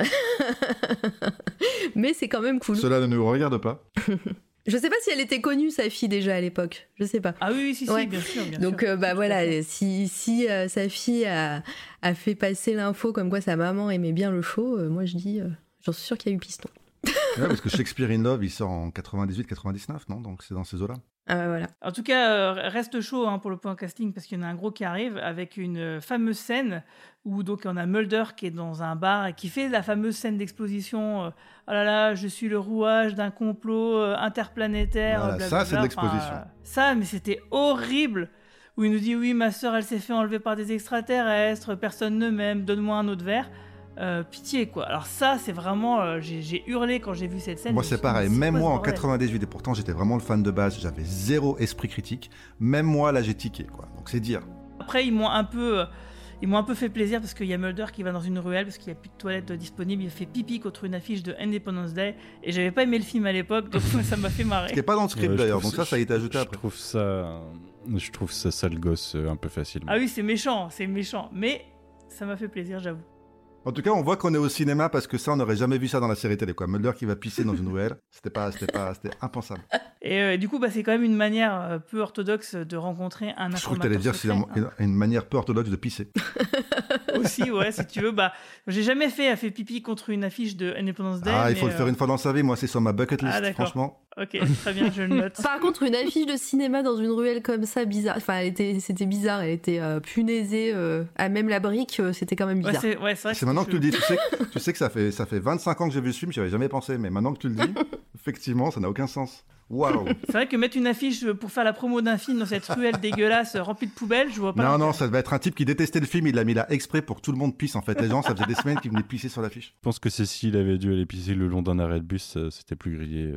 mais c'est quand même cool. Cela ne nous regarde pas. Je sais pas si elle était connue, sa fille, déjà à l'époque. Je sais pas. Ah oui, oui si, ouais. si, bien sûr. Bien Donc, sûr. Euh, bah voilà, si, si euh, sa fille a, a fait passer l'info comme quoi sa maman aimait bien le show, euh, moi je dis, euh, j'en suis sûre qu'il y a eu piston. Ouais, parce que Shakespeare in Love, il sort en quatre-vingt-dix-huit quatre-vingt-dix-neuf, non? Donc c'est dans ces eaux-là. Ah, voilà. En tout cas, euh, reste chaud hein, pour le point casting parce qu'il y en a un gros qui arrive avec une euh, fameuse scène où donc on a Mulder qui est dans un bar et qui fait la fameuse scène d'exposition. Euh, oh là là, je suis le rouage d'un complot euh, interplanétaire. Voilà, ça c'est de l'exposition. Enfin, euh, ça, mais c'était horrible. Où il nous dit oui, ma sœur, elle s'est fait enlever par des extraterrestres, personne ne m'aime, donne-moi un autre verre. Euh, pitié quoi. Alors ça c'est vraiment euh, j'ai, j'ai hurlé quand j'ai vu cette scène. Moi c'est pareil, même moi en quatre-vingt-dix-huit et pourtant j'étais vraiment le fan de base, j'avais zéro esprit critique, même moi là j'ai tiqué quoi, donc c'est dire. Après ils m'ont un peu Ils m'ont un peu fait plaisir parce qu'il y a Mulder qui va dans une ruelle parce qu'il n'y a plus de toilettes disponibles. Il fait pipi contre une affiche de Independence Day et j'avais pas aimé le film à l'époque, donc ça m'a fait marrer. Ce qui n'est pas dans le script Ouais, d'ailleurs, trouve donc ça, ça a été ajouté je après. Trouve ça, je trouve ça sale gosse euh, un peu facilement. Ah oui, c'est méchant, c'est méchant, mais ça m'a fait plaisir, j'avoue. En tout cas, on voit qu'on est au cinéma parce que ça, on n'aurait jamais vu ça dans la série télé, quoi. Mulder qui va pisser dans une ruelle, c'était pas, c'était pas, c'était impensable. Et euh, du coup, bah, c'est quand même une manière euh, peu orthodoxe de rencontrer un informateur. Je crois que t'allais dire c'est secret, une, hein. une manière peu orthodoxe de pisser. Aussi, ouais, si tu veux. Bah, j'ai jamais fait, a fait pipi contre une affiche de Independence Day. Ah, il faut mais, le faire euh... une fois dans sa vie. Moi, c'est sur ma bucket list, ah, franchement. Ok, très bien, je le note. Par contre, une affiche de cinéma dans une ruelle comme ça, bizarre. Enfin, elle était, c'était bizarre. Elle était euh, punaisée euh, à même la brique. Euh, c'était quand même bizarre. Ouais, c'est, ouais, c'est, vrai c'est maintenant que tu le dis. Tu sais, tu sais que ça fait, ça fait vingt-cinq ans que j'ai vu ce film. J'y avais jamais pensé. Mais maintenant que tu le dis, effectivement, ça n'a aucun sens. Waouh. C'est vrai que mettre une affiche pour faire la promo d'un film dans cette ruelle dégueulasse remplie de poubelles, je vois pas. Non, non, ça devait être un type qui détestait le film. Il l'a mis là exprès pour que tout le monde pisse. En fait, les gens, ça faisait des semaines qu'ils venaient pisser sur l'affiche. Je pense que c'est s'il avait dû aller pisser le long d'un arrêt de bus, euh, c'était plus grillé.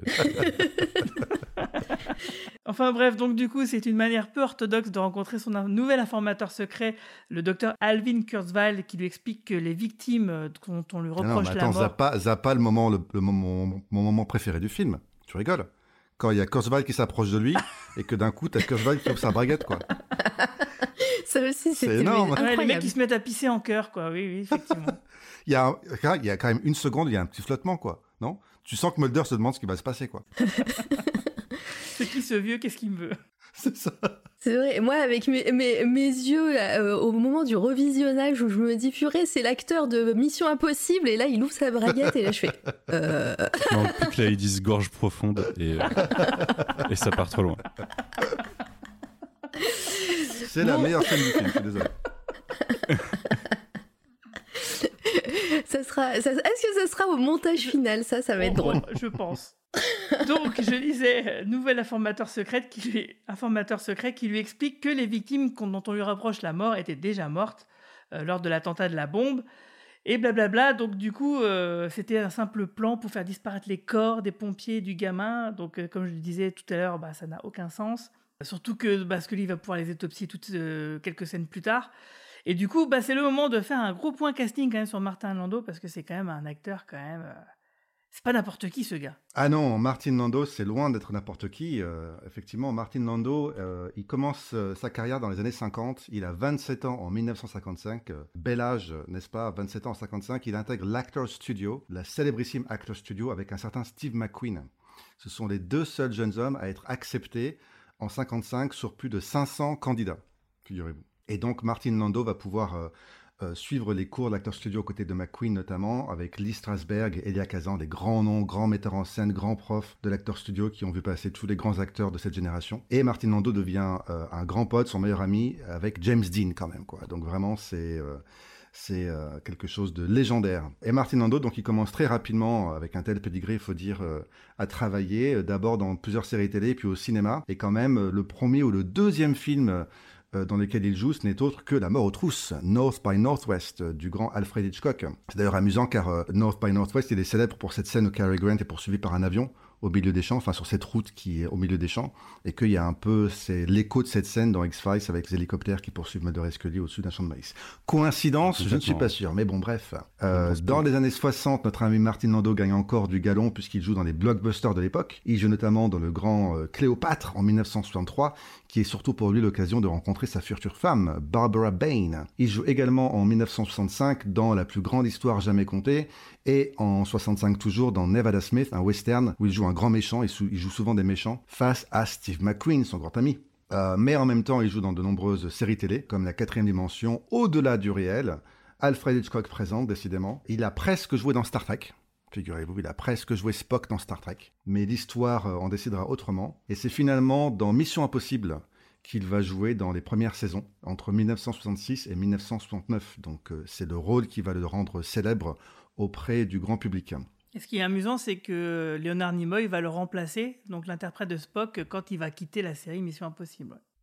Enfin bref, donc du coup, c'est une manière peu orthodoxe de rencontrer son nouvel informateur secret, le docteur Alvin Kurzweil, qui lui explique que les victimes dont on lui reproche non, mais attends, la mort... Zappa, Zappa le moment, le, le moment, mon, mon moment préféré du film. Tu rigoles? Quand il y a Kurzweil qui s'approche de lui et que d'un coup, t'as Kurzweil qui ouvre sa braguette, quoi. Ça aussi, c'était c'est énorme. Ouais, les mecs qui se mettent à pisser en chœur, quoi. Oui, oui, effectivement. il, y a, il y a quand même une seconde, il y a un petit flottement, quoi. Non? Tu sens que Mulder se demande ce qui va se passer, quoi. C'est qui ce vieux? Qu'est-ce qu'il me veut? C'est ça. C'est vrai. Et moi, avec mes, mes, mes yeux, là, euh, au moment du revisionnage où je me dis, purée, c'est l'acteur de Mission Impossible, et là, il ouvre sa braguette, et là, je fais... Euh... Non, plus que là, ils disent gorge profonde, et, euh, et ça part trop loin. C'est bon. La meilleure scène du film, je suis désolé. ça sera, ça, est-ce que ça sera au montage final? Ça, ça va être drôle. Je pense. Donc, je disais, nouvel informateur secret, qui lui, informateur secret qui lui explique que les victimes dont on lui rapproche la mort étaient déjà mortes euh, lors de l'attentat de la bombe. Et blablabla. Donc, du coup, euh, c'était un simple plan pour faire disparaître les corps des pompiers et du gamin. Donc, euh, comme je le disais tout à l'heure, bah, ça n'a aucun sens. Surtout que, parce que lui va pouvoir les autopsier toutes, euh, quelques scènes plus tard. Et du coup, bah, c'est le moment de faire un gros point casting quand même sur Martin Landau, parce que c'est quand même un acteur quand même... Euh... C'est pas n'importe qui, ce gars. Ah non, Martin Landau, c'est loin d'être n'importe qui. Euh, effectivement, Martin Landau, euh, il commence euh, sa carrière dans les années cinquante. Il a vingt-sept ans en dix-neuf cent cinquante-cinq. Euh, bel âge, n'est-ce pas? vingt-sept ans en cinquante-cinq. Il intègre l'Actors Studio, la célébrissime Actors Studio, avec un certain Steve McQueen. Ce sont les deux seuls jeunes hommes à être acceptés en cinquante-cinq sur plus de cinq cents candidats, figurez-vous. Et donc, Martin Landau va pouvoir... Euh, Euh, suivre les cours de l'Actors Studio aux côtés de McQueen notamment, avec Lee Strasberg et Elia Kazan, des grands noms, grands metteurs en scène, grands profs de l'Actors Studio qui ont vu passer tous les grands acteurs de cette génération. Et Martin Landau devient euh, un grand pote, son meilleur ami, avec James Dean quand même, quoi. Donc vraiment, c'est... Euh, c'est euh, quelque chose de légendaire. Et Martin Landau, donc, il commence très rapidement, avec un tel pédigré, il faut dire, euh, à travailler, euh, d'abord dans plusieurs séries télé, puis au cinéma. Et quand même, euh, le premier ou le deuxième film... Euh, dans lesquels il joue, ce n'est autre que La mort aux trousses, North by Northwest, du grand Alfred Hitchcock. C'est d'ailleurs amusant car euh, North by Northwest, il est célèbre pour cette scène où Cary Grant est poursuivi par un avion au milieu des champs, enfin sur cette route qui est au milieu des champs, et qu'il y a un peu, c'est l'écho de cette scène dans X-Files avec les hélicoptères qui poursuivent Mulder et Scully au-dessus d'un champ de maïs. Coïncidence, je ne suis pas sûr, mais bon, bref. Euh, dans les années soixante, notre ami Martin Landau gagne encore du galon puisqu'il joue dans les blockbusters de l'époque. Il joue notamment dans le grand euh, Cléopâtre en dix-neuf cent soixante-trois, qui est surtout pour lui l'occasion de rencontrer sa future femme, Barbara Bain. Il joue également en dix-neuf cent soixante-cinq dans La plus grande histoire jamais contée, et en soixante-cinq toujours dans Nevada Smith, un western où il joue un grand méchant, et il joue souvent des méchants, face à Steve McQueen, son grand ami. Euh, mais en même temps, il joue dans de nombreuses séries télé, comme La quatrième dimension, Au-delà du réel, Alfred Hitchcock présente, décidément. Il a presque joué dans Star Trek. Figurez-vous, il a presque joué Spock dans Star Trek. Mais l'histoire en décidera autrement. Et c'est finalement dans Mission Impossible qu'il va jouer dans les premières saisons, entre dix-neuf cent soixante-six et dix-neuf cent soixante-neuf. Donc euh, c'est le rôle qui va le rendre célèbre auprès du grand public. Et ce qui est amusant, c'est que Leonard Nimoy va le remplacer, donc l'interprète de Spock, quand il va quitter la série Mission Impossible.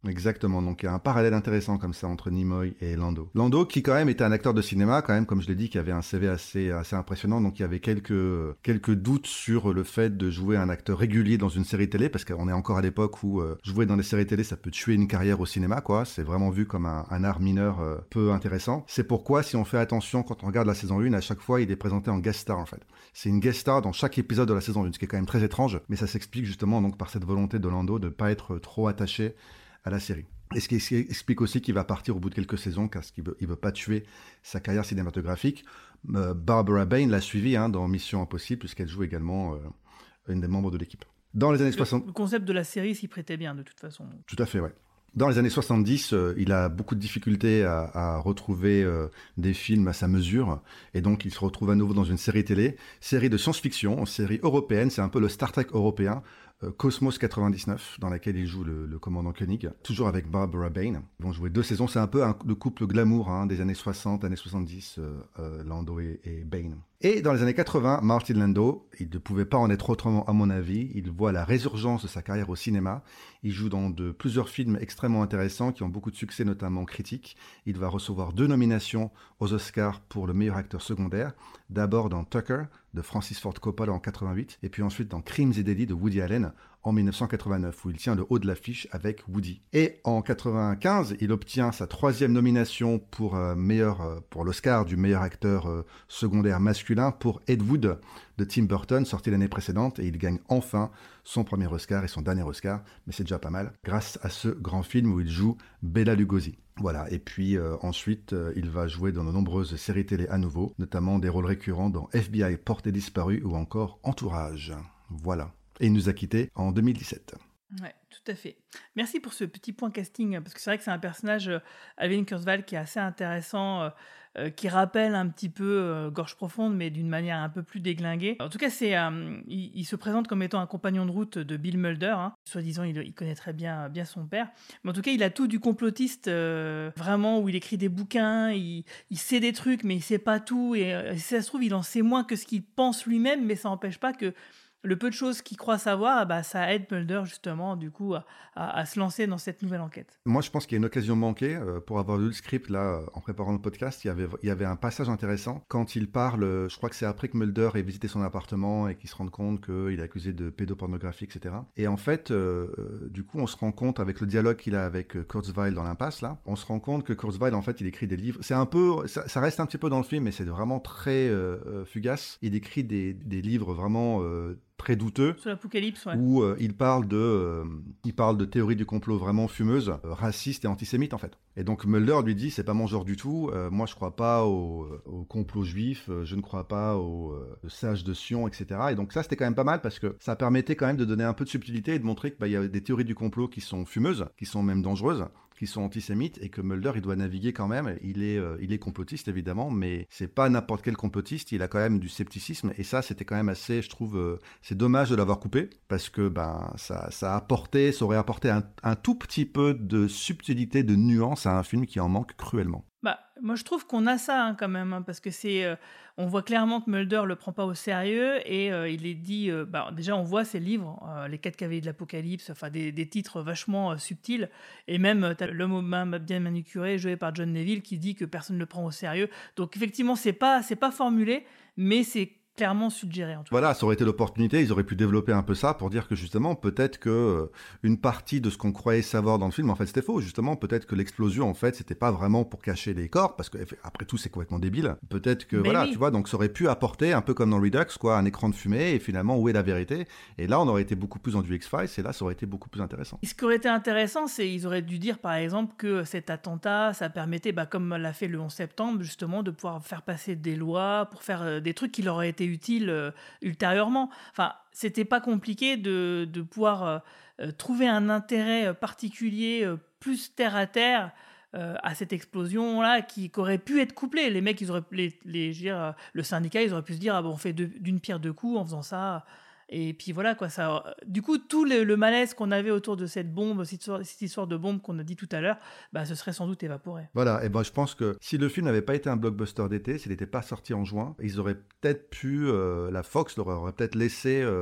Exactement, donc il y a un parallèle intéressant comme ça entre Nimoy et Lando. Lando qui quand même était un acteur de cinéma, quand même, comme je l'ai dit, qui avait un C V assez, assez impressionnant, donc il y avait quelques, quelques doutes sur le fait de jouer un acteur régulier dans une série télé, parce qu'on est encore à l'époque où euh, jouer dans des séries télé, ça peut tuer une carrière au cinéma, quoi. C'est vraiment vu comme un, un art mineur euh, peu intéressant. C'est pourquoi, si on fait attention, quand on regarde la saison un, à chaque fois, il est présenté en guest star, en fait. C'est une guest star dans chaque épisode de la saison un, ce qui est quand même très étrange, mais ça s'explique justement donc par cette volonté de Lando de ne pas être trop attaché à la série. Et ce qui explique aussi qu'il va partir au bout de quelques saisons, parce qu'il ne veut, veut pas tuer sa carrière cinématographique. Euh, Barbara Bain l'a suivi hein, dans Mission Impossible, puisqu'elle joue également euh, une des membres de l'équipe. Dans les années le, soixante... le concept de la série s'y prêtait bien, de toute façon. Tout à fait, ouais. Dans les années soixante-dix, euh, il a beaucoup de difficultés à, à retrouver euh, des films à sa mesure, et donc il se retrouve à nouveau dans une série télé, série de science-fiction, série européenne, c'est un peu le Star Trek européen, euh, Cosmos quatre-vingt-dix-neuf, dans laquelle il joue le, le commandant Koenig, toujours avec Barbara Bain. Ils vont jouer deux saisons, c'est un peu un, le couple glamour hein, des années soixante, années soixante-dix, euh, euh, Lando et, et Bain. Et dans les années quatre-vingts, Martin Lando, il ne pouvait pas en être autrement à mon avis, il voit la résurgence de sa carrière au cinéma, il joue dans de plusieurs films extrêmement intéressants qui ont beaucoup de succès, notamment critiques. Il va recevoir deux nominations aux Oscars pour le meilleur acteur secondaire, d'abord dans Tucker de Francis Ford Coppola en quatre-vingt-huit, et puis ensuite dans Crimes et délits de Woody Allen en dix-neuf cent quatre-vingt-neuf, où il tient le haut de l'affiche avec Woody. Et en quatre-vingt-quinze, il obtient sa troisième nomination pour, euh, meilleur, euh, pour l'Oscar du meilleur acteur euh, secondaire masculin pour Ed Wood de Tim Burton, sorti l'année précédente, et il gagne enfin son premier Oscar et son dernier Oscar, mais c'est déjà pas mal, grâce à ce grand film où il joue Bela Lugosi. Voilà, et puis euh, ensuite, euh, il va jouer dans de nombreuses séries télé à nouveau, notamment des rôles récurrents dans F B I Porté disparu ou encore Entourage. Voilà. Et il nous a quittés en deux mille dix-sept. Ouais, tout à fait. Merci pour ce petit point casting, parce que c'est vrai que c'est un personnage, euh, Alvin Kurzweil, qui est assez intéressant, euh, euh, qui rappelle un petit peu euh, Gorge Profonde, mais d'une manière un peu plus déglinguée. En tout cas, c'est, euh, il, il se présente comme étant un compagnon de route de Bill Mulder. Hein. Soi-disant, il, il connaît très bien, bien son père. Mais en tout cas, il a tout du complotiste, euh, vraiment, où il écrit des bouquins, il, il sait des trucs, mais il sait pas tout. Et euh, si ça se trouve, il en sait moins que ce qu'il pense lui-même, mais ça n'empêche pas que le peu de choses qu'il croit savoir, bah, ça aide Mulder justement du coup à, à, à se lancer dans cette nouvelle enquête. Moi, je pense qu'il y a une occasion manquée euh, pour avoir lu le script là en préparant le podcast. Il y avait, il y avait un passage intéressant quand il parle. Euh, je crois que c'est après que Mulder ait visité son appartement et qu'il se rende compte qu'il est accusé de pédopornographie, et cetera. Et en fait, euh, euh, du coup, on se rend compte avec le dialogue qu'il a avec Kurzweil dans l'impasse là, on se rend compte que Kurzweil en fait, il écrit des livres. C'est un peu, ça, ça reste un petit peu dans le film, mais c'est vraiment très euh, fugace. Il écrit des, des livres vraiment euh, très douteux, sur l'Apocalypse, ouais. où euh, il parle de, euh, il parle de théories du complot vraiment fumeuses, euh, racistes et antisémites en fait. Et donc Mulder lui dit, c'est pas mon genre du tout. Euh, moi, je crois pas au, au complot juif, euh, je ne crois pas aux euh, sages de Sion, et cetera. Et donc ça, c'était quand même pas mal parce que ça permettait quand même de donner un peu de subtilité et de montrer qu'il bah, y a des théories du complot qui sont fumeuses, qui sont même dangereuses, qui sont antisémites, et que Mulder, il doit naviguer quand même. Il est, euh, il est complotiste, évidemment, mais c'est pas n'importe quel complotiste, il a quand même du scepticisme, et ça, c'était quand même assez, je trouve, euh, c'est dommage de l'avoir coupé, parce que ben, ça, ça a apporté, ça aurait apporté un, un tout petit peu de subtilité, de nuance à un film qui en manque cruellement. Bah, moi, je trouve qu'on a ça hein, quand même, hein, parce que c'est, euh, on voit clairement que Mulder le prend pas au sérieux et euh, il est dit, euh, bah, déjà on voit ses livres, euh, les quatre cavaliers de l'Apocalypse, enfin des, des titres vachement euh, subtils, et même euh, t'as l'homme aux mains bien manucuré joué par John Neville qui dit que personne ne le prend au sérieux. Donc effectivement, c'est pas, c'est pas formulé, mais c'est clairement suggéré en tout cas. Voilà, ça aurait été l'opportunité, ils auraient pu développer un peu ça pour dire que justement, peut-être que euh, une partie de ce qu'on croyait savoir dans le film, en fait, c'était faux. Justement, peut-être que l'explosion, en fait, c'était pas vraiment pour cacher les corps, parce que après tout, c'est complètement débile. Peut-être que, Mais voilà, oui. tu vois, donc ça aurait pu apporter, un peu comme dans Redux, quoi, un écran de fumée, et finalement, où est la vérité? Et là, on aurait été beaucoup plus dans du X-Files, et là, ça aurait été beaucoup plus intéressant. Et ce qui aurait été intéressant, c'est qu'ils auraient dû dire, par exemple, que cet attentat, ça permettait, bah, comme l'a fait le onze septembre, justement, de pouvoir faire passer des lois, pour faire euh, des trucs qui leur auraient été utiles euh, ultérieurement. Enfin, c'était pas compliqué de, de pouvoir euh, euh, trouver un intérêt particulier, euh, plus terre à terre, euh, à cette explosion-là, qui, qui aurait pu être couplée. Les mecs, ils auraient, les, les, je veux dire, euh, le syndicat, ils auraient pu se dire, ah bon, on fait deux, d'une pierre deux coups en faisant ça. Et puis voilà, quoi. Ça, du coup, tout le, le malaise qu'on avait autour de cette bombe, cette histoire, cette histoire de bombe qu'on a dit tout à l'heure, bah, ce serait sans doute évaporé. Voilà, et ben je pense que si le film n'avait pas été un blockbuster d'été, s'il n'était pas sorti en juin, ils auraient peut-être pu, euh, la Fox leur aurait peut-être laissé euh,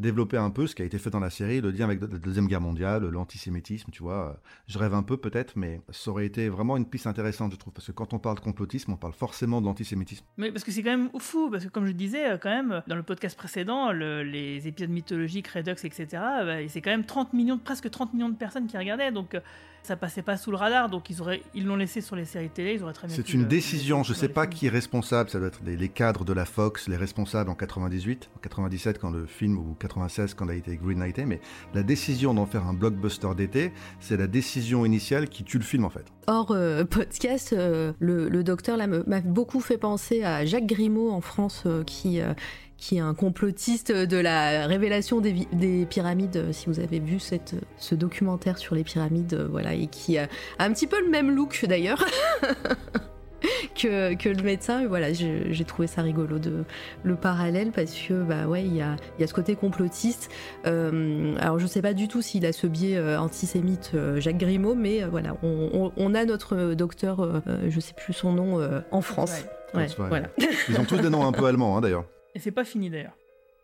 développer un peu ce qui a été fait dans la série, le lien avec la Deuxième Guerre mondiale, l'antisémitisme, tu vois. Je rêve un peu peut-être, mais ça aurait été vraiment une piste intéressante, je trouve, parce que quand on parle de complotisme, on parle forcément de l'antisémitisme. Mais parce que c'est quand même fou, parce que comme je disais, quand même, dans le podcast précédent, le, les épisodes mythologiques, Redux, et cetera, bah, c'est quand même trente millions, presque trente millions de personnes qui regardaient, donc ça passait pas sous le radar, donc ils, auraient, ils l'ont laissé sur les séries télé, ils auraient très bien C'est pu une le, décision, le je sais pas qui est responsable, ça doit être les, les cadres de la Fox, les responsables en quatre-vingt-dix-huit, en quatre-vingt-dix-sept quand le film, ou quatre-vingt-seize quand il a été greenlighté, mais la décision d'en faire un blockbuster d'été, c'est la décision initiale qui tue le film en fait. Hors euh, podcast, euh, le, le docteur là, m'a beaucoup fait penser à Jacques Grimaud en France, euh, qui... Euh, qui est un complotiste de la révélation des, des pyramides, si vous avez vu cette, ce documentaire sur les pyramides, voilà, et qui a un petit peu le même look d'ailleurs que, que le médecin. Et voilà, j'ai trouvé ça rigolo, de, le parallèle, parce que bah ouais, il y a, y a ce côté complotiste. Euh, alors je sais pas du tout s'il a ce biais euh, antisémite, euh, Jacques Grimaud, mais euh, voilà, on, on, on a notre docteur, euh, je sais plus son nom, euh, en France. Ouais, ouais, voilà. Ils ont tous des noms un peu allemands hein, d'ailleurs. Et c'est pas fini d'ailleurs.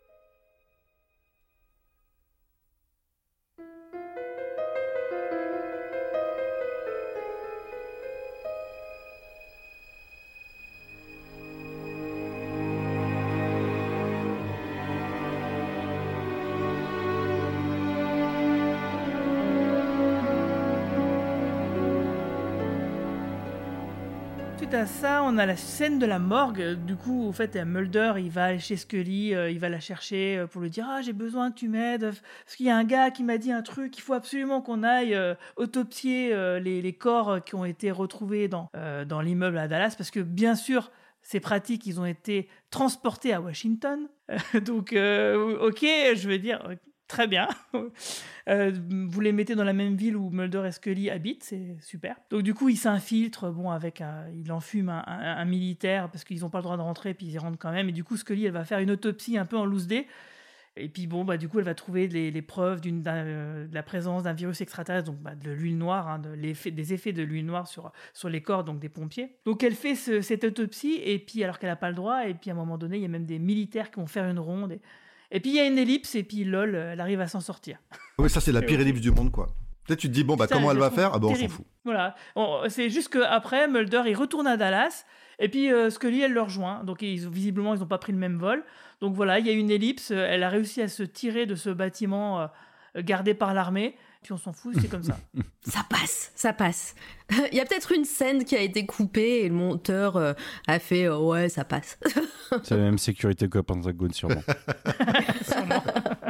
À ça, on a la scène de la morgue. Du coup, au fait, Mulder, il va aller chez Scully, euh, il va la chercher pour lui dire « Ah, j'ai besoin que tu m'aides, parce qu'il y a un gars qui m'a dit un truc, il faut absolument qu'on aille euh, autopsier euh, les, les corps qui ont été retrouvés dans, euh, dans l'immeuble à Dallas, parce que bien sûr, c'est pratique, ils ont été transportés à Washington. Donc, euh, ok, je veux dire... Très bien. euh, vous les mettez dans la même ville où Mulder et Scully habitent, c'est super. Donc du coup, il s'infiltre, bon, avec un, il enfume un, un, un militaire parce qu'ils n'ont pas le droit de rentrer, puis ils y rentrent quand même. Et du coup, Scully, elle va faire une autopsie un peu en loose day. Et puis bon, bah du coup, elle va trouver les, les preuves d'une, de la présence d'un virus extraterrestre, donc bah, de l'huile noire, hein, de l'effet, des effets de l'huile noire sur, sur les corps, donc des pompiers. Donc elle fait ce, cette autopsie, et puis alors qu'elle n'a pas le droit, et puis à un moment donné, il y a même des militaires qui vont faire une ronde. Et, Et puis il y a une ellipse, et puis lol, elle arrive à s'en sortir. Oui, ça c'est la pire ellipse du monde, quoi. Peut-être tu te dis, bon, bah Putain, comment elle va faire? Ah bah on s'en fout. Voilà, on, c'est juste qu'après, Mulder, il retourne à Dallas, et puis euh, Scully, elle le rejoint. Donc ils, visiblement, ils n'ont pas pris le même vol. Donc voilà, il y a une ellipse, elle a réussi à se tirer de ce bâtiment euh, gardé par l'armée. Puis on s'en fout, c'est comme ça. Ça passe, ça passe. Il y a peut-être une scène qui a été coupée et le monteur euh, a fait euh, ouais, ça passe. C'est la même sécurité qu'au Pentagone, sûrement. Sûrement.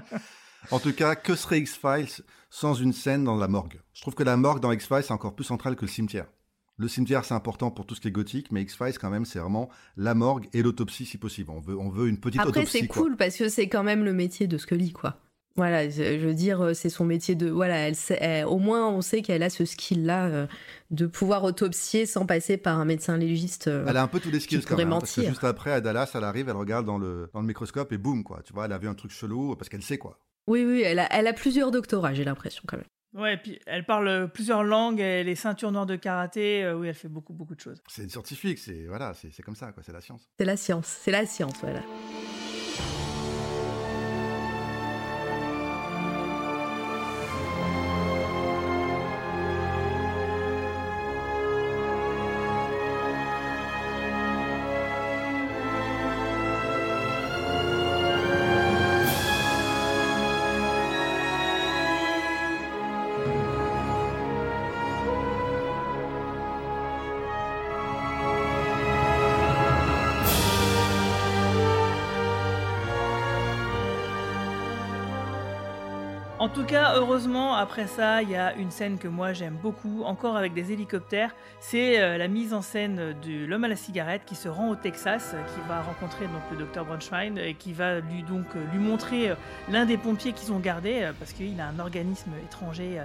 En tout cas, que serait X-Files sans une scène dans la morgue? Je trouve que la morgue dans X-Files est encore plus centrale que le cimetière. Le cimetière, c'est important pour tout ce qui est gothique, mais X-Files, quand même, c'est vraiment la morgue et l'autopsie, si possible. On veut, on veut une petite Après, autopsie. Après, c'est quoi. cool parce que c'est quand même le métier de Scully, quoi. Voilà, je veux dire, c'est son métier de... Voilà, elle, sait, elle, au moins, on sait qu'elle a ce skill-là euh, de pouvoir autopsier sans passer par un médecin légiste. Euh, elle a un peu tous les skills quand même, hein, parce que mentir. juste après, à Dallas, elle arrive, elle regarde dans le, dans le microscope et boum, quoi. Tu vois, elle a vu un truc chelou parce qu'elle sait, quoi. Oui, oui, elle a, elle a plusieurs doctorats, j'ai l'impression, quand même. Ouais, et puis elle parle plusieurs langues, elle est ceinture noire de karaté, euh, oui, elle fait beaucoup, beaucoup de choses. C'est une scientifique, c'est, voilà, c'est, c'est comme ça, quoi, c'est la science. C'est la science, c'est la science, voilà. En tout cas, heureusement, après ça, il y a une scène que moi j'aime beaucoup, encore avec des hélicoptères. C'est euh, la mise en scène de l'homme à la cigarette qui se rend au Texas, euh, qui va rencontrer donc le docteur Bronstein et qui va lui donc euh, lui montrer euh, l'un des pompiers qu'ils ont gardé euh, parce qu'il a un organisme étranger euh,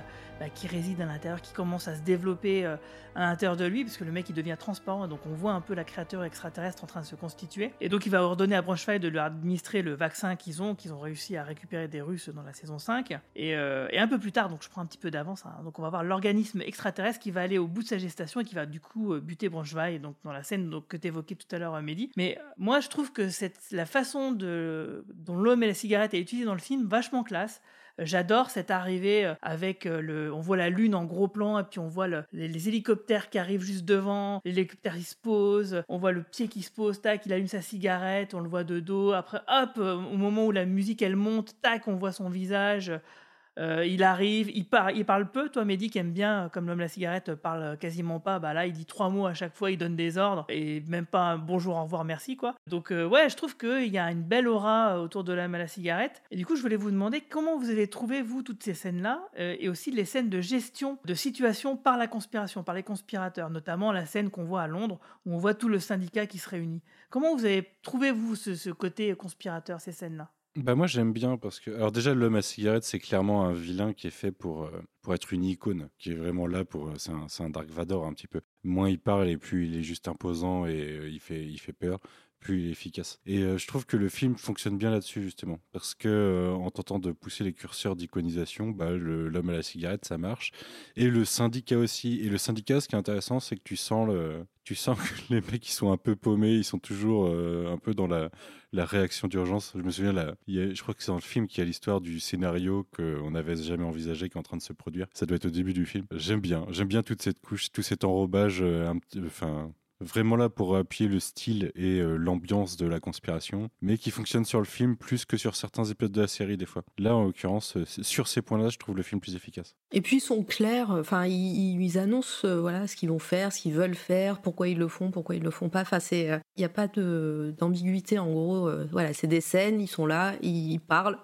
bah, qui réside à l'intérieur, qui commence à se développer euh, à l'intérieur de lui, parce que le mec il devient transparent, donc on voit un peu la créature extraterrestre en train de se constituer. Et donc il va ordonner à Braunschweig de lui administrer le vaccin qu'ils ont, qu'ils ont réussi à récupérer des Russes dans la saison cinq. Et, euh, et un peu plus tard, donc je prends un petit peu d'avance, hein, donc on va voir l'organisme extraterrestre qui va aller au bout de sa gestation et qui va du coup euh, buter Braunschweig, donc dans la scène donc, que tu évoquais tout à l'heure, Mehdi. Mais euh, moi je trouve que cette, la façon de, dont l'homme et la cigarette est utilisée dans le film, vachement classe. J'adore cette arrivée avec le, on voit la lune en gros plan et puis on voit le, les, les hélicoptères qui arrivent juste devant, l'hélicoptère il se pose, on voit le pied qui se pose, tac, il allume sa cigarette, on le voit de dos, après hop, au moment où la musique elle monte, tac, on voit son visage. Euh, il arrive, il, par, il parle peu. Toi, Mehdi, qui aime bien, comme l'homme à la cigarette, parle quasiment pas. Bah là, il dit trois mots à chaque fois, il donne des ordres et même pas un bonjour, au revoir, merci quoi. Donc euh, ouais, je trouve qu'il y a une belle aura autour de l'homme à la cigarette. Et du coup, je voulais vous demander comment vous avez trouvé vous toutes ces scènes-là euh, et aussi les scènes de gestion de situation par la conspiration, par les conspirateurs, notamment la scène qu'on voit à Londres où on voit tout le syndicat qui se réunit. Comment vous avez trouvé vous ce, ce côté conspirateur, ces scènes-là? Bah moi j'aime bien parce que alors déjà l'homme à cigarette c'est clairement un vilain qui est fait pour euh, pour être une icône, qui est vraiment là pour c'est un c'est un Dark Vador un petit peu. Moins il parle et plus il est juste imposant et euh, il fait il fait peur, plus il est efficace. Et euh, je trouve que le film fonctionne bien là-dessus justement parce que euh, en tentant de pousser les curseurs d'iconisation, bah le, l'homme à la cigarette ça marche et le syndicat aussi. Et le syndicat, ce qui est intéressant, c'est que tu sens le tu sens que les mecs ils sont un peu paumés, ils sont toujours euh, un peu dans la la réaction d'urgence. Je me souviens, là, il y a, je crois que c'est dans le film qu'il y a l'histoire du scénario qu'on n'avait jamais envisagé, qui est en train de se produire. Ça doit être au début du film. J'aime bien, j'aime bien toute cette couche, tout cet enrobage, euh, un petit, enfin, vraiment là pour appuyer le style et euh, l'ambiance de la conspiration, mais qui fonctionne sur le film plus que sur certains épisodes de la série des fois. Là, en l'occurrence, euh, sur ces points-là, je trouve le film plus efficace. Et puis ils sont clairs, enfin ils, ils annoncent euh, voilà ce qu'ils vont faire, ce qu'ils veulent faire, pourquoi ils le font, pourquoi ils le font pas. Enfin c'est, il euh, n'y a pas de d'ambiguïté en gros. Euh, voilà, c'est des scènes, ils sont là, ils parlent.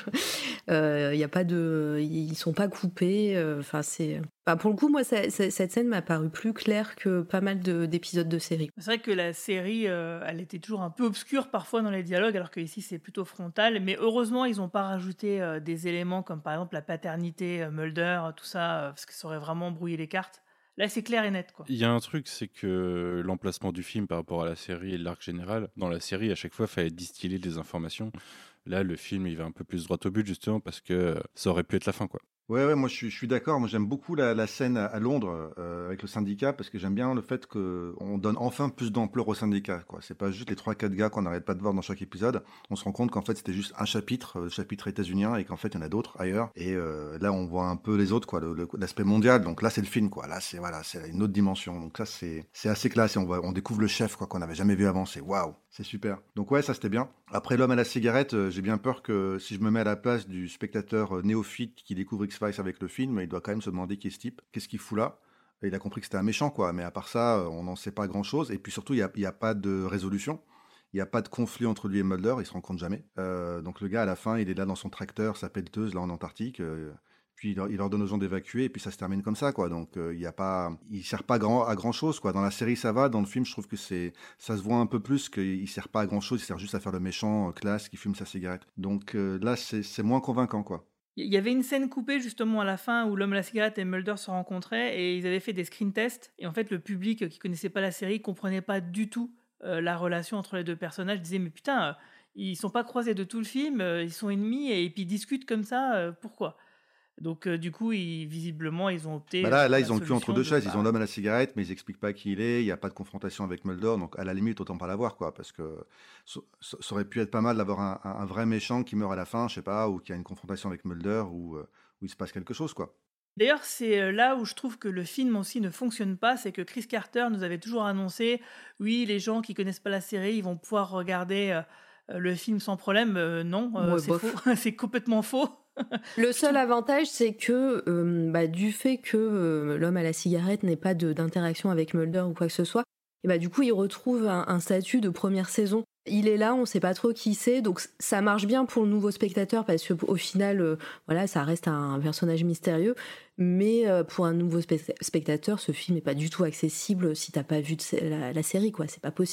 Il euh, y a pas de, ils sont pas coupés. Enfin euh, c'est. Enfin, pour le coup, moi, ça, ça, cette scène m'a paru plus claire que pas mal de, d'épisodes de série. C'est vrai que la série, euh, elle était toujours un peu obscure parfois dans les dialogues, alors qu'ici, c'est plutôt frontal. Mais heureusement, ils n'ont pas rajouté euh, des éléments comme par exemple la paternité, euh, Mulder, tout ça, euh, parce que ça aurait vraiment brouillé les cartes. Là, c'est clair et net, quoi. Il y a un truc, c'est que l'emplacement du film par rapport à la série et l'arc général, dans la série, à chaque fois, il fallait distiller des informations. Là, le film, il va un peu plus droit au but, justement, parce que ça aurait pu être la fin, quoi. Ouais, ouais, moi je suis, je suis d'accord. Moi j'aime beaucoup la, la scène à, à Londres euh, avec le syndicat parce que j'aime bien le fait qu'on donne enfin plus d'ampleur au syndicat, quoi. C'est pas juste les trois quatre gars qu'on n'arrête pas de voir dans chaque épisode. On se rend compte qu'en fait c'était juste un chapitre, le chapitre états-unien, et qu'en fait il y en a d'autres ailleurs. Et euh, là on voit un peu les autres, quoi, le, le, l'aspect mondial. Donc là c'est le film, quoi. Là c'est voilà, c'est une autre dimension. Donc ça c'est c'est assez classe. Et on voit, on découvre le chef, quoi, qu'on n'avait jamais vu avant. C'est waouh, c'est super. Donc ouais, ça c'était bien. Après l'homme à la cigarette, euh, j'ai bien peur que si je me mets à la place du spectateur euh, néophyte qui découvre X-Files avec le film, il doit quand même se demander qui est ce type, qu'est-ce qu'il fout là. Et il a compris que c'était un méchant, quoi. Mais à part ça, on n'en sait pas grand-chose. Et puis surtout, il n'y a, a pas de résolution. Il n'y a pas de conflit entre lui et Mulder. Ils se rencontrent jamais. Euh, donc le gars, à la fin, il est là dans son tracteur, sa pelleteuse, là en Antarctique. Euh, puis il leur, il leur donne aux gens d'évacuer. Et puis ça se termine comme ça, quoi. Donc euh, il y a pas, il sert pas grand, à grand-chose, quoi. Dans la série, ça va. Dans le film, je trouve que c'est, ça se voit un peu plus qu'il sert pas à grand-chose. Il sert juste à faire le méchant euh, classe qui fume sa cigarette. Donc euh, là, c'est, c'est moins convaincant, quoi. Il y avait une scène coupée justement à la fin où l'homme à la cigarette et Mulder se rencontraient et ils avaient fait des screen tests. Et en fait, le public qui connaissait pas la série comprenait pas du tout euh, la relation entre les deux personnages. Ils disaient mais putain, euh, ils sont pas croisés de tout le film, euh, ils sont ennemis et, et puis ils discutent comme ça, euh, pourquoi ? Donc euh, du coup, ils, visiblement, ils ont opté. Bah là, là, ils ont le cul entre deux chaises. Ils ont l'homme à la cigarette, mais ils expliquent pas qui il est. Il y a pas de confrontation avec Mulder, donc à la limite, autant pas l'avoir, quoi, parce que ça, ça aurait pu être pas mal d'avoir un, un, un vrai méchant qui meurt à la fin, je sais pas, ou qui a une confrontation avec Mulder, ou euh, où il se passe quelque chose, quoi. D'ailleurs, c'est là où je trouve que le film aussi ne fonctionne pas, c'est que Chris Carter nous avait toujours annoncé, oui, les gens qui connaissent pas la série, ils vont pouvoir regarder euh, le film sans problème. Euh, non, euh, ouais, c'est bof. Faux, c'est complètement faux. Le seul avantage, c'est que euh, bah, du fait que euh, l'homme à la cigarette n'ait pas de, d'interaction avec Mulder ou quoi que ce soit, et bah, du coup, il retrouve un, un statut de première saison. Il est là, on sait pas trop qui c'est, donc ça marche bien pour le nouveau spectateur parce qu'au final, euh, voilà, ça reste un personnage mystérieux. Mais euh, pour un nouveau spe- spectateur, ce film est pas du tout accessible si t'as pas vu de la, la série, quoi. C'est pas possible.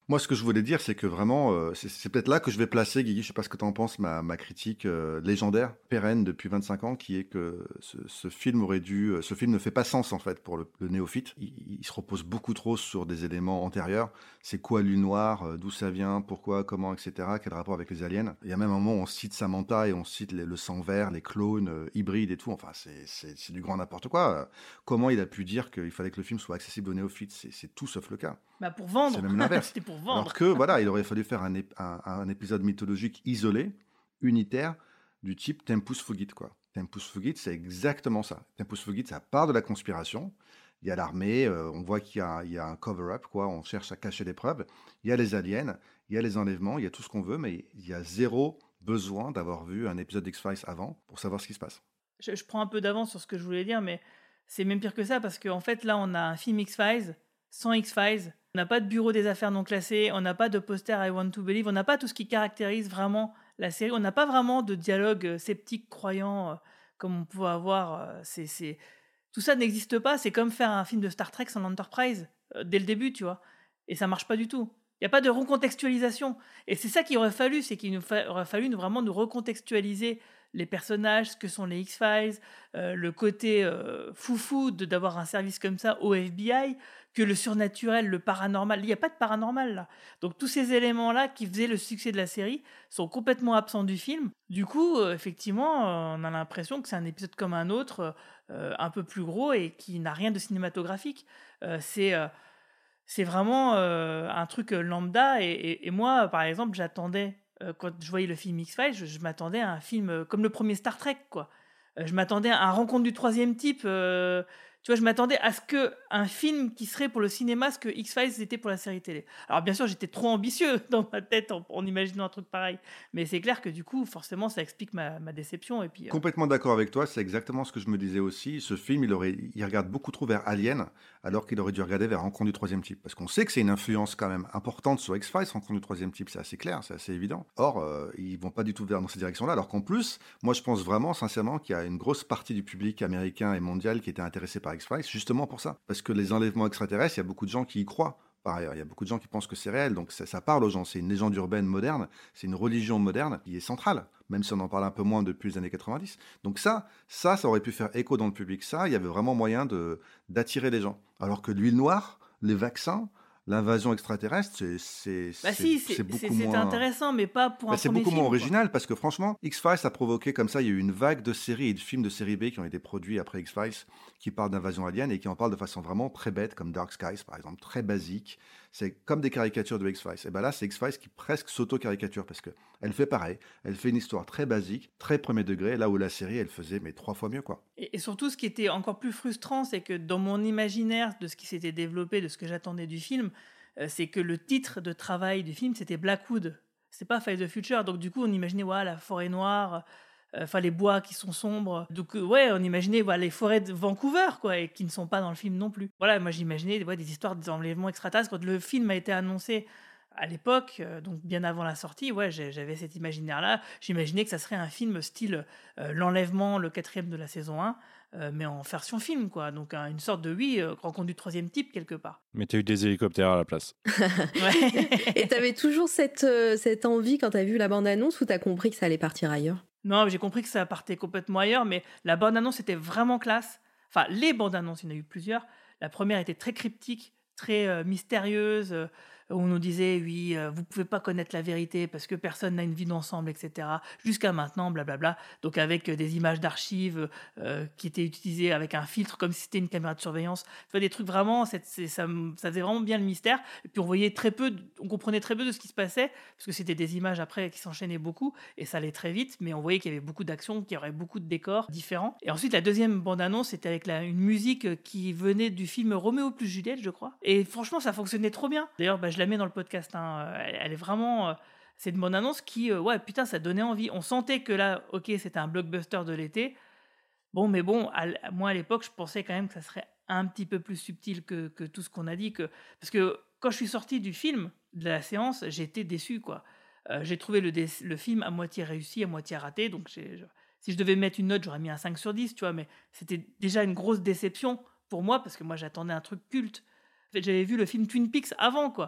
Moi, ce que je voulais dire, c'est que vraiment, euh, c'est, c'est peut-être là que je vais placer, Guigui, je sais pas ce que tu en penses, ma, ma critique euh, légendaire, pérenne depuis vingt-cinq ans, qui est que ce, ce film aurait dû, ce film ne fait pas sens en fait pour le, le néophyte. Il, il se repose beaucoup trop sur des éléments antérieurs. C'est quoi l'huile noire, euh, d'où ça vient, pourquoi, comment, et cetera. Quel rapport avec les aliens. Il y a même un moment où on cite Samantha et on cite les, le sang vert, les clones euh, hybrides et tout. Enfin, c'est, c'est, c'est du grand n'importe quoi. Euh, comment il a pu dire qu'il fallait que le film soit accessible aux néophytes? C'est, c'est tout sauf le cas. Bah pour vendre. C'est même l'inverse. C'était pour vendre. Alors que voilà, il aurait fallu faire un, ép- un, un épisode mythologique isolé, unitaire, du type Tempus Fugit, quoi. Tempus Fugit, c'est exactement ça. Tempus Fugit, ça part de la conspiration. Il y a l'armée, euh, on voit qu'il y a, il y a un cover-up, quoi. On cherche à cacher les preuves. Il y a les aliens, il y a les enlèvements, il y a tout ce qu'on veut, mais il y a zéro besoin d'avoir vu un épisode d'X-Files avant pour savoir ce qui se passe. Je, je prends un peu d'avance sur ce que je voulais dire, mais c'est même pire que ça, parce qu'en fait, là, on a un film X-Files sans X-Files. On n'a pas de bureau des affaires non classé, on n'a pas de poster I Want to Believe, on n'a pas tout ce qui caractérise vraiment la série, on n'a pas vraiment de dialogue sceptique, croyant, euh, comme on pouvait avoir. Euh, c'est, c'est... Tout ça n'existe pas, c'est comme faire un film de Star Trek sans l'Enterprise, euh, dès le début, tu vois. Et ça marche pas du tout. Il n'y a pas de recontextualisation. Et c'est ça qu'il aurait fallu, c'est qu'il nous fa- aurait fallu nous, vraiment nous recontextualiser les personnages, ce que sont les X-Files, euh, le côté euh, foufou de, d'avoir un service comme ça au F B I, que le surnaturel, le paranormal. Il n'y a pas de paranormal, là. Donc tous ces éléments-là qui faisaient le succès de la série sont complètement absents du film. Du coup, euh, effectivement, euh, on a l'impression que c'est un épisode comme un autre, euh, un peu plus gros et qui n'a rien de cinématographique. Euh, c'est... Euh, c'est vraiment euh, un truc lambda. Et, et, et moi, par exemple, j'attendais... Quand je voyais le film X-Files, je, je m'attendais à un film comme le premier Star Trek, quoi. Je m'attendais à un rencontre du troisième type. Euh, tu vois, je m'attendais à ce que un film qui serait pour le cinéma ce que X-Files était pour la série télé. Alors bien sûr, j'étais trop ambitieux dans ma tête en, en imaginant un truc pareil. Mais c'est clair que du coup, forcément, ça explique ma, ma déception. Et puis, euh... Complètement d'accord avec toi, c'est exactement ce que je me disais aussi. Ce film, il, aurait, il regarde beaucoup trop vers Alien, alors qu'il aurait dû regarder vers Rencontre du troisième type. Parce qu'on sait que c'est une influence quand même importante sur X-Files, Rencontre du troisième type, c'est assez clair, c'est assez évident. Or, euh, ils vont pas du tout vers dans cette direction-là, alors qu'en plus, moi je pense vraiment, sincèrement, qu'il y a une grosse partie du public américain et mondial qui était intéressé par X-Files, justement pour ça. Parce que les enlèvements extraterrestres, il y a beaucoup de gens qui y croient. Par ailleurs, il y a beaucoup de gens qui pensent que c'est réel, donc ça, ça parle aux gens. C'est une légende urbaine moderne, c'est une religion moderne qui est centrale, même si on en parle un peu moins depuis les années quatre-vingt-dix. Donc ça, ça, ça aurait pu faire écho dans le public. Ça, il y avait vraiment moyen de, d'attirer les gens. Alors que l'huile noire, les vaccins, l'invasion extraterrestre, c'est, c'est, bah c'est, si, c'est, c'est beaucoup c'est, moins... C'est intéressant, mais pas pour un bah, c'est premier beaucoup film, moins quoi. original, parce que franchement, X-Files a provoqué comme ça, il y a eu une vague de séries et de films de série B qui ont été produits après X-Files, qui parlent d'invasion alien et qui en parlent de façon vraiment très bête, comme Dark Skies par exemple, très basique. C'est comme des caricatures de X-Files. Et ben là, c'est X-Files qui presque s'auto-caricature, parce qu'elle fait pareil, elle fait une histoire très basique, très premier degré, là où la série, elle faisait mais trois fois mieux, quoi. Et, et surtout, ce qui était encore plus frustrant, c'est que dans mon imaginaire de ce qui s'était développé, de ce que j'attendais du film, euh, c'est que le titre de travail du film, c'était Blackwood. C'est pas Fight the Future. Donc du coup, on imaginait ouais, la forêt noire, enfin euh, les bois qui sont sombres. Donc euh, ouais, on imaginait voilà, les forêts de Vancouver, quoi, et qui ne sont pas dans le film non plus. Voilà, moi j'imaginais ouais, des histoires d'enlèvements extraterrestres. Quand le film a été annoncé à l'époque, euh, donc bien avant la sortie, ouais, j'avais cet imaginaire-là. J'imaginais que ça serait un film style euh, L'Enlèvement, le quatrième de la saison un, euh, mais en version film, quoi. Donc hein, une sorte de, oui, euh, rencontre du troisième type, quelque part. Mais t'as eu des hélicoptères à la place. Ouais. Et t'avais toujours cette, euh, cette envie quand t'as vu la bande-annonce ou t'as compris que ça allait partir ailleurs? Non, j'ai compris que ça partait complètement ailleurs, mais la bande-annonce était vraiment classe. Enfin, les bandes-annonces, il y en a eu plusieurs. La première était très cryptique, très euh, mystérieuse, euh, où on nous disait, oui, euh, vous pouvez pas connaître la vérité parce que personne n'a une vie d'ensemble, et cetera. Jusqu'à maintenant, blablabla. Donc avec euh, des images d'archives euh, qui étaient utilisées avec un filtre comme si c'était une caméra de surveillance. Enfin, des trucs vraiment, c'est, c'est, ça, ça faisait vraiment bien le mystère. Et puis on voyait très peu, de, on comprenait très peu de ce qui se passait parce que c'était des images après qui s'enchaînaient beaucoup et ça allait très vite. Mais on voyait qu'il y avait beaucoup d'action, qu'il y aurait beaucoup de décors différents. Et ensuite, la deuxième bande-annonce, c'était avec la, une musique qui venait du film Roméo plus Juliette, je crois. Et franchement, ça fonctionnait trop bien. D'ailleurs, bah, je la mets dans le podcast, hein. elle, elle est vraiment euh, c'est une bande-annonce qui euh, ouais putain ça donnait envie, on sentait que là ok c'était un blockbuster de l'été, bon mais bon à, moi à l'époque je pensais quand même que ça serait un petit peu plus subtil que, que tout ce qu'on a dit, que parce que quand je suis sorti du film de la séance j'ai été déçu, quoi. Euh, j'ai trouvé le, dé- le film à moitié réussi à moitié raté, donc j'ai, je, si je devais mettre une note j'aurais mis un cinq sur dix, tu vois, mais c'était déjà une grosse déception pour moi parce que moi j'attendais un truc culte. En fait, j'avais vu le film Twin Peaks avant, quoi.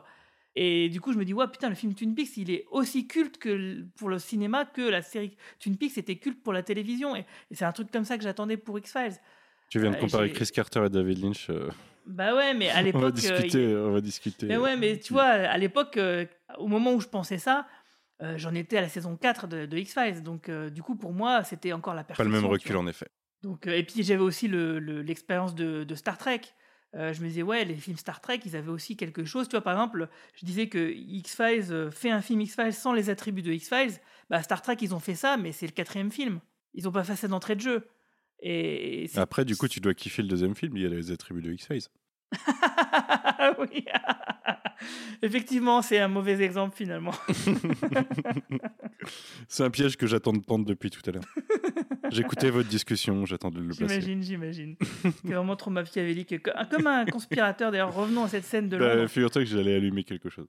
Et du coup, je me dis, ouais, putain, le film Twin Peaks, il est aussi culte que pour le cinéma que la série Twin Peaks était culte pour la télévision. Et, et c'est un truc comme ça que j'attendais pour X-Files. Tu viens de Euh, comparer j'ai- Chris Carter et David Lynch. euh, Bah ouais, mais à on l'époque. va euh, discuter. il- On va discuter. Mais ouais, mais tu vois, à l'époque, euh, au moment où je pensais ça, euh, j'en étais à la saison quatre de, de X-Files. Donc, euh, du coup, pour moi, c'était encore la Pas perfection. le même tu recul vois. en effet. Donc, euh, et puis, j'avais aussi le- le- l'expérience de, de Star Trek. Euh, je me disais, ouais, les films Star Trek, ils avaient aussi quelque chose. Tu vois, par exemple, je disais que X-Files euh, fait un film X-Files sans les attributs de X-Files. Bah, Star Trek, ils ont fait ça, mais c'est le quatrième film. Ils n'ont pas fait ça d'entrée de jeu. Et c'est- Après, du coup, tu dois kiffer le deuxième film. Il y a les attributs de X-Files. oui. Effectivement, c'est un mauvais exemple finalement. C'est un piège que j'attends de tendre depuis tout à l'heure. J'écoutais votre discussion, j'attends de le placer. J'imagine, j'imagine. C'est vraiment trop machiavélique. Co- Comme un conspirateur, d'ailleurs, revenons à cette scène de Bah, Londres. figure-toi que j'allais allumer quelque chose.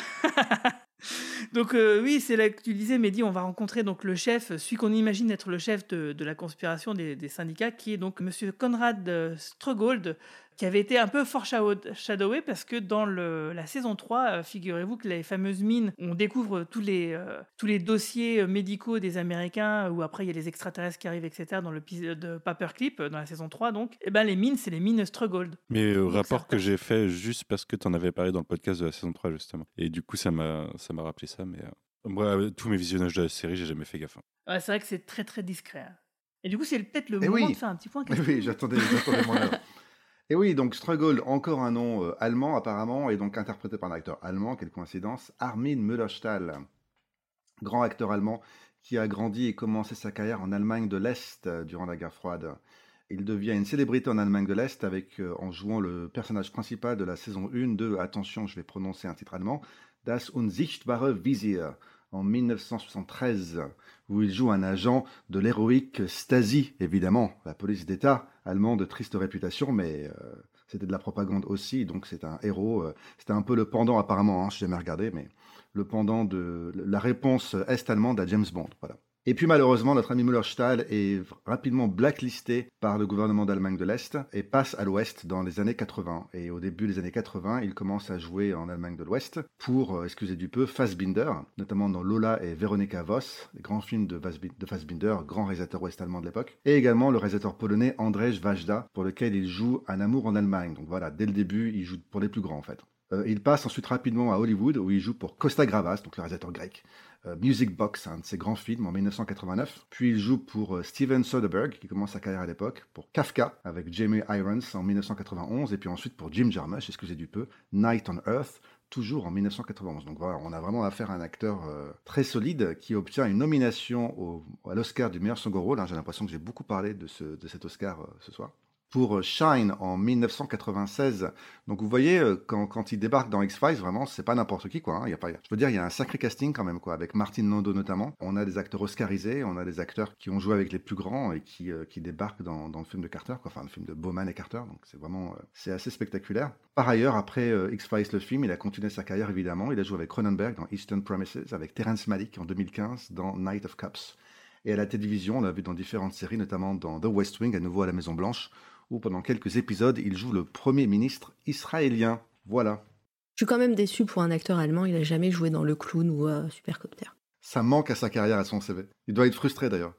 Donc euh, oui, c'est là que tu disais, Mehdi, on va rencontrer donc le chef, celui qu'on imagine être le chef de, de la conspiration des, des syndicats, qui est donc Monsieur Conrad euh, Strugold, qui avait été un peu foreshadowé parce que dans le, la saison trois, euh, figurez-vous que les fameuses mines, on découvre tous les, euh, tous les dossiers euh, médicaux des Américains, où après il y a les extraterrestres qui arrivent, et cetera, dans l'épisode de Paperclip, euh, dans la saison trois donc. Et ben les mines, c'est les mines Strugold. Mais euh, Donc, rapport ça que j'ai fait juste parce que tu en avais parlé dans le podcast de la saison trois, justement. Et du coup, ça m'a, ça m'a rappelé ça. Mais euh, moi, euh, tous mes visionnages de la série, j'ai jamais fait gaffe. hein. Ouais, c'est vrai que c'est très très discret. hein. Et du coup, c'est peut-être le Eh moment oui. de faire un petit point. Oui, oui, j'attendais, j'attendais mon heure. Et oui, donc Strugold, encore un nom euh, allemand apparemment, et donc interprété par un acteur allemand, quelle coïncidence, Armin Müller-Stahl, grand acteur allemand qui a grandi et commencé sa carrière en Allemagne de l'Est euh, durant la guerre froide. Il devient une célébrité en Allemagne de l'Est avec, euh, en jouant le personnage principal de la saison un de, attention, je vais prononcer un titre allemand, Das Unsichtbare Visier, en mille neuf cent soixante-treize, où il joue un agent de l'héroïque Stasi, évidemment, la police d'État allemande de triste réputation, mais euh, c'était de la propagande aussi, donc c'est un héros. Euh, c'était un peu le pendant, apparemment, hein, je n'ai jamais regardé, mais le pendant de la réponse est-allemande à James Bond, voilà. Et puis malheureusement, notre ami Müller-Stahl est rapidement blacklisté par le gouvernement d'Allemagne de l'Est et passe à l'Ouest dans les années quatre-vingts. Et au début des années quatre-vingts, il commence à jouer en Allemagne de l'Ouest pour, euh, excusez du peu, Fassbinder, notamment dans Lola et Veronika Voss, les grands films de, Fassbi- de Fassbinder, grand réalisateur ouest-allemand de l'époque, et également le réalisateur polonais Andrzej Wajda, pour lequel il joue Un amour en Allemagne. Donc voilà, dès le début, il joue pour les plus grands en fait. Euh, il passe ensuite rapidement à Hollywood, où il joue pour Costa Gravas, donc le réalisateur grec, euh, Music Box, un de ses grands films en mille neuf cent quatre-vingt-neuf. Puis il joue pour euh, Steven Soderbergh, qui commence sa carrière à l'époque, pour Kafka, avec Jamie Irons en mille neuf cent quatre-vingt-onze, et puis ensuite pour Jim Jarmusch, excusez du peu, Night on Earth, toujours en mille neuf cent quatre-vingt-onze. Donc voilà, on a vraiment affaire à un acteur euh, très solide qui obtient une nomination au, à l'Oscar du meilleur second rôle. Hein. J'ai l'impression que j'ai beaucoup parlé de, ce, de cet Oscar euh, ce soir. Pour Shine en mille neuf cent quatre-vingt-seize. Donc vous voyez, quand, quand il débarque dans X-Files, vraiment, c'est pas n'importe qui, quoi. Hein. Il y a pas, je veux dire, il y a un sacré casting quand même, quoi, avec Martin Landau notamment. On a des acteurs oscarisés, on a des acteurs qui ont joué avec les plus grands et qui, euh, qui débarquent dans, dans le film de Carter, quoi. Enfin, le film de Bowman et Carter. Donc c'est vraiment, euh, c'est assez spectaculaire. Par ailleurs, après euh, X-Files le film, il a continué sa carrière évidemment. Il a joué avec Cronenberg dans Eastern Promises, avec Terrence Malick en deux mille quinze dans Night of Cups. Et à la télévision, on l'a vu dans différentes séries, notamment dans The West Wing, à nouveau à la Maison Blanche, où pendant quelques épisodes, il joue le premier ministre israélien. Voilà. Je suis quand même déçu pour un acteur allemand, il n'a jamais joué dans Le Clown ou euh, Supercopter. Ça manque à sa carrière, à son C V. Il doit être frustré d'ailleurs.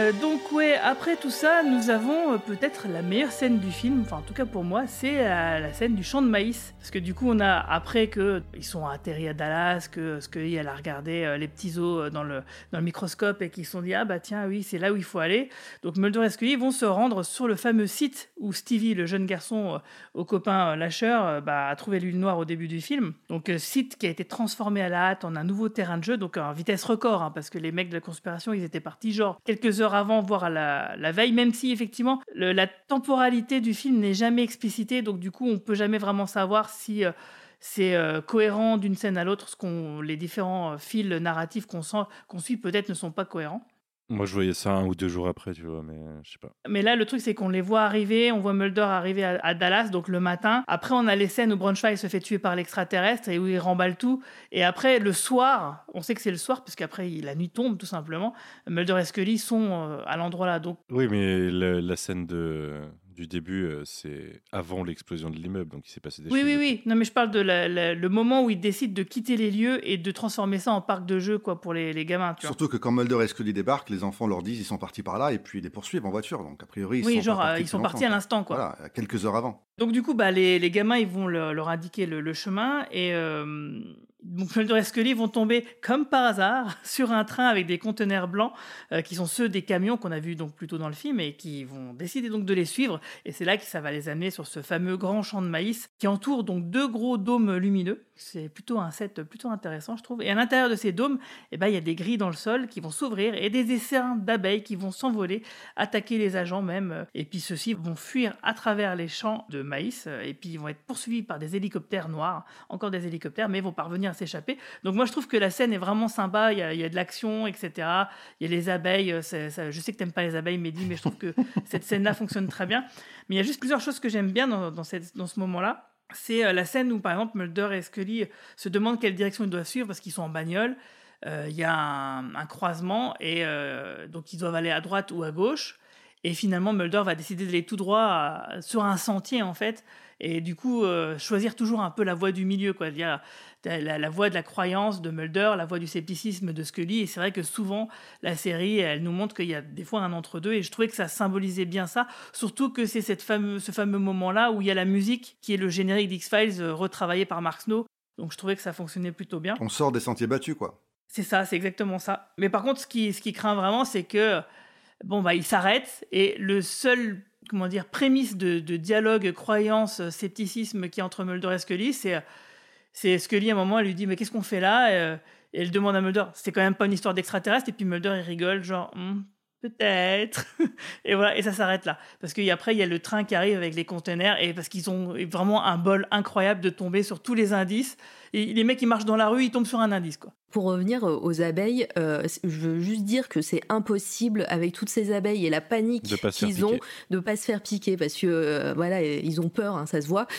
Euh, donc ouais, après tout ça, nous avons euh, peut-être la meilleure scène du film, enfin en tout cas pour moi, c'est euh, la scène du champ de maïs. Parce que du coup, on a, après que ils sont atterris à Dallas, que Scully elle a regardé euh, les petits os dans le, dans le microscope et qu'ils se sont dit, ah bah tiens, oui, c'est là où il faut aller. Donc Mulder et Scully vont se rendre sur le fameux site où Stevie, le jeune garçon euh, au copain euh, lâcheur, euh, bah, a trouvé l'huile noire au début du film. Donc euh, site qui a été transformé à la hâte en un nouveau terrain de jeu, donc en vitesse record, hein, parce que les mecs de la conspiration, ils étaient partis genre quelques heures avant, voire à la, la veille, même si effectivement le, la temporalité du film n'est jamais explicitée, donc du coup on peut jamais vraiment savoir si euh, c'est euh, cohérent d'une scène à l'autre, ce qu'on, les différents euh, fils narratifs qu'on, sent, qu'on suit peut-être ne sont pas cohérents. Moi, je voyais ça un ou deux jours après, tu vois, mais je sais pas. Mais là, le truc, c'est qu'on les voit arriver, on voit Mulder arriver à, à Dallas, donc le matin. Après, on a les scènes où Braunschweig se fait tuer par l'extraterrestre et où il remballe tout. Et après, le soir, on sait que c'est le soir, parce qu'après, la nuit tombe, tout simplement. Mulder et Scully sont euh, à l'endroit là. Donc... Oui, mais la, la scène de... du début, euh, c'est avant l'explosion de l'immeuble, donc il s'est passé des oui, choses. Oui, oui, oui. Non, mais je parle de la, la, le moment où ils décident de quitter les lieux et de transformer ça en parc de jeu, quoi, pour les, les gamins. Tu Surtout vois. que quand Mulder et Scully débarquent, les enfants leur disent ils sont partis par là et puis ils les poursuivent en voiture. Donc a priori, ils oui, sont genre partis ils sont partis à l'instant, quoi. Voilà, quelques heures avant. Donc du coup, bah, les, les gamins, ils vont le, leur indiquer le, le chemin et euh, donc Mulder et Scully vont tomber comme par hasard sur un train avec des conteneurs blancs euh, qui sont ceux des camions qu'on a vus donc plutôt dans le film et qui vont décider donc de les suivre. Et c'est là que ça va les amener sur ce fameux grand champ de maïs qui entoure donc deux gros dômes lumineux. C'est plutôt un set plutôt intéressant, je trouve. Et à l'intérieur de ces dômes, eh ben, il y a des grilles dans le sol qui vont s'ouvrir et des essaims d'abeilles qui vont s'envoler, attaquer les agents même. Et puis ceux-ci vont fuir à travers les champs de maïs et puis ils vont être poursuivis par des hélicoptères noirs, encore des hélicoptères, mais ils vont parvenir à s'échapper. Donc moi je trouve que la scène est vraiment sympa, il y a, il y a de l'action, et cetera. Il y a les abeilles, c'est, ça, je sais que t'aimes pas les abeilles, Mehdi, mais je trouve que cette scène-là fonctionne très bien. Mais il y a juste plusieurs choses que j'aime bien dans, dans, cette, dans ce moment-là. C'est la scène où, par exemple, Mulder et Scully se demandent quelle direction ils doivent suivre parce qu'ils sont en bagnole. Euh, il y a un, un croisement et euh, donc ils doivent aller à droite ou à gauche. Et finalement, Mulder va décider d'aller tout droit à, sur un sentier, en fait. Et du coup, euh, choisir toujours un peu la voie du milieu, quoi. Il y a la, la voie de la croyance de Mulder, la voie du scepticisme de Scully. Et c'est vrai que souvent, la série, elle nous montre qu'il y a des fois un entre-deux. Et je trouvais que ça symbolisait bien ça. Surtout que c'est cette fameux, ce fameux moment-là où il y a la musique, qui est le générique d'X-Files, euh, retravaillé par Mark Snow. Donc je trouvais que ça fonctionnait plutôt bien. On sort des sentiers battus, quoi. C'est ça, c'est exactement ça. Mais par contre, ce qui, ce qui craint vraiment, c'est que... Bon, bah, il s'arrête et le seul, comment dire, prémisse de, de dialogue, croyance, scepticisme qui est entre Mulder et Scully, c'est, c'est Scully, à un moment, elle lui dit « Mais qu'est-ce qu'on fait là ?» Et elle demande à Mulder « C'est quand même pas une histoire d'extraterrestre ?» Et puis Mulder, il rigole, genre hm, « Peut-être. » Et voilà, et ça s'arrête là. Parce qu'après, il y a le train qui arrive avec les containers et parce qu'ils ont vraiment un bol incroyable de tomber sur tous les indices. Et les mecs, ils marchent dans la rue, ils tombent sur un indice, quoi. Pour revenir aux abeilles, euh, je veux juste dire que c'est impossible avec toutes ces abeilles et la panique qu'ils ont de pas se faire piquer parce que euh, voilà, ils ont peur, hein, ça se voit.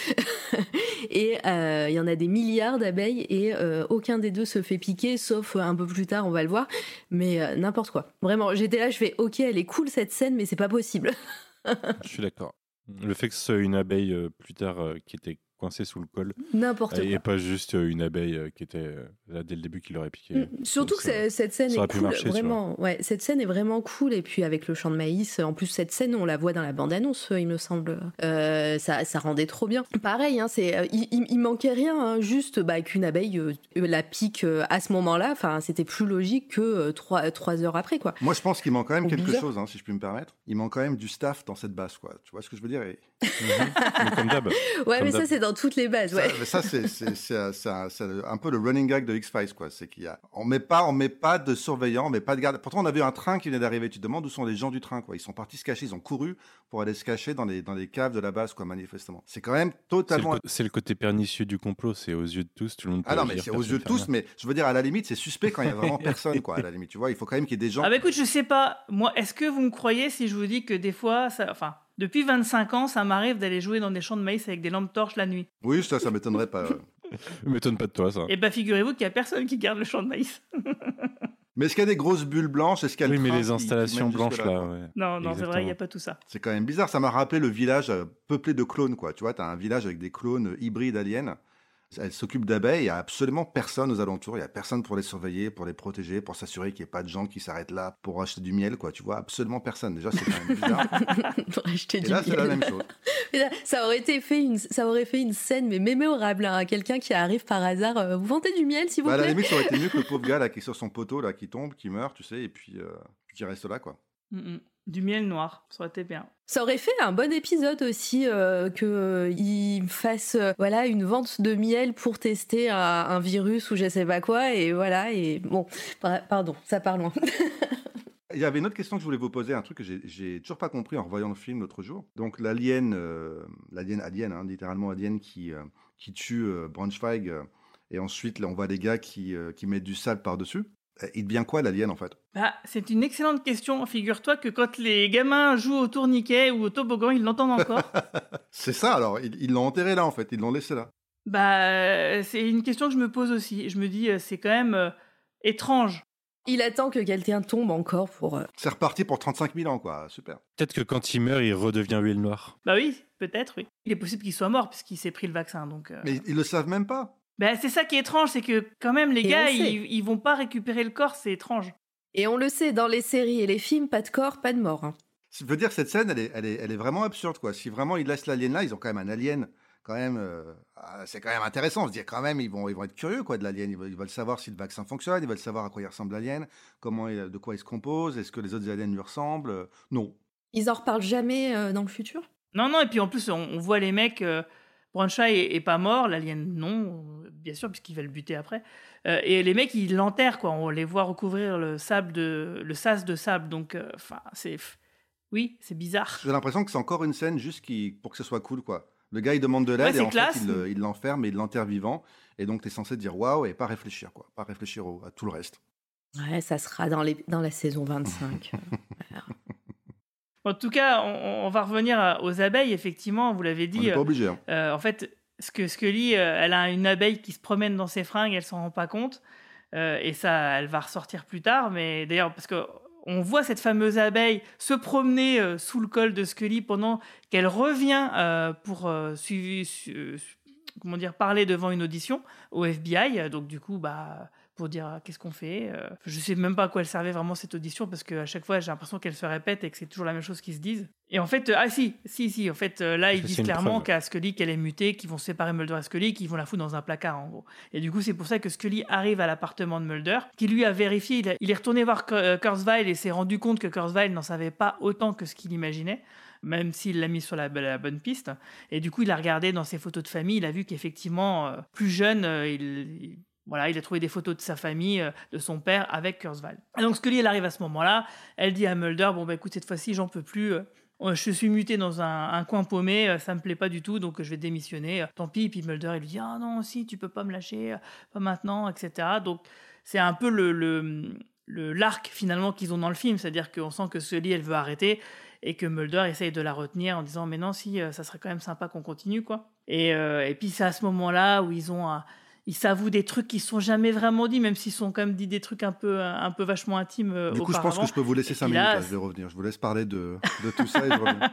Et il euh, y en a des milliards d'abeilles et euh, aucun des deux se fait piquer, sauf un peu plus tard, on va le voir. Mais euh, n'importe quoi. Vraiment, j'étais là, je fais ok, elle est cool cette scène, mais c'est pas possible. Je suis d'accord. Le fait que ce soit une abeille euh, plus tard euh, qui était coincée sous le col. N'importe et quoi. Et pas juste une abeille qui était là dès le début qui l'aurait piqué. Mmh. Surtout ça, que cette scène est cool, marcher, vraiment. Ouais, cette scène est vraiment cool. Et puis avec le champ de maïs, en plus cette scène, on la voit dans la bande-annonce, il me semble. Euh, ça, ça rendait trop bien. Pareil, hein, c'est, euh, il, il, il manquait rien, hein, juste bah, qu'une abeille euh, la pique euh, à ce moment-là. Enfin, c'était plus logique que euh, trois, trois heures après, quoi. Moi, je pense qu'il manque quand même Ou quelque chose, hein, si je puis me permettre. Il manque quand même du staff dans cette base, quoi. Tu vois ce que je veux dire? Et... mmh. Comme d'hab. Ouais, Comme mais d'hab. ça, c'est dans toutes les bases, ouais. Ça, mais ça, c'est, c'est, c'est, c'est, un, c'est un peu le running gag de X-Files, quoi. C'est qu'il y a, on met pas, on met pas de surveillants, on met pas de garde. Pourtant, on a vu un train qui venait d'arriver. Tu te demandes où sont les gens du train, quoi. Ils sont partis se cacher, ils ont couru pour aller se cacher dans les, dans les caves de la base, quoi, manifestement. C'est quand même totalement. C'est le, co- c'est le côté pernicieux du complot. C'est aux yeux de tous, tout le monde peut Ah non, mais agir, c'est aux yeux de tous, rien. Mais je veux dire, à la limite, c'est suspect quand il y a vraiment personne, quoi. À la limite, tu vois, il faut quand même qu'il y ait des gens. Ah bah écoute, je sais pas. Moi, est-ce que vous me croyez si je vous dis que des fois, ça, enfin. Depuis vingt-cinq ans, ça m'arrive d'aller jouer dans des champs de maïs avec des lampes torches la nuit. Oui, ça, ça m'étonnerait pas. Ça m'étonne pas de toi, ça. Et bah, figurez-vous qu'il y a personne qui garde le champ de maïs. Mais est-ce qu'il y a des grosses bulles blanches? Est-ce qu'il y a oui, le mais train les installations qui, qui blanches, là, là, ouais. Non, non, Exactement. c'est vrai, il n'y a pas tout ça. C'est quand même bizarre. Ça m'a rappelé le village euh, peuplé de clones, quoi. Tu vois, t'as un village avec des clones hybrides aliens. Elle s'occupe d'abeilles, il n'y a absolument personne aux alentours, il n'y a personne pour les surveiller, pour les protéger, pour s'assurer qu'il n'y ait pas de gens qui s'arrêtent là pour acheter du miel, quoi. Tu vois, absolument personne. Déjà, c'est quand même bizarre. Pour acheter Et du là, miel. c'est la même chose. Et là, ça aurait été fait une, ça aurait fait une scène mais mémorable, hein, quelqu'un qui arrive par hasard. euh, vous vendez du miel, s'il vous Bah, à plaît. la limite, ça aurait été mieux que le pauvre gars là qui est sur son poteau, là, qui tombe, qui meurt, tu sais, et puis euh, qui reste là, quoi. Mm-mm. Du miel noir, ça aurait été bien. Ça aurait fait un bon épisode aussi euh, que euh, il fasse euh, voilà une vente de miel pour tester un, un virus ou je sais pas quoi et voilà et bon par- pardon ça part loin. Il y avait une autre question que je voulais vous poser, un truc que j'ai, j'ai toujours pas compris en revoyant le film l'autre jour. Donc l'alien, euh, l'alien, alien, hein, littéralement alien qui euh, qui tue euh, Braunschweig euh, et ensuite là, on voit des gars qui euh, qui mettent du sable par dessus. Il devient quoi l'alien en fait? Bah, c'est une excellente question. Figure-toi que quand les gamins jouent au tourniquet ou au toboggan, ils l'entendent encore. C'est ça alors, ils, ils l'ont enterré là en fait, ils l'ont laissé là. Bah, c'est une question que je me pose aussi. Je me dis, euh, c'est quand même euh, étrange. Il attend que quelqu'un tombe encore pour. Euh... C'est reparti pour trente-cinq mille ans quoi, super. Peut-être que quand il meurt, il redevient huile noire. Bah oui, peut-être, oui. Il est possible qu'il soit mort puisqu'il s'est pris le vaccin, donc. Euh... Mais ils le savent même pas. Ben, c'est ça qui est étrange, c'est que quand même les Et gars, on sait. ils, ils vont pas récupérer le corps, c'est étrange. Et on le sait dans les séries et les films, pas de corps, pas de mort. Hein. Je veux dire cette scène, elle est, elle est, elle est vraiment absurde quoi. Si vraiment ils laissent l'alien là, ils ont quand même un alien. Quand même, euh, c'est quand même intéressant. On se dit quand même, ils vont, ils vont être curieux quoi de l'alien. Ils veulent, ils veulent savoir si le vaccin fonctionne, ils veulent savoir à quoi il ressemble l'alien, comment, il- de quoi il se compose, est-ce que les autres aliens lui ressemblent. Euh, Non. Ils en reparlent jamais euh, dans le futur. Non, non, et puis en plus, on, on voit les mecs. Euh, Braunschweig est, est pas mort, l'alien non, euh, bien sûr, puisqu'il va le buter après. Euh, et les mecs, ils l'enterrent, quoi. On les voit recouvrir le sable de, le sas de sable. Donc, enfin, euh, c'est, oui, c'est bizarre. J'ai l'impression que c'est encore une scène juste qui, pour que ce soit cool quoi. Le gars il demande de l'aide Ouais, et en classe. fait il, le- il l'enferme et il l'enterre vivant. Et donc t'es censé dire waouh et pas réfléchir quoi, pas réfléchir au- à tout le reste. Ouais, ça sera dans, les, dans la saison vingt-cinq. Voilà. En tout cas, on, on va revenir à- aux abeilles. Effectivement, vous l'avez On dit. n'est pas euh, obligé. Hein. euh, en fait, ce que Scully, euh, elle a une abeille qui se promène dans ses fringues, elle s'en rend pas compte. Euh, et ça, elle va ressortir plus tard. Mais d'ailleurs, parce que on voit cette fameuse abeille se promener euh, sous le col de Scully pendant qu'elle revient euh, pour euh, suivi- su- su- comment dire, parler devant une audition au F B I. Donc du coup, bah, pour dire euh, qu'est-ce qu'on fait. Euh, je sais même pas à quoi elle servait vraiment cette audition parce qu'à chaque fois, j'ai l'impression qu'elle se répète et que c'est toujours la même chose qu'ils se disent. Et en fait, euh, ah si, si, si, en fait, euh, là, Parce ils que disent c'est une clairement preuve. qu'à Scully qu'elle est mutée, qu'ils vont séparer Mulder et Scully, qu'ils vont la foutre dans un placard, en gros. Et du coup, c'est pour ça que Scully arrive à l'appartement de Mulder, qui lui a vérifié, il, a- il est retourné voir Kur- euh, Kurzweil et s'est rendu compte que Kurzweil n'en savait pas autant que ce qu'il imaginait, même s'il l'a mis sur la, la bonne piste. Et du coup, il a regardé dans ses photos de famille, il a vu qu'effectivement, euh, plus jeune, euh, il... il- Voilà, il a trouvé des photos de sa famille, euh, de son père, avec Kurzweil. Et donc Scully, elle arrive à ce moment-là, elle dit à Mulder, bon bah écoute, cette fois-ci, j'en peux plus, euh, je suis muté dans un, un coin paumé, euh, ça me plaît pas du tout, donc euh, je vais démissionner, euh, tant pis. Et puis Mulder, il lui dit, ah non, si, tu peux pas me lâcher, euh, pas maintenant, et cetera. Donc c'est un peu le, le, le- l'arc finalement qu'ils ont dans le film, c'est-à-dire qu'on sent que Scully, elle veut arrêter, et que Mulder essaye de la retenir en disant, mais non, si, euh, ça serait quand même sympa qu'on continue, quoi. Et, euh, et puis c'est à ce moment-là où ils ont un... Ils s'avouent des trucs qui sont jamais vraiment dit, même s'ils sont quand même dit des trucs un peu, un peu vachement intimes euh, Du coup, je auparavant. pense que je peux vous laisser Et cinq puis minutes. là, Là, je vais revenir. Je vous laisse parler de, de tout ça et je reviens.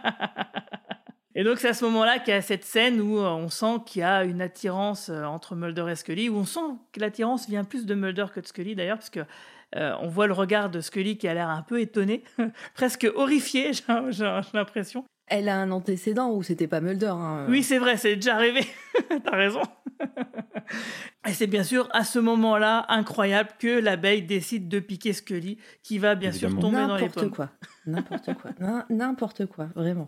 Et donc c'est à ce moment-là qu'il y a cette scène où euh, on sent qu'il y a une attirance euh, entre Mulder et Scully, où on sent que l'attirance vient plus de Mulder que de Scully d'ailleurs, parce que euh, on voit le regard de Scully qui a l'air un peu étonné, presque horrifié, j'ai, j'ai- j'ai l'impression. Elle a un antécédent où c'était pas Mulder. Hein. Oui, c'est vrai, c'est déjà arrivé. T'as raison. Et c'est bien sûr à ce moment-là incroyable que l'abeille décide de piquer Scully, qui va bien Évidemment. sûr tomber dans les N'importe pommes. quoi. N'importe quoi. N'im- N'importe quoi, vraiment.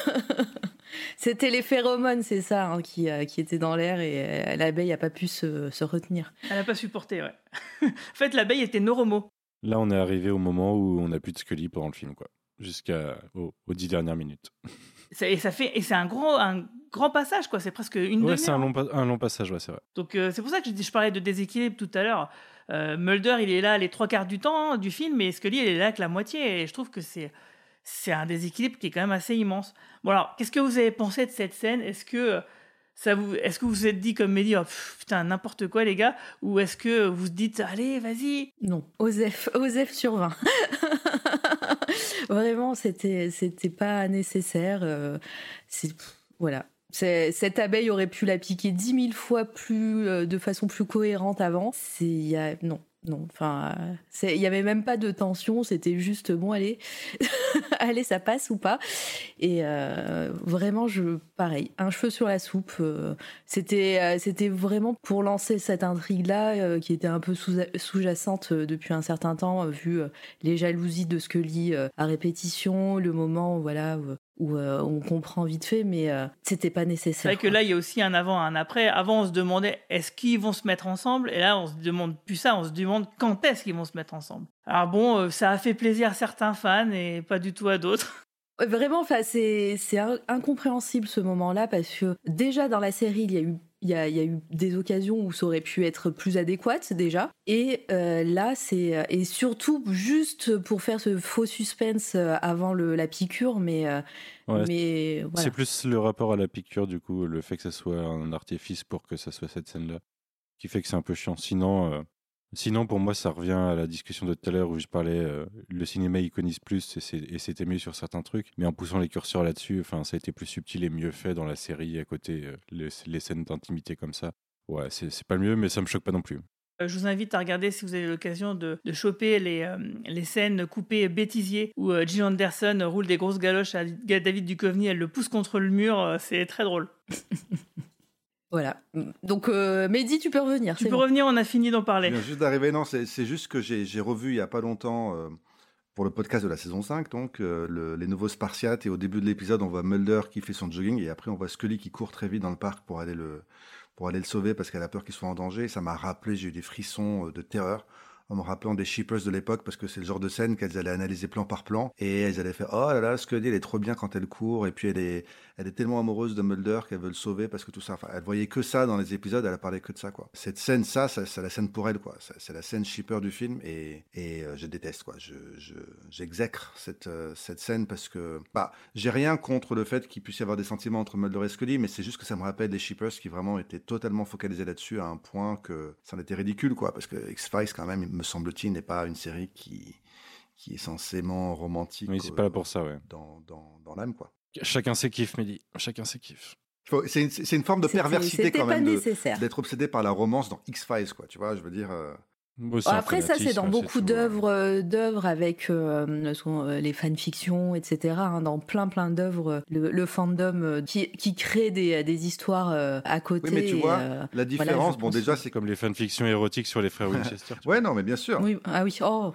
C'était les phéromones, c'est ça, hein, qui, euh, qui étaient dans l'air et euh, l'abeille n'a pas pu se, se retenir. Elle n'a pas supporté, ouais. En fait, l'abeille était neuromo. Là, on est arrivé au moment où on n'a plus de Scully pendant le film, quoi. Jusqu'aux aux dix dernières minutes. Ça- Et ça fait, et c'est un gros, un grand passage, quoi. C'est presque une Ouais, demi-heure. c'est un long, pa- un long passage, ouais, c'est vrai. Donc euh, c'est pour ça que je, dis- je parlais de déséquilibre tout à l'heure. Euh, Mulder, il est là les trois quarts du temps hein, du film, et Scully, elle est là que la moitié. Et je trouve que c'est c'est un déséquilibre qui est quand même assez immense. Bon alors, qu'est-ce que vous avez pensé de cette scène? Est-ce que euh, ça vous, est-ce que vous vous êtes dit comme Mehdi, oh, pff, putain n'importe quoi les gars, ou est-ce que vous vous dites allez vas-y? Non, Osef, Osef sur vingt. Vraiment, c'était, c'était pas nécessaire. euh, c'est, pff, voilà. C'est, cette abeille aurait pu la piquer dix mille fois plus, euh, de façon plus cohérente avant. C'est, y a, non. Non, enfin, il y avait même pas de tension, c'était juste bon, allez, allez, ça passe ou pas. Et euh, vraiment, je, pareil, un cheveu sur la soupe. Euh, c'était, euh, c'était vraiment pour lancer cette intrigue-là, euh, qui était un peu sous, sous-jacente euh, depuis un certain temps, euh, vu euh, les jalousies de Scully euh, à répétition, le moment, voilà. Euh, où euh, on comprend vite fait, mais euh, c'était pas nécessaire. C'est vrai que là, il y a aussi un avant, un après. Avant, on se demandait est-ce qu'ils vont se mettre ensemble, et là, on se demande plus ça, on se demande quand est-ce qu'ils vont se mettre ensemble. Alors bon, euh, ça a fait plaisir à certains fans et pas du tout à d'autres. Vraiment, enfin, c'est, c'est incompréhensible ce moment-là, parce que déjà dans la série, il y a eu Il y, a, il y a eu des occasions où ça aurait pu être plus adéquate déjà, et euh, là c'est et surtout juste pour faire ce faux suspense avant le, la piqûre, mais euh, ouais, mais voilà. C'est plus le rapport à la piqûre, du coup, le fait que ça soit un artifice pour que ça soit cette scène-là, qui fait que c'est un peu chiant. Sinon, euh, sinon pour moi, ça revient à la discussion de tout à l'heure où je parlais, euh, le cinéma iconise plus et, c'est, et c'était mieux sur certains trucs, mais en poussant les curseurs là-dessus, enfin, ça a été plus subtil et mieux fait dans la série à côté, euh, les, les scènes d'intimité comme ça. Ouais, c'est, c'est pas le mieux, mais ça me choque pas non plus. Euh, je vous invite à regarder, si vous avez l'occasion, de, de choper les, euh, les scènes coupées bêtisier où euh, Gillian Anderson roule des grosses galoches à David Duchovny, elle le pousse contre le mur, euh, c'est très drôle. Voilà. Donc, euh, Mehdi, tu peux revenir. Tu peux bon. revenir, on a fini d'en parler. Je viens juste d'arriver. Non, c'est, c'est juste que j'ai, j'ai revu il n'y a pas longtemps, euh, pour le podcast de la saison cinq, donc, euh, le, les nouveaux Spartiates. Et au début de l'épisode, on voit Mulder qui fait son jogging. Et après, on voit Scully qui court très vite dans le parc pour aller le, pour aller le sauver parce qu'elle a peur qu'il soit en danger. Et ça m'a rappelé, j'ai eu des frissons de terreur en me rappelant des Shippers de l'époque, parce que c'est le genre de scène qu'elles allaient analyser plan par plan, et elles allaient faire « Oh là là, Scully, elle est trop bien quand elle court, et puis elle est, elle est tellement amoureuse de Mulder qu'elle veut le sauver, parce que tout ça... » Enfin, elle voyait que ça dans les épisodes, elle a parlé que de ça, quoi. Cette scène, ça, ça c'est la scène pour elle, quoi. C'est la scène Shipper du film, et, et euh, je déteste, quoi. Je, je, j'exècre cette, euh, cette scène, parce que... Bah, j'ai rien contre le fait qu'il puisse y avoir des sentiments entre Mulder et Scully, mais c'est juste que ça me rappelle les Shippers qui vraiment étaient totalement focalisés là-dessus, à un point que ça en était ridicule, quoi, parce que X-Files, quand même, me semble-t-il, n'est pas une série qui, qui est censément romantique. Oui, c'est euh, pas là pour ça, ouais. Dans, dans, dans l'âme, quoi. Chacun ses kiffs, Mehdi. Chacun ses kiffs. C'est une, c'est une forme de c'était, perversité, c'était quand même, de, nécessaire. d'être obsédé par la romance dans X-Files, quoi. Tu vois, je veux dire... Euh... Bon, après ça c'est dans beaucoup c'est d'œuvres euh, d'œuvres avec euh, euh, les fanfictions etc, hein, dans plein plein d'œuvres le, le fandom euh, qui, qui crée des, des histoires euh, à côté. Oui, mais tu et, vois euh, la différence, voilà, bon déjà c'est comme les fanfictions érotiques sur les frères Winchester. Ouais, non mais bien sûr. Oui, ah oui, oh.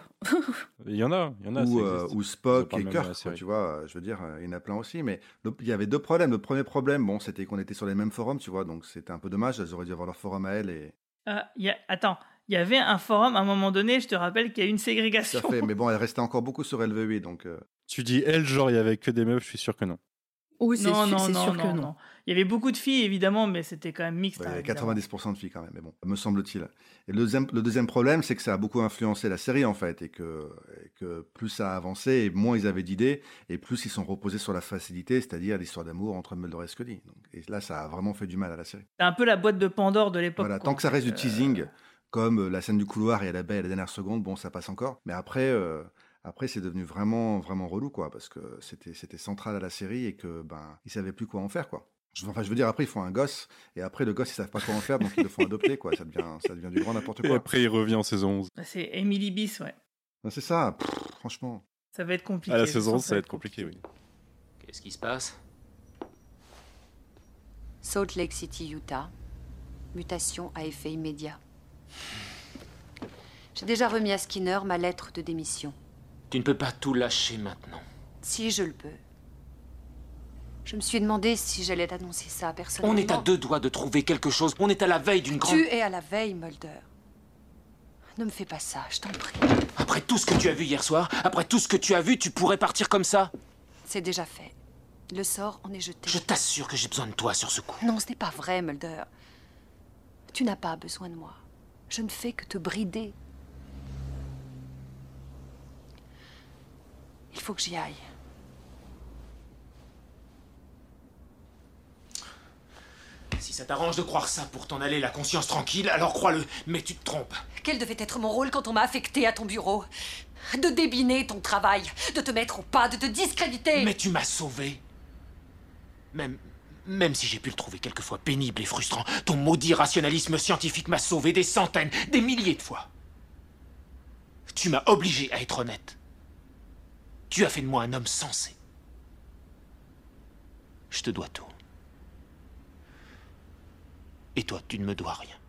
Il y en a, il y en a. Ou, euh, ou Spock et Kirk, quoi, tu vois, je veux dire, il y en a plein aussi, mais le, il y avait deux problèmes. Le premier problème, bon, c'était qu'on était sur les mêmes forums, tu vois, donc c'était un peu dommage, elles auraient dû avoir leur forum à elles et... Euh, y a... Attends, il y avait un forum, à un moment donné, je te rappelle qu'il y a eu une ségrégation. Tout à fait, mais bon, elle restait encore beaucoup sur L V huit, donc... Euh... Tu dis elle, genre, il y avait que des meufs, je suis sûr que non. Oui, c'est non, sûr, non, c'est non, sûr non, que non. non. Il y avait beaucoup de filles, évidemment, mais c'était quand même mixte. Ouais, hein, quatre-vingt-dix pour cent de filles, quand même, mais bon, me semble-t-il. Et le deuxième, le deuxième problème, c'est que ça a beaucoup influencé la série, en fait, et que, et que plus ça a avancé, et moins ils avaient d'idées, et plus ils sont reposés sur la facilité, c'est-à-dire l'histoire d'amour entre Mulder et Scully. Donc, et là, ça a vraiment fait du mal à la série. C'est un peu la boîte de Pandore de l'époque. Voilà, quoi, tant que ça reste euh... du teasing, comme la scène du couloir et à la baie à la dernière seconde, bon, ça passe encore. Mais après... Euh, Après, c'est devenu vraiment, vraiment relou, quoi, parce que c'était, c'était central à la série et que, ben, ils savaient plus quoi en faire, quoi. Enfin, je veux dire, après, ils font un gosse, et après, le gosse, ils savent pas quoi en faire, donc ils le font adopter, quoi. Ça devient, ça devient du grand n'importe quoi. Et après, il revient en saison onze. C'est Emily Bis, ouais. Non, c'est ça, pff, franchement. Ça va être compliqué. À la saison onze, ça va être compliqué, oui. Qu'est-ce qui se passe? Salt Lake City, Utah. Mutation à effet immédiat. J'ai déjà remis à Skinner ma lettre de démission. Tu ne peux pas tout lâcher maintenant. Si, je le peux. Je me suis demandé si j'allais annoncer ça personnellement. On est à deux doigts de trouver quelque chose. On est à la veille d'une grande... Tu es à la veille, Mulder. Ne me fais pas ça, je t'en prie. Après tout ce que tu as vu hier soir, après tout ce que tu as vu, tu pourrais partir comme ça? C'est déjà fait. Le sort en est jeté. Je t'assure que j'ai besoin de toi sur ce coup. Non, ce n'est pas vrai, Mulder. Tu n'as pas besoin de moi. Je ne fais que te brider. Il faut que j'y aille. Si ça t'arrange de croire ça pour t'en aller la conscience tranquille, alors crois-le, mais tu te trompes. Quel devait être mon rôle quand on m'a affecté à ton bureau? De débiner ton travail, de te mettre au pas, de te discréditer. Mais tu m'as sauvé. Même, Même si j'ai pu le trouver quelquefois pénible et frustrant, ton maudit rationalisme scientifique m'a sauvé des centaines, des milliers de fois. Tu m'as obligé à être honnête. Tu as fait de moi un homme sensé. Je te dois tout. Et toi, tu ne me dois rien.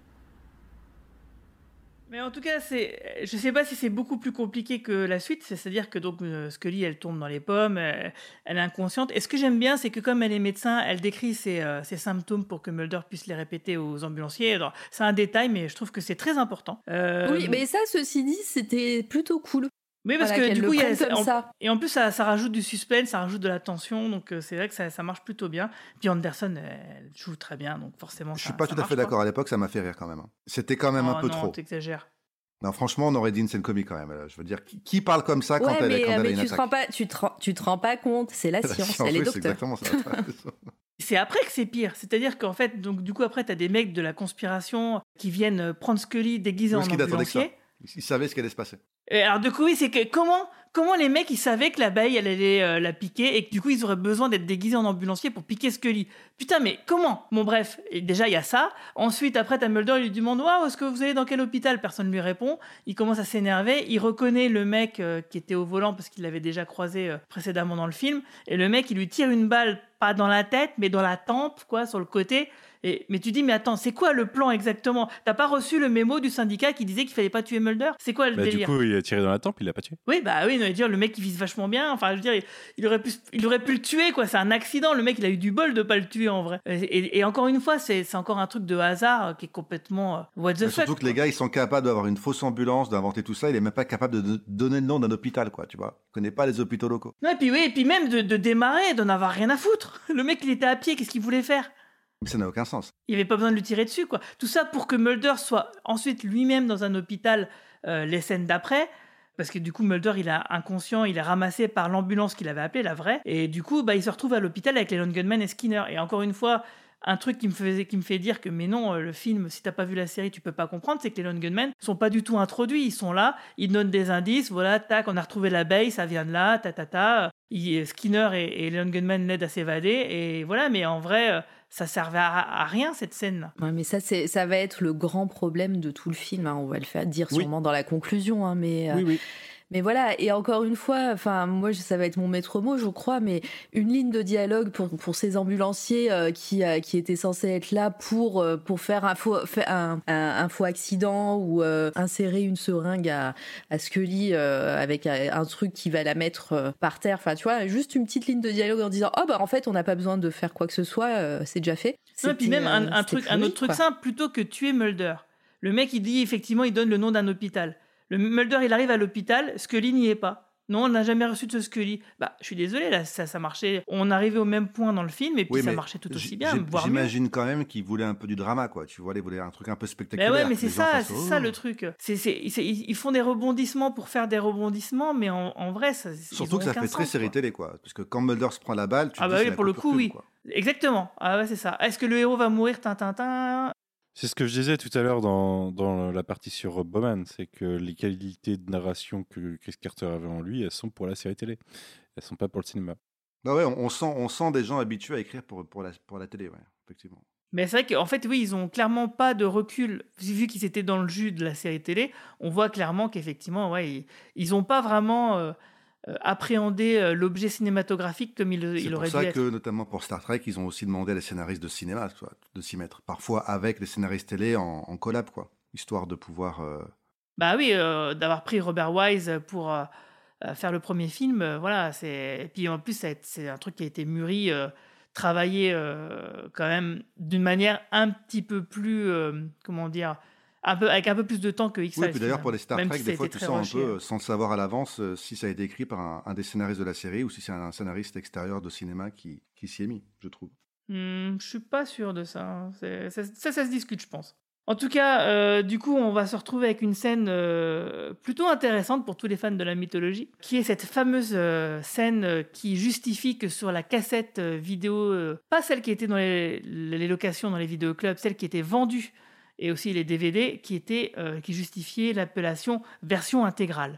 Mais en tout cas, c'est, je sais pas si c'est beaucoup plus compliqué que la suite, c'est-à-dire que donc euh, Scully, elle tombe dans les pommes, elle, elle est inconsciente. Et ce que j'aime bien, c'est que comme elle est médecin, elle décrit ses, euh, ses symptômes pour que Mulder puisse les répéter aux ambulanciers. Alors, c'est un détail, mais je trouve que c'est très important. Euh... Oui, mais ça, ceci dit, c'était plutôt cool. Oui, parce voilà, que du coup, il y a, comme en, ça. Et en plus, ça, ça rajoute du suspense, ça rajoute de la tension, donc euh, c'est vrai que ça, ça marche plutôt bien. Puis Anderson, elle joue très bien, donc forcément. Je ça, suis pas ça tout à marche, fait quoi. d'accord. À l'époque, ça m'a fait rire quand même. C'était quand même oh, un peu non, trop. T'exagères. Non, franchement, on aurait dit une scène comique quand même. Je veux dire, qui, qui parle comme ça quand ouais, elle, mais, quand elle mais a une tu attaque te rends pas, tu te rends, tu te rends pas compte. C'est la, La science, science, elle est oui, docteur. c'est exactement ça. C'est après que c'est pire. C'est-à-dire qu'en fait, donc du coup, après, t'as des mecs de la conspiration qui viennent prendre Scully déguisée en Parce qu'il attendait que ça. ambulancier. Il savait ce qui allait se passer. Et alors, du coup, oui, c'est que comment, comment les mecs, ils savaient que l'abeille, elle allait euh, la piquer et que du coup, ils auraient besoin d'être déguisés en ambulancier pour piquer Scully. Putain, mais comment? Bon, bref, et déjà, il y a ça. Ensuite, après, t'as Mulder, il lui demande « Waouh, est-ce que vous allez dans quel hôpital ?» Personne ne lui répond. Il commence à s'énerver. Il reconnaît le mec euh, qui était au volant parce qu'il l'avait déjà croisé euh, précédemment dans le film. Et le mec, il lui tire une balle, pas dans la tête, mais dans la tempe, quoi, sur le côté. Et, mais tu dis, mais attends, c'est quoi le plan exactement? T'as pas reçu le mémo du syndicat qui disait qu'il fallait pas tuer Mulder? C'est quoi le bah, délire? Du coup, il a tiré dans la tempe, il l'a pas tué. Oui, bah oui, non, dire le mec il vise vachement bien. Enfin, je veux dire, il, il aurait pu, il aurait pu le tuer, quoi. C'est un accident. Le mec, il a eu du bol de pas le tuer en vrai. Et, et, et encore une fois, c'est, c'est encore un truc de hasard euh, qui est complètement euh, what the Mais fuck. surtout que quoi. les gars, ils sont capables d'avoir une fausse ambulance, d'inventer tout ça. Il est même pas capable de de donner le nom d'un hôpital, quoi. Tu vois, il connaît pas les hôpitaux locaux. Non, et puis oui, et puis même de, de démarrer, d'en avoir rien à foutre. Le mec, il était à pied. Qu'est-ce qu'il voulait faire? Mais ça n'a aucun sens. Il n'y avait pas besoin de lui tirer dessus, quoi. Tout ça pour que Mulder soit ensuite lui-même dans un hôpital euh, les scènes d'après. Parce que du coup, Mulder, il est inconscient, il est ramassé par l'ambulance qu'il avait appelée, la vraie. Et du coup, bah, il se retrouve à l'hôpital avec les Lone Gunmen et Skinner. Et encore une fois, un truc qui me, faisait, qui me fait dire que, mais non, le film, si t'as pas vu la série, tu peux pas comprendre, c'est que les Lone Gunmen sont pas du tout introduits. Ils sont là, ils donnent des indices, voilà, tac, on a retrouvé l'abeille, ça vient de là, ta ta ta. Il, Skinner et, et les Lone Gunmen l'aident à s'évader. Et voilà, mais en vrai... ça servait à, à rien cette scène. Ouais, mais ça, c'est, ça va être le grand problème de tout le film. Hein. On va le faire dire sûrement oui. dans la conclusion, hein, mais. Euh... Oui, oui. Mais voilà, et encore une fois, enfin moi ça va être mon maître mot, je crois, mais une ligne de dialogue pour pour ces ambulanciers euh, qui euh, qui étaient censés être là pour euh, pour faire un faux un, un, un faux accident ou euh, insérer une seringue à à Scully euh, avec un truc qui va la mettre euh, par terre. Enfin tu vois, juste une petite ligne de dialogue en disant oh bah en fait on n'a pas besoin de faire quoi que ce soit, euh, c'est déjà fait. Non, et puis même un, un truc, un autre truc simple, plutôt que tuer Mulder. Le mec il dit effectivement il donne le nom d'un hôpital. Le Mulder, il arrive à l'hôpital, Scully n'y est pas. Non, on n'a jamais reçu de ce Scully. Bah, je suis désolé, là, ça, ça marchait. On arrivait au même point dans le film, et puis oui, ça marchait tout aussi bien, voire mieux. J'imagine quand même qu'il voulait un peu du drama, quoi. Tu vois, il voulait un truc un peu spectaculaire. Mais ouais, mais c'est ça, c'est ça le truc. C'est, c'est, c'est, ils font des rebondissements pour faire des rebondissements, mais en, en vrai, ça. Surtout que ça fait très série télé, quoi. Parce que quand Mulder se prend la balle, tu ah te bah dis oui, pour le coup, oui. Quoi. Exactement. Ah ouais, c'est ça. Est-ce que le héros va mourir, tintintin? C'est ce que je disais tout à l'heure dans, dans la partie sur Rob Bowman, c'est que les qualités de narration que Chris Carter avait en lui, elles sont pour la série télé, elles sont pas pour le cinéma. Bah ouais, on, on sent, on sent des gens habitués à écrire pour, pour, la, pour la télé, ouais, effectivement. Mais c'est vrai qu'en fait, oui, ils ont clairement pas de recul. Vu qu'ils étaient dans le jus de la série télé, on voit clairement qu'effectivement, ouais, ils, ils ont pas vraiment... Euh, Euh, appréhender euh, l'objet cinématographique comme il, il aurait dû être. C'est pour ça que, notamment pour Star Trek, ils ont aussi demandé à les scénaristes de cinéma quoi, de s'y mettre. Parfois avec les scénaristes télé en, en collab, quoi, histoire de pouvoir... Euh... Bah oui, euh, d'avoir pris Robert Wise pour euh, faire le premier film, euh, voilà. C'est... Et puis en plus, c'est un truc qui a été mûri, euh, travaillé euh, quand même d'une manière un petit peu plus... Euh, comment dire Un peu, avec un peu plus de temps que X-Files. Oui, puis d'ailleurs, pour les Star Trek, si des fois, tu sens rushé. un peu, sans le savoir à l'avance, euh, si ça a été écrit par un, un des scénaristes de la série ou si c'est un, un scénariste extérieur de cinéma qui, qui s'y est mis, je trouve. Hmm, je suis pas sûr de ça. C'est, ça. Ça, ça se discute, je pense. En tout cas, euh, du coup, on va se retrouver avec une scène euh, plutôt intéressante pour tous les fans de la mythologie, qui est cette fameuse euh, scène euh, qui justifie que sur la cassette euh, vidéo, euh, pas celle qui était dans les, les locations dans les vidéoclubs, celle qui était vendue, et aussi les D V D qui, étaient, euh, qui justifiaient l'appellation version intégrale.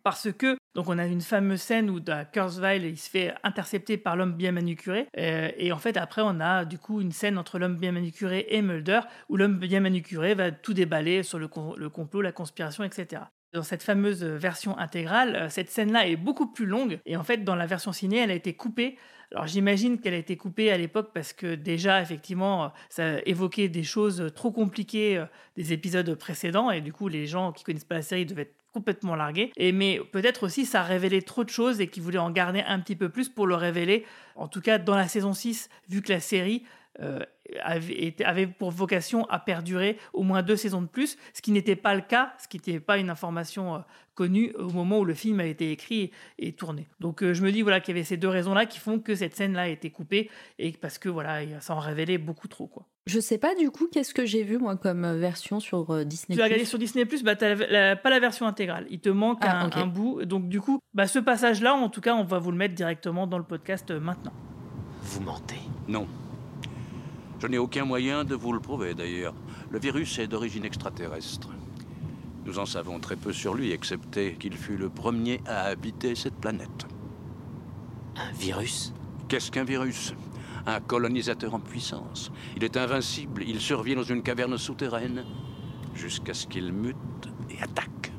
Parce que, donc on a une fameuse scène où dans Kurzweil, il se fait intercepter par l'homme bien manucuré. Euh, et en fait, après, on a du coup une scène entre l'homme bien manucuré et Mulder, où l'homme bien manucuré va tout déballer sur le, con- le complot, la conspiration, et cetera. Dans cette fameuse version intégrale, cette scène-là est beaucoup plus longue. Et en fait, dans la version ciné, elle a été coupée. Alors j'imagine qu'elle a été coupée à l'époque parce que déjà, effectivement, ça évoquait des choses trop compliquées des épisodes précédents. Et du coup, les gens qui connaissent pas la série devaient être complètement largués. Et, mais peut-être aussi, ça révélait trop de choses et qu'ils voulaient en garder un petit peu plus pour le révéler. En tout cas, dans la saison six, vu que la série... Euh, avait, avait pour vocation à perdurer au moins deux saisons de plus, ce qui n'était pas le cas, ce qui n'était pas une information euh, connue au moment où le film a été écrit et, et tourné. Donc euh, je me dis voilà, qu'il y avait ces deux raisons-là qui font que cette scène-là a été coupée, et parce que voilà, ça en révélait beaucoup trop, quoi. Je sais pas du coup qu'est-ce que j'ai vu moi comme version sur euh, Disney+. Tu l'as regardé sur Disney+, bah t'as la, la, pas la version intégrale. Il te manque ah, un, okay. un bout. Donc du coup, bah ce passage-là, en tout cas, on va vous le mettre directement dans le podcast euh, maintenant. Vous mentez. Non. Je n'ai aucun moyen de vous le prouver, d'ailleurs. Le virus est d'origine extraterrestre. Nous en savons très peu sur lui, excepté qu'il fut le premier à habiter cette planète. Un virus ? Qu'est-ce qu'un virus ? Un colonisateur en puissance. Il est invincible, il survit dans une caverne souterraine, jusqu'à ce qu'il mute et attaque.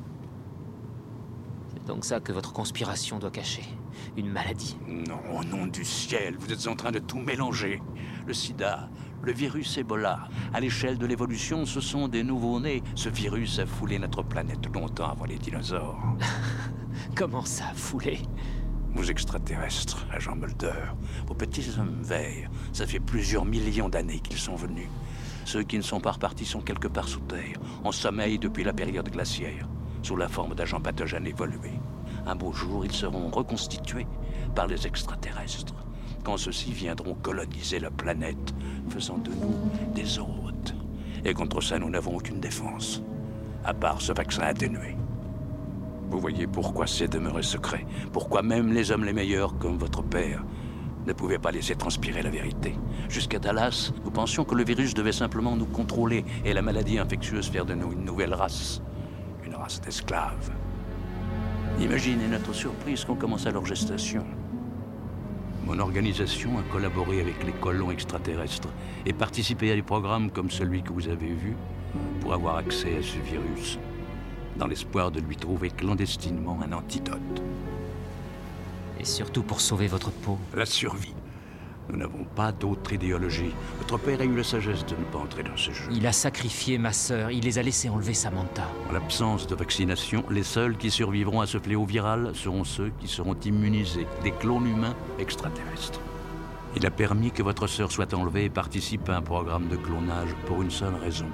C'est donc ça que votre conspiration doit cacher ? Une maladie ? Non, au nom du ciel, vous êtes en train de tout mélanger. Le sida, le virus Ebola, à l'échelle de l'évolution, ce sont des nouveaux-nés. Ce virus a foulé notre planète longtemps avant les dinosaures. Comment ça, foulé ? Vos extraterrestres, agent Mulder, vos petits hommes verts, ça fait plusieurs millions d'années qu'ils sont venus. Ceux qui ne sont pas repartis sont quelque part sous terre, en sommeil depuis la période glaciaire, sous la forme d'agents pathogènes évolués. Un beau jour, ils seront reconstitués par les extraterrestres, quand ceux-ci viendront coloniser la planète, faisant de nous des hôtes. Et contre ça, nous n'avons aucune défense, à part ce vaccin atténué. Vous voyez pourquoi c'est demeuré secret, pourquoi même les hommes les meilleurs, comme votre père, ne pouvaient pas laisser transpirer la vérité. Jusqu'à Dallas, nous pensions que le virus devait simplement nous contrôler et la maladie infectieuse faire de nous une nouvelle race, une race d'esclaves. Imaginez notre surprise quand commença leur gestation. Mon organisation a collaboré avec les colons extraterrestres et participé à des programmes comme celui que vous avez vu pour avoir accès à ce virus, dans l'espoir de lui trouver clandestinement un antidote. Et surtout pour sauver votre peau. La survie. Nous n'avons pas d'autre idéologie. Votre père a eu la sagesse de ne pas entrer dans ce jeu. Il a sacrifié ma sœur, il les a laissés enlever Samantha. En l'absence de vaccination, les seuls qui survivront à ce fléau viral seront ceux qui seront immunisés, des clones humains extraterrestres. Il a permis que votre sœur soit enlevée et participe à un programme de clonage pour une seule raison.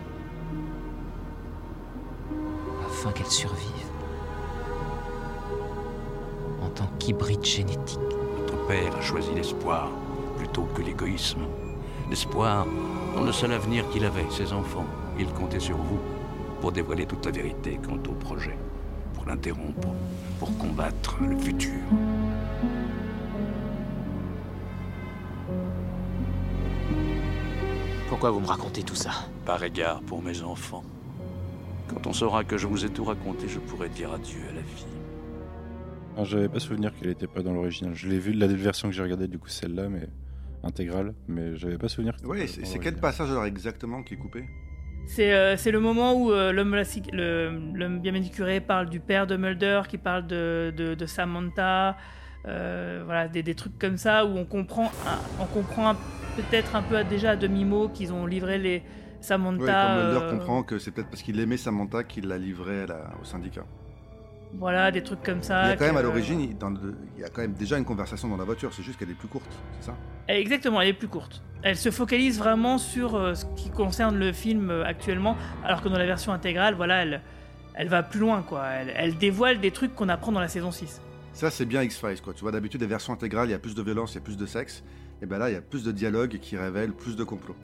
Afin qu'elle survive. En tant qu'hybride génétique. Votre père a choisi l'espoir plutôt que l'égoïsme. L'espoir dans le seul avenir qu'il avait, ses enfants. Il comptait sur vous pour dévoiler toute la vérité quant au projet, pour l'interrompre, pour combattre le futur. Pourquoi vous me racontez tout ça ? Par égard pour mes enfants. Quand on saura que je vous ai tout raconté, je pourrai dire adieu à la vie. Alors, j'avais pas souvenir qu'elle était pas dans l'original. Je l'ai vu, la version que j'ai regardée, du coup, celle-là, mais intégrale, mais j'avais pas souvenir. Que oui, c'est, c'est quel passage alors exactement qui est coupé ? C'est, euh, c'est le moment où euh, l'homme, le, l'homme bien manucuré parle du père de Mulder, qui parle de, de, de Samantha, euh, voilà, des, des trucs comme ça, où on comprend, un, on comprend un, peut-être un peu déjà à demi-mot qu'ils ont livré les Samantha... Oui, quand Mulder euh, comprend que c'est peut-être parce qu'il aimait Samantha qu'il l'a livrée à la, au syndicat. Voilà, des trucs comme ça. Il y a quand que... même à l'origine, il, dans le, il y a quand même déjà une conversation dans la voiture, c'est juste qu'elle est plus courte, c'est ça ? Exactement, elle est plus courte. Elle se focalise vraiment sur euh, ce qui concerne le film euh, actuellement, alors que dans la version intégrale, voilà, elle, elle va plus loin, quoi. Elle, elle dévoile des trucs qu'on apprend dans la saison six. Ça, c'est bien X-Files, quoi. Tu vois, d'habitude, les versions intégrales, il y a plus de violence, il y a plus de sexe. Et ben là, il y a plus de dialogue qui révèle plus de complots.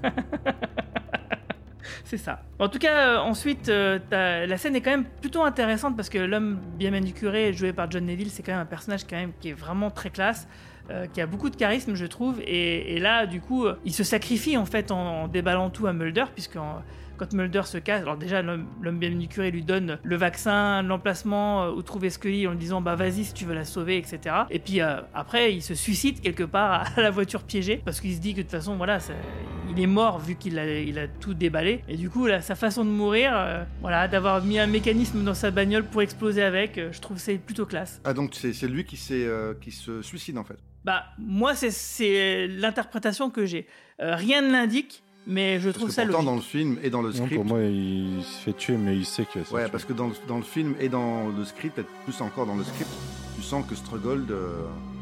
C'est ça. En tout cas, euh, ensuite, euh, la scène est quand même plutôt intéressante parce que l'homme bien manucuré, joué par John Neville, c'est quand même un personnage quand même qui est vraiment très classe. euh, qui a beaucoup de charisme, je trouve. Et, et là, du coup, euh, il se sacrifie en fait en, en déballant tout à Mulder, puisque en, quand Mulder se casse, alors déjà l'homme, l'homme bien manicuré lui donne le vaccin, l'emplacement euh, où trouver Scully en lui disant bah vas-y si tu veux la sauver, et cetera. Et puis euh, après, il se suicide quelque part à la voiture piégée parce qu'il se dit que de toute façon, voilà, ça, il est mort vu qu'il a, il a tout déballé. Et du coup, là, sa façon de mourir, euh, voilà, d'avoir mis un mécanisme dans sa bagnole pour exploser avec, euh, je trouve que c'est plutôt classe. Ah donc c'est, c'est lui qui, s'est, euh, qui se suicide en fait. Bah moi c'est, c'est l'interprétation que j'ai. Euh, rien ne l'indique. Mais je trouve parce que ça pourtant, logique. dans le film et dans le script. Non, pour moi, il se fait tuer, mais il sait que c'est. Ouais, parce que dans le, dans le film et dans le script, peut-être plus encore dans le script, tu sens que Struggold, euh,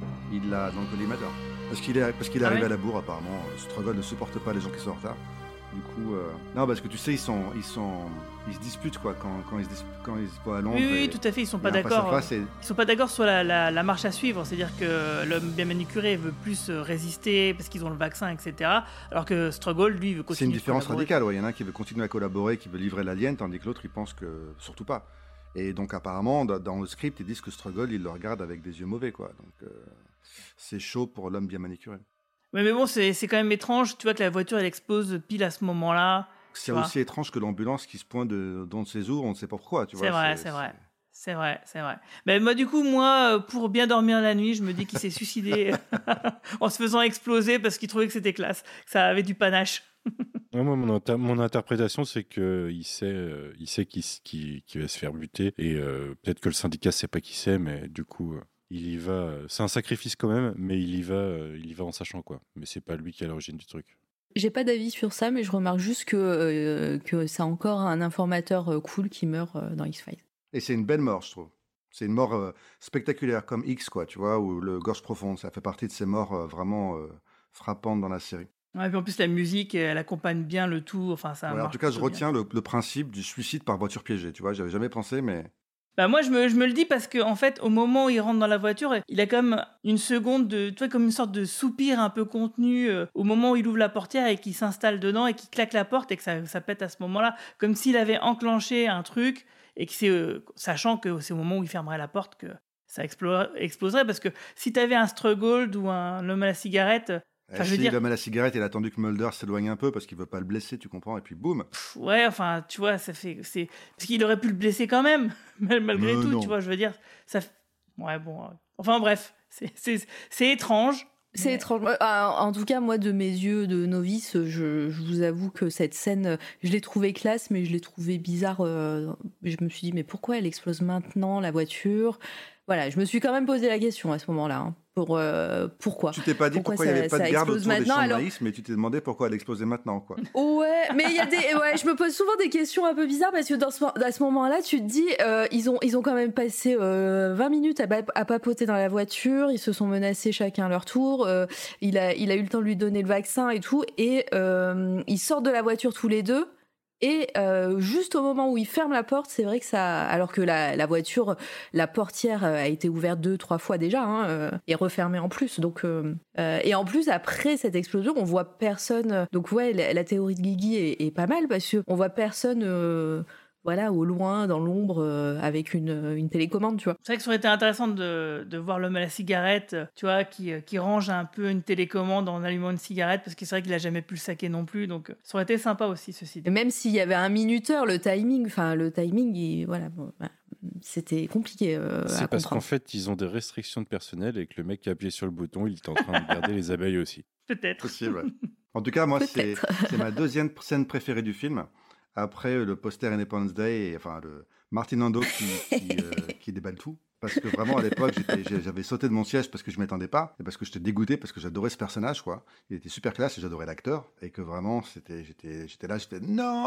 il l'a dans le collimateur. Parce qu'il est, parce qu'il est Ah arrivé ouais à la bourre, apparemment. Struggold ne supporte pas les gens qui sont en retard. Du coup, euh... non, parce que tu sais, ils sont, ils sont, ils se disputent quoi quand, quand ils se disputent, quand ils se voient à Londres. Oui, oui, et... tout à fait. Ils sont pas et d'accord. face, et... Ils sont pas d'accord sur la, la, la marche à suivre. C'est-à-dire que l'homme bien manicuré veut plus résister parce qu'ils ont le vaccin, et cetera. Alors que Struggold, lui, veut continuer. C'est une différence de radicale. Ouais. Il y en a un qui veut continuer à collaborer, qui veut livrer l'alien, tandis que l'autre, il pense que surtout pas. Et donc apparemment, dans le script, ils disent que Struggold, il le regarde avec des yeux mauvais, quoi. Donc euh, c'est chaud pour l'homme bien manicuré. Ouais, mais bon, c'est, c'est quand même étrange. Tu vois que la voiture, elle explose pile à ce moment-là. C'est aussi étrange que l'ambulance qui se pointe de, d'on ne sait où, on ne sait pas pourquoi. Tu c'est vois, vrai, c'est, c'est vrai. C'est vrai, c'est vrai. Mais moi, du coup, moi, pour bien dormir la nuit, je me dis qu'il s'est suicidé en se faisant exploser parce qu'il trouvait que c'était classe, que ça avait du panache. Ouais, moi, mon, inter- mon interprétation, c'est qu'il sait, euh, il sait qu'il, qu'il, qu'il va se faire buter. Et euh, peut-être que le syndicat ne sait pas qui c'est, mais du coup, euh, il y va. Euh, c'est un sacrifice quand même, mais il y va, euh, il y va en sachant quoi. Mais c'est pas lui qui est à l'origine du truc. J'ai pas d'avis sur ça, mais je remarque juste que, euh, que c'est encore un informateur euh, cool qui meurt euh, dans X-Files. Et c'est une belle mort, je trouve. C'est une mort euh, spectaculaire, comme X, quoi, tu vois, ou le Gorge Profonde. Ça fait partie de ces morts euh, vraiment euh, frappantes dans la série. Ouais, et puis en plus, la musique, elle accompagne bien le tout. Enfin, ça ouais, en tout cas, je retiens le, le principe du suicide par voiture piégée, tu vois. J'avais jamais pensé, mais... Bah moi, je me, je me le dis parce qu'en en fait, au moment où il rentre dans la voiture, il a comme une seconde de, tu vois, comme une sorte de soupir un peu contenu euh, au moment où il ouvre la portière et qu'il s'installe dedans et qu'il claque la porte et que ça, ça pète à ce moment-là, comme s'il avait enclenché un truc et que c'est, euh, sachant que c'est au moment où il fermerait la porte que ça explo- exploserait. Parce que si t'avais un Struggold ou un homme à la cigarette... Enfin, si, dire... l'homme à la cigarette, il a attendu que Mulder s'éloigne un peu parce qu'il veut pas le blesser, tu comprends, et puis boum. Pff, ouais, enfin, tu vois, ça fait, c'est parce qu'il aurait pu le blesser quand même, malgré Mais tout, non. tu vois, je veux dire, ça, ouais, bon, euh... enfin bref, c'est, c'est, c'est étrange. C'est mais... étrange. En tout cas, moi, de mes yeux de novice, je, je vous avoue que cette scène, je l'ai trouvée classe, mais je l'ai trouvée bizarre. Euh, je me suis dit, mais pourquoi elle explose maintenant, la voiture ? Voilà, je me suis quand même posé la question à ce moment-là. Hein, pour, euh, pourquoi Tu t'es pas dit pourquoi, pourquoi ça, il n'y avait pas de garde autour des champs de alors... maïs, mais tu t'es demandé pourquoi elle explosait maintenant, quoi. Ouais, mais il y a des, ouais, je me pose souvent des questions un peu bizarres parce que dans ce, à ce moment-là, tu te dis, euh, ils ont, ils ont quand même passé euh, vingt minutes à, à papoter dans la voiture, ils se sont menacés chacun à leur tour, euh, il a, il a eu le temps de lui donner le vaccin et tout, et euh, ils sortent de la voiture tous les deux. Et euh, juste au moment où il ferme la porte, c'est vrai que ça, alors que la, la voiture, la portière a été ouverte deux, trois fois déjà, hein, euh, et refermée en plus. Donc, euh, euh, et en plus après cette explosion, on voit personne. Donc ouais, la, la théorie de Guigui est, est pas mal parce que on voit personne. Euh, Voilà, au loin, dans l'ombre, euh, avec une, une télécommande, tu vois. C'est vrai que ça aurait été intéressant de, de voir l'homme à la cigarette, tu vois, qui, qui range un peu une télécommande en allumant une cigarette, parce que c'est vrai qu'il a jamais pu le saquer non plus, donc ça aurait été sympa aussi, ceci dit. Et même s'il y avait un minuteur, le timing, enfin, le timing, il, voilà, bon, bah, c'était compliqué euh, C'est à parce comprendre. qu'en fait, ils ont des restrictions de personnel et que le mec qui a appuyé sur le bouton, il est en train de garder les abeilles aussi. Peut-être. Possible, ouais. En tout cas, moi, c'est, c'est ma deuxième scène préférée du film. Après le poster Independence Day, et, enfin le Martin Landau qui, qui, euh, qui déballe tout. Parce que vraiment, à l'époque, j'étais, j'avais sauté de mon siège parce que je ne m'attendais pas, et parce que j'étais dégoûté, parce que j'adorais ce personnage, quoi. Il était super classe et j'adorais l'acteur, et que vraiment, c'était, j'étais, j'étais là, j'étais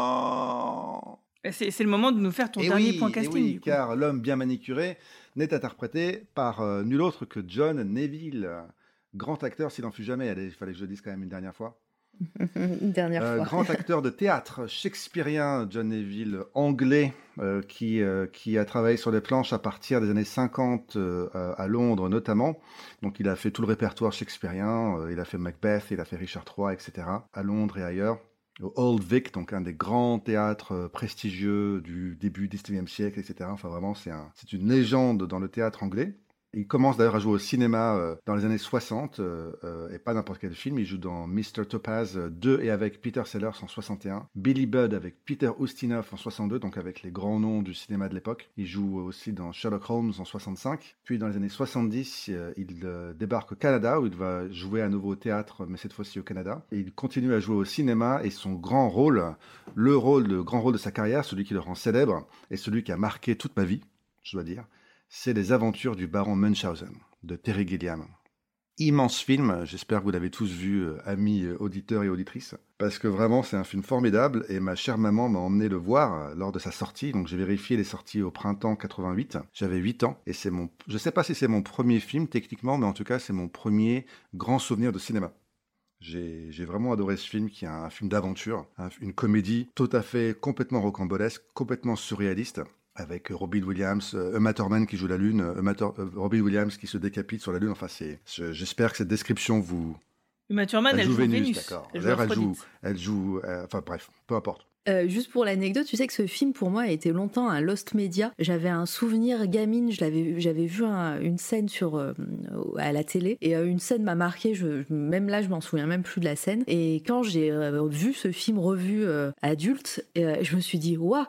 non. C'est, c'est le moment de nous faire ton et dernier oui, point casting. Oui, car l'homme bien manicuré n'est interprété par euh, nul autre que John Neville, grand acteur s'il en fut jamais. Allez, il fallait que je le dise quand même une dernière fois. Une dernière euh, fois. Grand acteur de théâtre shakespearien, John Neville, anglais, euh, qui, euh, qui a travaillé sur les planches à partir des années cinquante euh, à Londres notamment. Donc il a fait tout le répertoire shakespearien, euh, il a fait Macbeth, il a fait Richard trois, et cetera, à Londres et ailleurs. Au Old Vic, donc un des grands théâtres euh, prestigieux du début du dix-neuvième siècle, et cetera. Enfin vraiment, c'est, un, c'est une légende dans le théâtre anglais. Il commence d'ailleurs à jouer au cinéma euh, dans les années soixante, euh, euh, et pas n'importe quel film. Il joue dans mister Topaz deux et avec Peter Sellers en soixante et un, Billy Budd avec Peter Ustinov en soixante-deux, donc avec les grands noms du cinéma de l'époque. Il joue aussi dans Sherlock Holmes en soixante-cinq. Puis dans les années soixante-dix, euh, il euh, débarque au Canada où il va jouer à nouveau au théâtre, mais cette fois-ci au Canada. Et il continue à jouer au cinéma et son grand rôle, le rôle, le grand rôle de sa carrière, celui qui le rend célèbre et celui qui a marqué toute ma vie, je dois dire, c'est Les Aventures du baron Munchausen, de Terry Gilliam. Immense film, j'espère que vous l'avez tous vu, euh, amis euh, auditeurs et auditrices, parce que vraiment c'est un film formidable et ma chère maman m'a emmené le voir euh, lors de sa sortie, donc j'ai vérifié les sorties au printemps quatre-vingt-huit, j'avais huit ans, et c'est mon, je sais pas si c'est mon premier film techniquement, mais en tout cas c'est mon premier grand souvenir de cinéma. J'ai, j'ai vraiment adoré ce film qui est un film d'aventure, un, une comédie tout à fait complètement rocambolesque, complètement surréaliste, avec Robin Williams, euh, Uma Thurman qui joue la lune, euh, Uma Thur- euh, Robin Williams qui se décapite sur la lune. Enfin, c'est, je, j'espère que cette description vous... Uma Thurman, elle, elle joue Vénus, Vénus. D'accord. Elle D'ailleurs, joue elle joue, elle joue, euh, enfin bref, peu importe. Euh, juste pour l'anecdote, tu sais que ce film pour moi a été longtemps un lost media. J'avais un souvenir gamine, je l'avais, j'avais vu un, une scène sur euh, à la télé et euh, une scène m'a marqué. Je, même là, je m'en souviens même plus de la scène. Et quand j'ai euh, vu ce film revu euh, adulte, euh, je me suis dit waouh,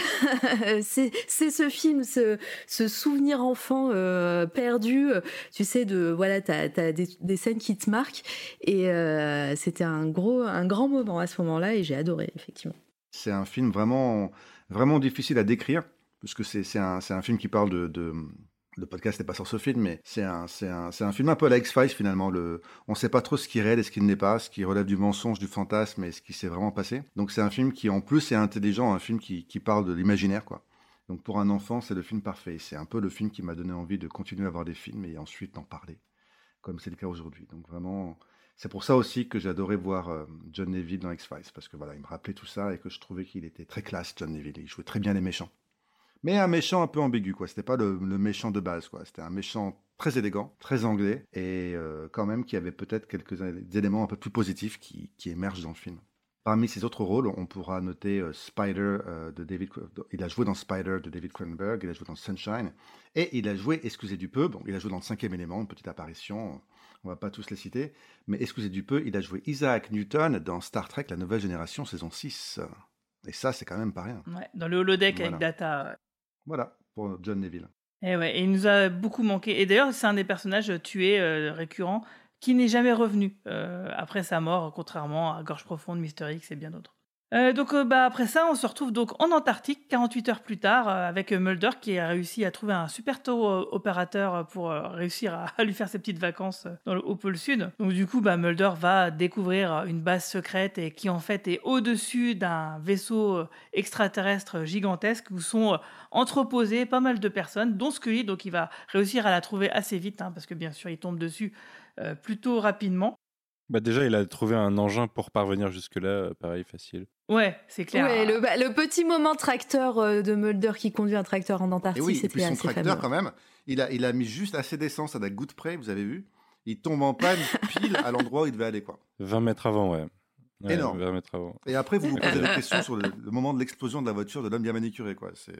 c'est, c'est ce film, ce, ce souvenir enfant euh, perdu. Tu sais de voilà, t'as, t'as des, des scènes qui te marquent et euh, c'était un gros, un grand moment à ce moment-là et j'ai adoré effectivement. C'est un film vraiment, vraiment difficile à décrire, puisque c'est, c'est, un, c'est un film qui parle de... de... Le podcast n'est pas sur ce film, mais c'est un, c'est un, c'est un film un peu à la X-Files finalement. Le, on ne sait pas trop ce qui est réel et ce qui ne l'est pas, ce qui relève du mensonge, du fantasme et ce qui s'est vraiment passé. Donc c'est un film qui en plus est intelligent, un film qui, qui parle de l'imaginaire, quoi. Donc pour un enfant, c'est le film parfait. C'est un peu le film qui m'a donné envie de continuer à voir des films et ensuite d'en parler, comme c'est le cas aujourd'hui. Donc vraiment... C'est pour ça aussi que j'adorais voir euh, John Neville dans X-Files, parce que voilà, il me rappelait tout ça et que je trouvais qu'il était très classe, John Neville. Il jouait très bien les méchants. Mais un méchant un peu ambigu, quoi. C'était pas le, le méchant de base, quoi. C'était un méchant très élégant, très anglais, et euh, quand même qui avait peut-être quelques éléments un peu plus positifs qui, qui émergent dans le film. Parmi ses autres rôles, on pourra noter euh, Spider euh, de David... Il a joué dans Spider de David Cronenberg, il a joué dans Sunshine, et il a joué, excusez du peu, bon, il a joué dans le Cinquième Élément, une petite apparition... On va pas tous les citer, mais excusez du peu, il a joué Isaac Newton dans Star Trek, la nouvelle génération, saison six. Et ça, c'est quand même pas rien. Ouais, dans le holodeck voilà. avec Data. Ouais. Voilà, pour John Neville. Et, ouais, et il nous a beaucoup manqué. Et d'ailleurs, c'est un des personnages tués euh, récurrents qui n'est jamais revenu euh, après sa mort, contrairement à Gorge Profonde, Mister X et bien d'autres. Euh, donc euh, bah, après ça, on se retrouve donc en Antarctique, quarante-huit heures plus tard, euh, avec Mulder qui a réussi à trouver un super tour euh, opérateur pour euh, réussir à, à lui faire ses petites vacances euh, dans le, au pôle sud. Donc du coup, bah, Mulder va découvrir une base secrète et qui en fait est au-dessus d'un vaisseau euh, extraterrestre gigantesque où sont euh, entreposées pas mal de personnes, dont Scully. Donc il va réussir à la trouver assez vite, hein, parce que bien sûr, il tombe dessus euh, plutôt rapidement. Bah déjà, il a trouvé un engin pour parvenir jusque-là, pareil, facile. Ouais, c'est clair. Ouais, le, bah, le petit moment tracteur euh, de Mulder qui conduit un tracteur en Antarctique, et oui, c'était et puis son assez tracteur, fameux. quand même, il a, il a mis juste assez d'essence à la goutte près, vous avez vu. Il tombe en panne pile à l'endroit où il devait aller, quoi. vingt mètres avant, ouais. ouais Énorme. vingt mètres avant. Et après, vous vous posez des questions sur le, le moment de l'explosion de la voiture de l'homme bien manicuré, quoi. C'est...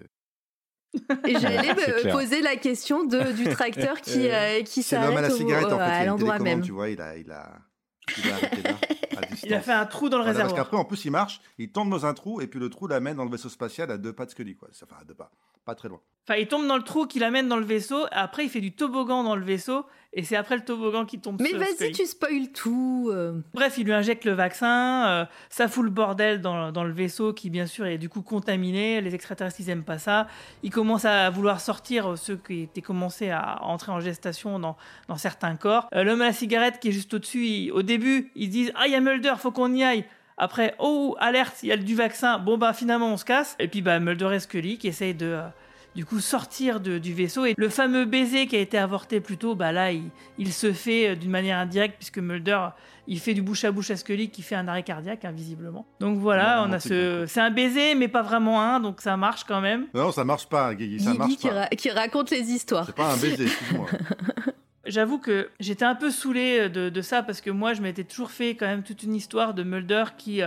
Et j'allais me poser la question de, du tracteur qui, euh, qui c'est l'homme à la s'arrête cigarette, au, en fait. à l'endroit même. Tu vois, il a... Il a... Il a, arrêté là, il a fait un trou dans le voilà, réservoir. Parce qu'après, en plus, il marche, il tombe dans un trou, et puis le trou l'amène dans le vaisseau spatial à deux pas de Scully, quoi. Enfin, à deux pas, pas très loin. Enfin, il tombe dans le trou qui l'amène dans le vaisseau, après il fait du toboggan dans le vaisseau, et c'est après le toboggan qui tombe Mais sur vas-y, Scully. tu spoil tout. Euh... Bref, il lui injecte le vaccin, euh, ça fout le bordel dans, dans le vaisseau qui, bien sûr, est du coup contaminé. Les extraterrestres, ils aiment pas ça. Ils commencent à vouloir sortir ceux qui étaient commencés à entrer en gestation dans, dans certains corps. Euh, l'homme à la cigarette qui est juste au-dessus, il, au début, ils disent « Ah, il y a Mulder, faut qu'on y aille !» Après, oh, alerte, il y a du vaccin. Bon, bah, finalement, on se casse. Et puis, bah, Mulder et Scully qui essayent de, euh, du coup, sortir de, du vaisseau. Et le fameux baiser qui a été avorté plus tôt, bah, là, il, il se fait euh, d'une manière indirecte, puisque Mulder, il fait du bouche à bouche à Scully qui fait un arrêt cardiaque, hein, visiblement. Donc voilà, on, on a ce. C'est un baiser, mais pas vraiment un, donc ça marche quand même. Non, ça marche pas, Guigui, ça Guigui marche qui, pas. ra- qui raconte les histoires. C'est pas un baiser, excuse-moi. J'avoue que j'étais un peu saoulée de, de ça, parce que moi, je m'étais toujours fait quand même toute une histoire de Mulder qui, euh, qui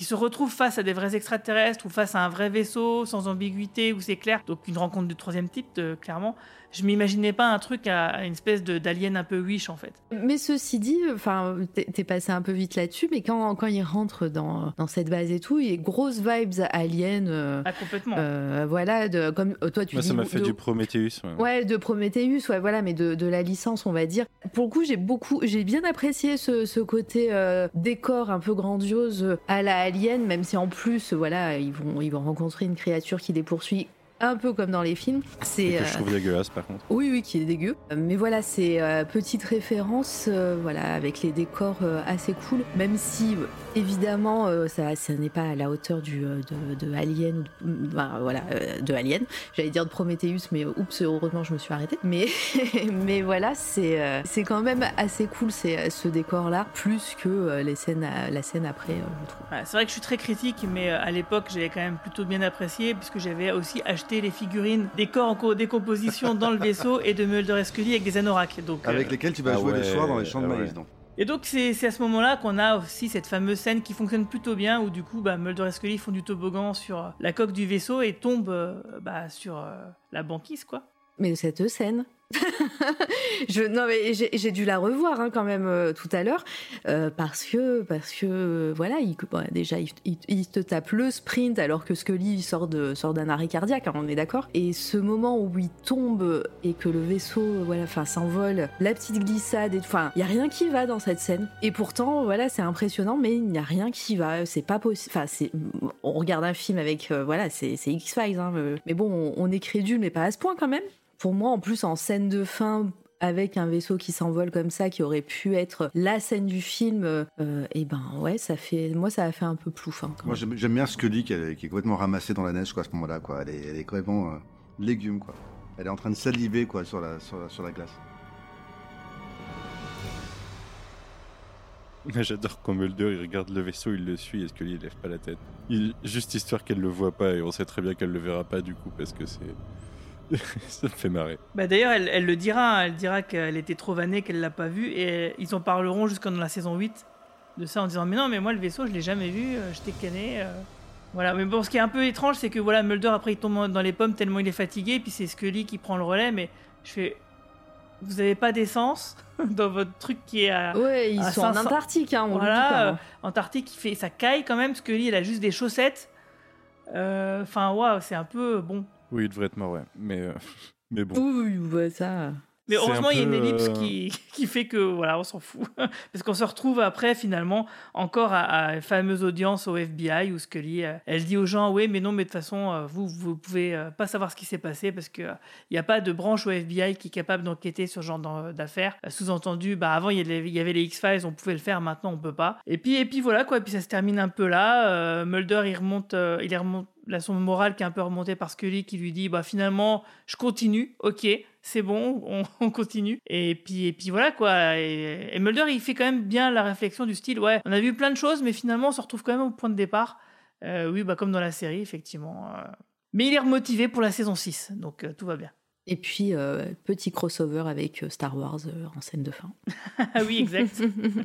qui se retrouvent face à des vrais extraterrestres ou face à un vrai vaisseau sans ambiguïté, où c'est clair, donc une rencontre du troisième type, de, clairement. Je m'imaginais pas un truc à, à une espèce de, d'alien un peu Wish, en fait. Mais ceci dit, enfin, t'es, t'es passé un peu vite là-dessus, mais quand, quand il rentre dans, dans cette base et tout, il y a grosses vibes aliens. Euh, ah, complètement. Euh, voilà, de, comme toi, tu Moi, dis... ça m'a fait de, du Prometheus. Ouais. ouais, de Prometheus, ouais, voilà, mais de, de la licence, on va dire. Pour le coup, j'ai beaucoup, j'ai bien apprécié ce, ce côté euh, décor un peu grandiose à la Alien, même si en plus, voilà, ils vont, ils vont rencontrer une créature qui les poursuit. Un peu comme dans les films. C'est, et que je euh... trouve dégueulasse par contre. Oui, oui, qui est dégueu. Mais voilà, c'est euh, petite référence, euh, voilà, avec les décors euh, assez cool. Même si, euh, évidemment, euh, ça, ça n'est pas à la hauteur du, euh, de, de Alien, ou de, bah, voilà, euh, de Alien. J'allais dire de Prometheus, mais euh, oups, heureusement, je me suis arrêtée. Mais, mais voilà, c'est, euh, c'est quand même assez cool, c'est, ce décor-là, plus que euh, les scènes, à, la scène après, euh, je trouve. Ouais, c'est vrai que je suis très critique, mais euh, à l'époque, j'avais quand même plutôt bien apprécié, puisque j'avais aussi acheté les figurines des corps en co- décomposition dans le vaisseau et de Mulder et Scully avec des anoraks. Donc, avec euh... lesquels tu vas ah jouer ouais, le soir dans les champs de ah maïs. ouais. Donc. Et donc c'est, c'est à ce moment-là qu'on a aussi cette fameuse scène qui fonctionne plutôt bien, où du coup bah, Mulder et Scully font du toboggan sur la coque du vaisseau et tombent euh, bah, sur euh, la banquise, quoi. Mais cette scène... je, non mais j'ai, j'ai dû la revoir hein, quand même euh, tout à l'heure euh, parce que parce que euh, voilà il, bon, déjà il, il, il te tape le sprint alors que Scully il sort de sort d'un arrêt cardiaque hein, on est d'accord, et ce moment où il tombe et que le vaisseau voilà enfin s'envole, la petite glissade et enfin il y a rien qui va dans cette scène, et pourtant voilà c'est impressionnant mais il n'y a rien qui va, c'est pas possible, enfin c'est, on regarde un film avec euh, voilà c'est, c'est X-Files hein, mais bon on, on est crédule mais pas à ce point quand même. Pour moi, en plus, en scène de fin, avec un vaisseau qui s'envole comme ça, qui aurait pu être la scène du film, euh, et ben ouais, ça fait, moi, ça a fait un peu plouf. Hein, moi, j'aime, j'aime bien Scully qui est, qui est complètement ramassée dans la neige, quoi, à ce moment-là, quoi. Elle est, elle est complètement euh, légume, quoi. Elle est en train de saliver, quoi, sur la, sur la, sur la glace. Mais j'adore quand Mulder, il regarde le vaisseau, il le suit, et Scully, il lève pas la tête. Il, juste histoire qu'elle le voit pas, et on sait très bien qu'elle le verra pas, du coup, parce que c'est... ça me fait marrer. Bah d'ailleurs, elle, elle le dira, elle dira qu'elle était trop vannée, qu'elle l'a pas vu, et ils en parleront jusqu'en la saison huit de ça en disant mais non, mais moi le vaisseau je l'ai jamais vu, euh, je t'ai canné. Euh... Voilà, mais bon, ce qui est un peu étrange, c'est que voilà, Mulder après il tombe dans les pommes tellement il est fatigué, et puis c'est Scully qui prend le relais, mais je fais. Vous avez pas d'essence dans votre truc qui est à. Ouais, ils à sont cinq cents... en Antarctique, hein, on voilà, le dit pas. Euh, Antarctique, il fait, ça caille quand même, Scully elle a juste des chaussettes. Enfin, euh, waouh, c'est un peu bon. Oui, il devrait être mort, ouais. Mais, euh, mais bon. Oui, ouais, ça. Mais heureusement, il y a une ellipse euh... qui, qui fait que, voilà, on s'en fout. Parce qu'on se retrouve après, finalement, encore à, à une fameuse audience au F B I où Scully, elle dit aux gens, oui, mais non, mais de toute façon, vous, vous pouvez pas savoir ce qui s'est passé parce qu'il n'y a pas de branche au F B I qui est capable d'enquêter sur ce genre d'affaires. Sous-entendu, bah, avant, il y avait les X-Files, on pouvait le faire, maintenant, on peut pas. Et puis, et puis voilà, quoi. Et puis ça se termine un peu là. Euh, Mulder, il remonte, euh, il remonte là, son moral qui est un peu remonté par Scully qui lui dit, bah, finalement, je continue, ok. C'est bon, on, on continue. Et puis, et puis voilà quoi. Et, et Mulder, il fait quand même bien la réflexion du style, ouais, on a vu plein de choses, mais finalement, on se retrouve quand même au point de départ. Euh, oui, bah comme dans la série, effectivement. Euh... Mais il est remotivé pour la saison six, donc euh, tout va bien. Et puis, euh, petit crossover avec Star Wars euh, en scène de fin. Ah oui, exact.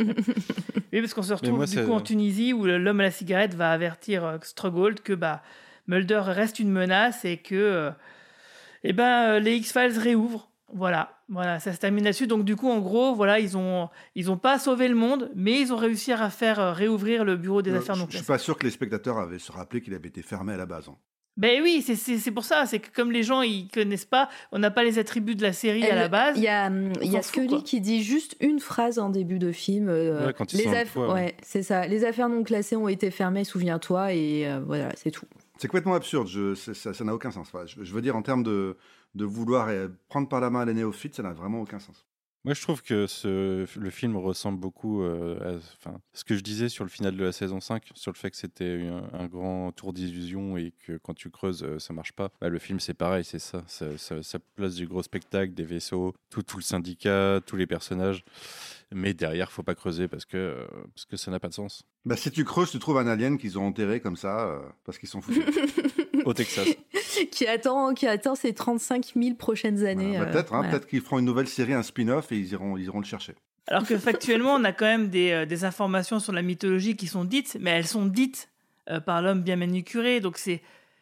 Oui, parce qu'on se retrouve moi, du c'est... coup en Tunisie où l'homme à la cigarette va avertir euh, Strughold que bah, Mulder reste une menace et que... Euh, et eh ben les X-Files réouvrent. Voilà, voilà, ça se termine là-dessus. Donc du coup, en gros, voilà, ils ont ils ont pas sauvé le monde, mais ils ont réussi à faire euh, réouvrir le bureau des euh, affaires non classées. Je suis classées. pas sûr que les spectateurs avaient se rappelé qu'il avait été fermé à la base. Hein. Ben oui, c'est, c'est, c'est pour ça. C'est que comme les gens ils connaissent pas, on n'a pas les attributs de la série Elle, à la base. Il y a il y a Scully qui dit juste une phrase en début de film. Euh, ouais, quand ils les sont aff- toit, ouais. ouais, c'est ça. Les affaires non classées ont été fermées, souviens-toi, et euh, voilà, c'est tout. C'est complètement absurde, je, c'est, ça, ça n'a aucun sens. Enfin, je, je veux dire, en termes de, de vouloir prendre par la main les néophytes, ça n'a vraiment aucun sens. Moi, je trouve que ce, le film ressemble beaucoup euh, à enfin, ce que je disais sur le final de la saison cinq, sur le fait que c'était un, un grand tour d'illusion et que quand tu creuses, ça marche pas. Bah, le film, c'est pareil, c'est ça. Ça, ça. ça place du gros spectacle, des vaisseaux, tout, tout le syndicat, tous les personnages. Mais derrière, faut pas creuser parce que, euh, parce que ça n'a pas de sens. Bah, si tu creuses, tu trouves un alien qu'ils ont enterré comme ça, euh, parce qu'ils sont foutus. Au Texas. qui, attend, qui attend ses trente-cinq mille prochaines années. Voilà, bah, peut-être, euh, hein, voilà. peut-être qu'ils feront une nouvelle série, un spin-off, et ils iront, ils iront le chercher. Alors que factuellement, on a quand même des, euh, des informations sur la mythologie qui sont dites, mais elles sont dites euh, par l'homme bien manucuré. Donc c'est,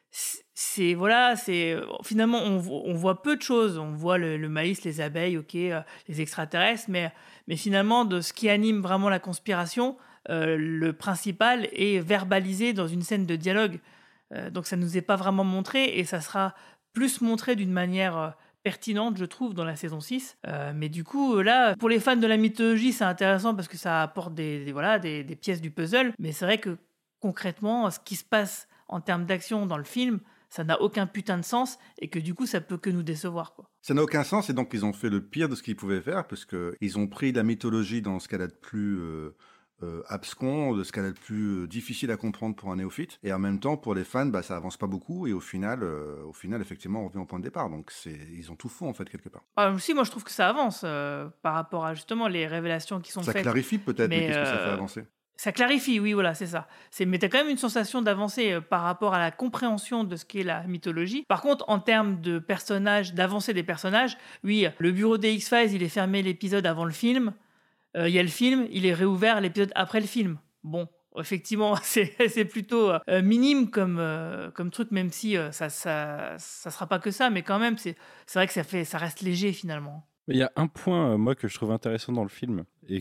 c'est voilà, c'est finalement on, on voit peu de choses. On voit le, le maïs, les abeilles, ok, euh, les extraterrestres, mais mais finalement de ce qui anime vraiment la conspiration, euh, le principal est verbalisé dans une scène de dialogue. Euh, donc ça nous est pas vraiment montré et ça sera plus montré d'une manière euh, pertinente, je trouve, dans la saison six. Euh, mais du coup, là, pour les fans de la mythologie, c'est intéressant parce que ça apporte des, des, voilà, des, des pièces du puzzle. Mais c'est vrai que, concrètement, ce qui se passe en termes d'action dans le film, ça n'a aucun putain de sens et que, du coup, ça peut que nous décevoir, quoi. Ça n'a aucun sens et donc ils ont fait le pire de ce qu'ils pouvaient faire parce qu'ils ont pris la mythologie dans ce qu'elle a de plus... Euh... Euh, abscon, de ce qu'elle est le plus euh, difficile à comprendre pour un néophyte, et en même temps pour les fans, bah, ça avance pas beaucoup, et au final, euh, au final effectivement, on revient au point de départ. Donc c'est, ils ont tout faux en fait quelque part. Ah, aussi, moi je trouve que ça avance euh, par rapport à justement les révélations qui sont ça faites. Ça clarifie peut-être, mais, mais qu'est-ce euh, que ça fait avancer ? Ça clarifie, oui, voilà, c'est ça. C'est, mais t'as quand même une sensation d'avancer euh, par rapport à la compréhension de ce qu'est la mythologie. Par contre, en termes de personnages, d'avancée des personnages, oui, le bureau des X-Files, il est fermé l'épisode avant le film. Il euh, y a le film, il est réouvert l'épisode après le film. Bon, effectivement, c'est, c'est plutôt euh, minime comme, euh, comme truc, même si euh, ça, ça, ça sera pas que ça, mais quand même, c'est, c'est vrai que ça, fait, ça reste léger finalement. Il y a un point, euh, moi, que je trouve intéressant dans le film, et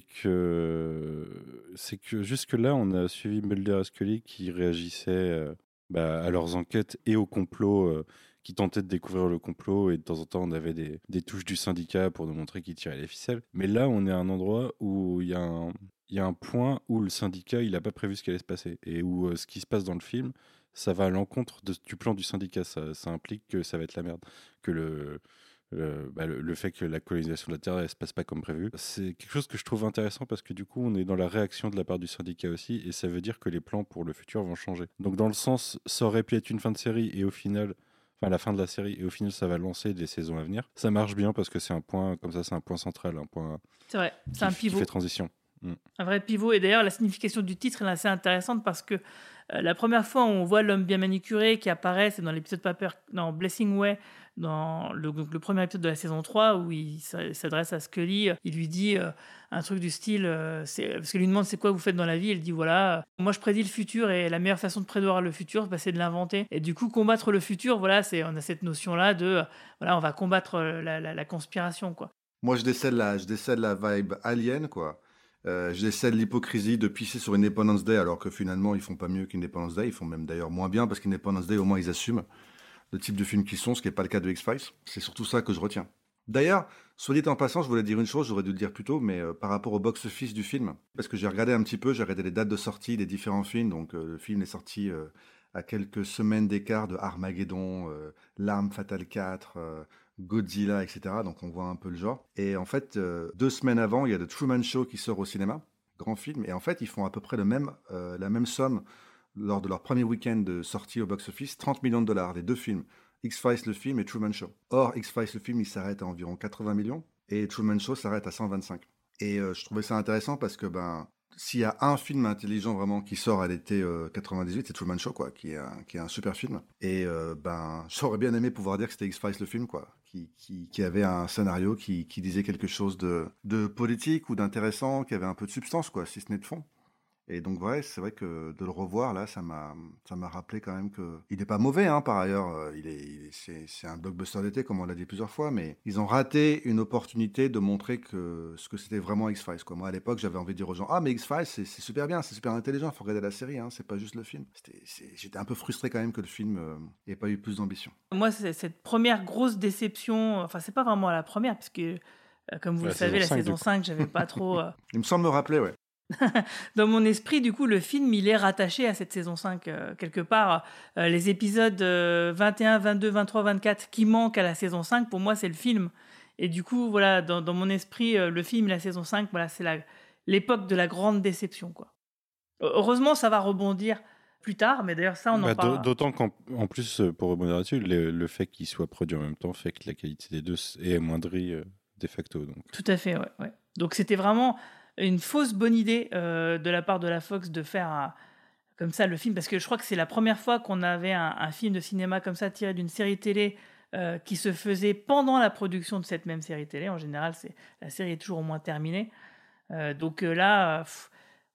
que c'est que jusque-là, on a suivi Mulder et Scully qui réagissaient euh, bah, à leurs enquêtes et au complot. Euh, qui tentait de découvrir le complot, et de temps en temps on avait des, des touches du syndicat pour nous montrer qu'ils tiraient les ficelles. Mais là on est à un endroit où il y a un, il y a un point où le syndicat il n'a pas prévu ce qui allait se passer, et où euh, ce qui se passe dans le film, ça va à l'encontre de, du plan du syndicat. Ça, ça implique que ça va être la merde, que le, le, bah, le, le fait que la colonisation de la Terre ne se passe pas comme prévu. C'est quelque chose que je trouve intéressant parce que du coup on est dans la réaction de la part du syndicat aussi, et ça veut dire que les plans pour le futur vont changer. Donc dans le sens, ça aurait pu être une fin de série et au final... à la fin de la série, et au final ça va lancer des saisons à venir. Ça marche bien parce que c'est un point comme ça, c'est un point central, un point c'est vrai, c'est qui, un pivot qui fait transition. Mm. Un vrai pivot, et d'ailleurs la signification du titre est assez intéressante parce que euh, la première fois où on voit l'homme bien manucuré qui apparaît, c'est dans l'épisode Paper, dans Blessing Way, dans le, le premier épisode de la saison trois, où il s'adresse à Scully, il lui dit euh, un truc du style, euh, c'est, parce qu'il lui demande c'est quoi vous faites dans la vie, il dit voilà, euh, moi je prédis le futur et la meilleure façon de prévoir le futur, bah, c'est de l'inventer. Et du coup combattre le futur, voilà, c'est, on a cette notion-là de, euh, voilà, on va combattre la, la, la conspiration, quoi. Moi je décèle la, je décèle la vibe alien, quoi. Euh, je décèle l'hypocrisie de pisser sur Independence Day alors que finalement ils font pas mieux qu'Independence Day, ils font même d'ailleurs moins bien parce qu'Independence Day au moins ils assument le type de film qu'ils sont, ce qui n'est pas le cas de X-Files. C'est surtout ça que je retiens. D'ailleurs, soit dit en passant, je voulais dire une chose, j'aurais dû le dire plus tôt, mais euh, par rapport au box-office du film, parce que j'ai regardé un petit peu, j'ai regardé les dates de sortie des différents films, donc euh, le film est sorti euh, à quelques semaines d'écart de Armageddon, euh, L'Arme Fatale quatre, euh, Godzilla, et cetera. Donc on voit un peu le genre. Et en fait, euh, deux semaines avant, il y a The Truman Show qui sort au cinéma, grand film, et en fait, ils font à peu près le même, euh, la même somme lors de leur premier week-end de sortie au box-office, trente millions de dollars, les deux films. X-Files le film et Truman Show. Or, X-Files le film, il s'arrête à environ quatre-vingts millions et Truman Show s'arrête à cent vingt-cinq. Et euh, je trouvais ça intéressant parce que ben, s'il y a un film intelligent vraiment qui sort à l'été euh, quatre-vingt-dix-huit, c'est Truman Show, quoi, qui est un, qui est un super film. Et euh, ben, j'aurais bien aimé pouvoir dire que c'était X-Files le film, quoi, qui, qui, qui avait un scénario qui, qui disait quelque chose de, de politique ou d'intéressant, qui avait un peu de substance, quoi, si ce n'est de fond. Et donc, ouais, c'est vrai que de le revoir, là, ça m'a, ça m'a rappelé quand même que... Il n'est pas mauvais, hein, par ailleurs. Il est, il est, c'est, c'est un blockbuster d'été, comme on l'a dit plusieurs fois, mais ils ont raté une opportunité de montrer que ce que c'était vraiment X-Files, quoi. Moi, à l'époque, j'avais envie de dire aux gens « Ah, mais X-Files, c'est, c'est super bien, c'est super intelligent, il faut regarder la série, hein, c'est pas juste le film. » C'était, c'est... J'étais un peu frustré quand même que le film n'ait euh, pas eu plus d'ambition. Moi, c'est cette première grosse déception... Enfin, c'est pas vraiment la première, parce que, euh, comme vous la le savez, la saison cinq, j'avais pas trop... Euh... Il me semble me rappeler, ouais. Dans mon esprit, du coup, le film, il est rattaché à cette saison cinq, euh, quelque part. Euh, les épisodes euh, vingt et un, vingt-deux, vingt-trois, vingt-quatre qui manquent à la saison cinq, pour moi, c'est le film. Et du coup, voilà, dans, dans mon esprit, euh, le film et la saison cinq, voilà, c'est la, l'époque de la grande déception, quoi. Heureusement, ça va rebondir plus tard, mais d'ailleurs, ça, on en bah, parle. D'autant qu'en en plus, pour rebondir là-dessus, le, le fait qu'il soit produit en même temps fait que la qualité des deux est amoindrie euh, de facto. Donc. Tout à fait, ouais, ouais. Donc, c'était vraiment... une fausse bonne idée euh, de la part de la Fox de faire un, comme ça le film, parce que je crois que c'est la première fois qu'on avait un, un film de cinéma comme ça tiré d'une série télé euh, qui se faisait pendant la production de cette même série télé. En général, c'est, la série est toujours au moins terminée. Euh, donc euh, là, pff,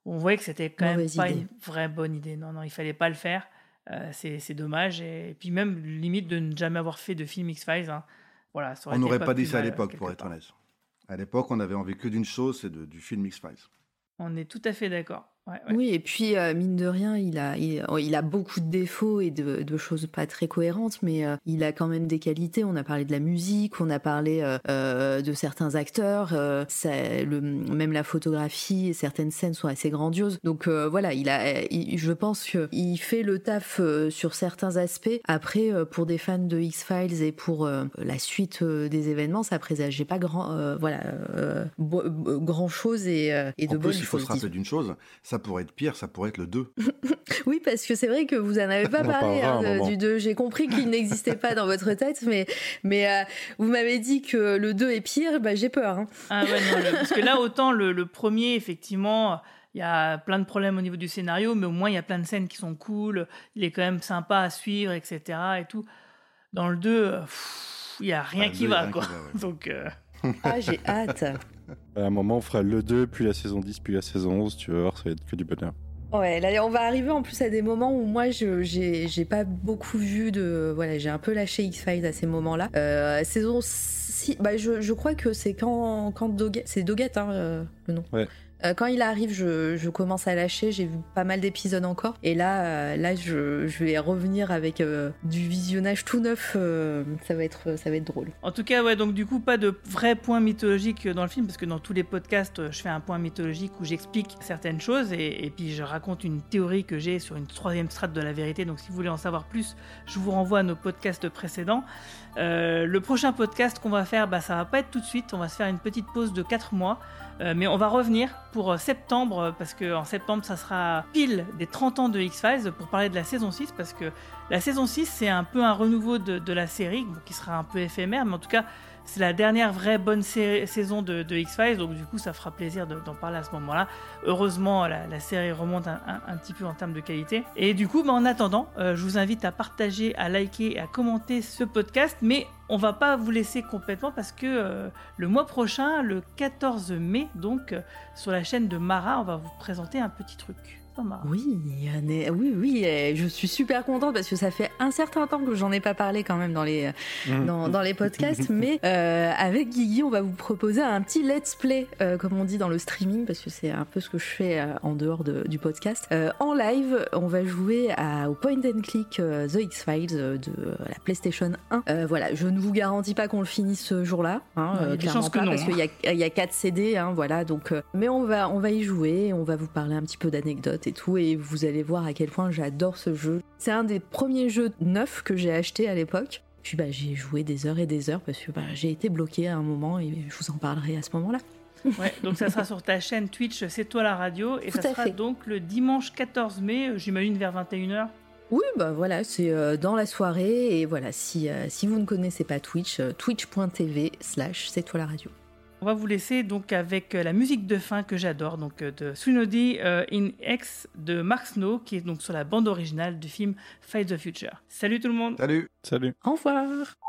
on voyait que c'était quand Mauvaise même pas idée. une vraie bonne idée. Non, non, il fallait pas le faire. Euh, c'est, c'est dommage. Et, et puis même, limite de ne jamais avoir fait de film X-Files. Hein. Voilà, ça aurait On été n'aurait pas dit plus ça à mal, l'époque, quelque pour être part. honnête. À l'époque, on avait envie que d'une chose, c'est de, du film X-Files. On est tout à fait d'accord. Ouais, ouais. Oui, et puis, euh, mine de rien, il a, il, il a beaucoup de défauts et de, de choses pas très cohérentes, mais euh, il a quand même des qualités. On a parlé de la musique, on a parlé euh, euh, de certains acteurs, euh, ça, le, même la photographie, certaines scènes sont assez grandioses. Donc euh, voilà, il a, il, je pense qu'il fait le taf euh, sur certains aspects. Après, euh, pour des fans de X-Files et pour euh, la suite euh, des événements, ça présageait pas grand, euh, voilà, euh, bo- bo- grand chose et, euh, et de En bonnes plus, il faut choses. se rappeler d'une chose, ça pourrait être pire, ça pourrait être le deux. Oui, parce que c'est vrai que vous en avez pas On en parlé parlera hein, un de- moment. du deux. J'ai compris qu'il n'existait pas dans votre tête, mais, mais euh, vous m'avez dit que le deux est pire, bah, j'ai peur. Hein. Ah ouais, non, le- parce que là, autant le, le premier, effectivement, il y a plein de problèmes au niveau du scénario, mais au moins, il y a plein de scènes qui sont cool, il est quand même sympa à suivre, et cetera. Et tout. Dans le deux, euh, pff, il n'y a rien Ah, le qui deux, il y a va, rien quoi. qui va, ouais. Donc, euh, Ah, j'ai hâte. À un moment, on fera le deux, puis la saison dix, puis la saison onze. Tu vas voir, ça va être que du bonheur. Ouais, là, on va arriver en plus à des moments où moi, je, j'ai, j'ai pas beaucoup vu de... Voilà, j'ai un peu lâché X-Files à ces moments-là. Euh, saison six, bah, je, je crois que c'est quand, quand Doggett... C'est Doggett, hein, euh, le nom. Ouais. Euh, quand il arrive, je, je commence à lâcher. J'ai vu pas mal d'épisodes encore. Et là, euh, là je, je vais revenir avec euh, du visionnage tout neuf. Euh, ça, va être, ça va être drôle. en tout cas, ouais, donc du coup, pas de vrai point mythologique dans le film, parce que dans tous les podcasts, je fais un point mythologique où j'explique certaines choses, et, et puis je raconte une théorie que j'ai sur une troisième strate de la vérité. Donc si vous voulez en savoir plus, je vous renvoie à nos podcasts précédents. Euh, le prochain podcast qu'on va faire, bah, ça va pas être tout de suite. On va se faire une petite pause de quatre mois. Euh, mais on va revenir pour euh, septembre, euh, parce qu'en septembre, ça sera pile des trente ans de X-Files, pour parler de la saison six, parce que la saison six, c'est un peu un renouveau de, de la série, bon, qui sera un peu éphémère, mais en tout cas, c'est la dernière vraie bonne sé- saison de, de X-Files, donc du coup, ça fera plaisir de, d'en parler à ce moment-là. Heureusement, la, la série remonte un, un, un petit peu en termes de qualité. Et du coup, bah, en attendant, euh, je vous invite à partager, à liker et à commenter ce podcast, mais on va pas vous laisser complètement, parce que euh, le mois prochain, le quatorze mai, donc euh, sur la chaîne de Mara, on va vous présenter un petit truc. Oh, Mara. Oui, Anne- oui, oui, eh, je suis super contente parce que ça fait un certain temps que j'en ai pas parlé quand même dans les, Mmh. dans, dans les podcasts, mais euh, avec Guigui, on va vous proposer un petit let's play, euh, comme on dit dans le streaming, parce que c'est un peu ce que je fais euh, en dehors de- du podcast. Euh, en live, on va jouer à, au point and click euh, The X-Files euh, de euh, la PlayStation un. Euh, voilà, je ne vous garantis pas qu'on le finisse ce jour-là, hein, Ouais, il y a euh, des clairement chances que pas, non, parce hein. qu'il y a, il y a quatre C D, hein, voilà, donc, euh, mais on va, on va y jouer, on va vous parler un petit peu d'anecdotes et tout, et vous allez voir à quel point j'adore ce jeu. C'est un des premiers jeux neufs que j'ai acheté à l'époque. Puis bah, j'ai joué des heures et des heures parce que bah, j'ai été bloquée à un moment et je vous en parlerai à ce moment-là. Ouais, donc ça sera sur ta chaîne Twitch, C'est toi la radio, et Tout ça à sera fait. donc le dimanche quatorze mai, euh, j'imagine vers vingt et une heures. Oui, bah voilà, c'est euh, dans la soirée. Et voilà, si, euh, si vous ne connaissez pas Twitch, euh, twitch.tv slash c'est toi la radio. On va vous laisser donc avec euh, la musique de fin que j'adore, donc euh, de Tsunodi euh, in X de Mark Snow, qui est donc sur la bande originale du film Fight the Future. Salut tout le monde. Salut. Salut. Au revoir.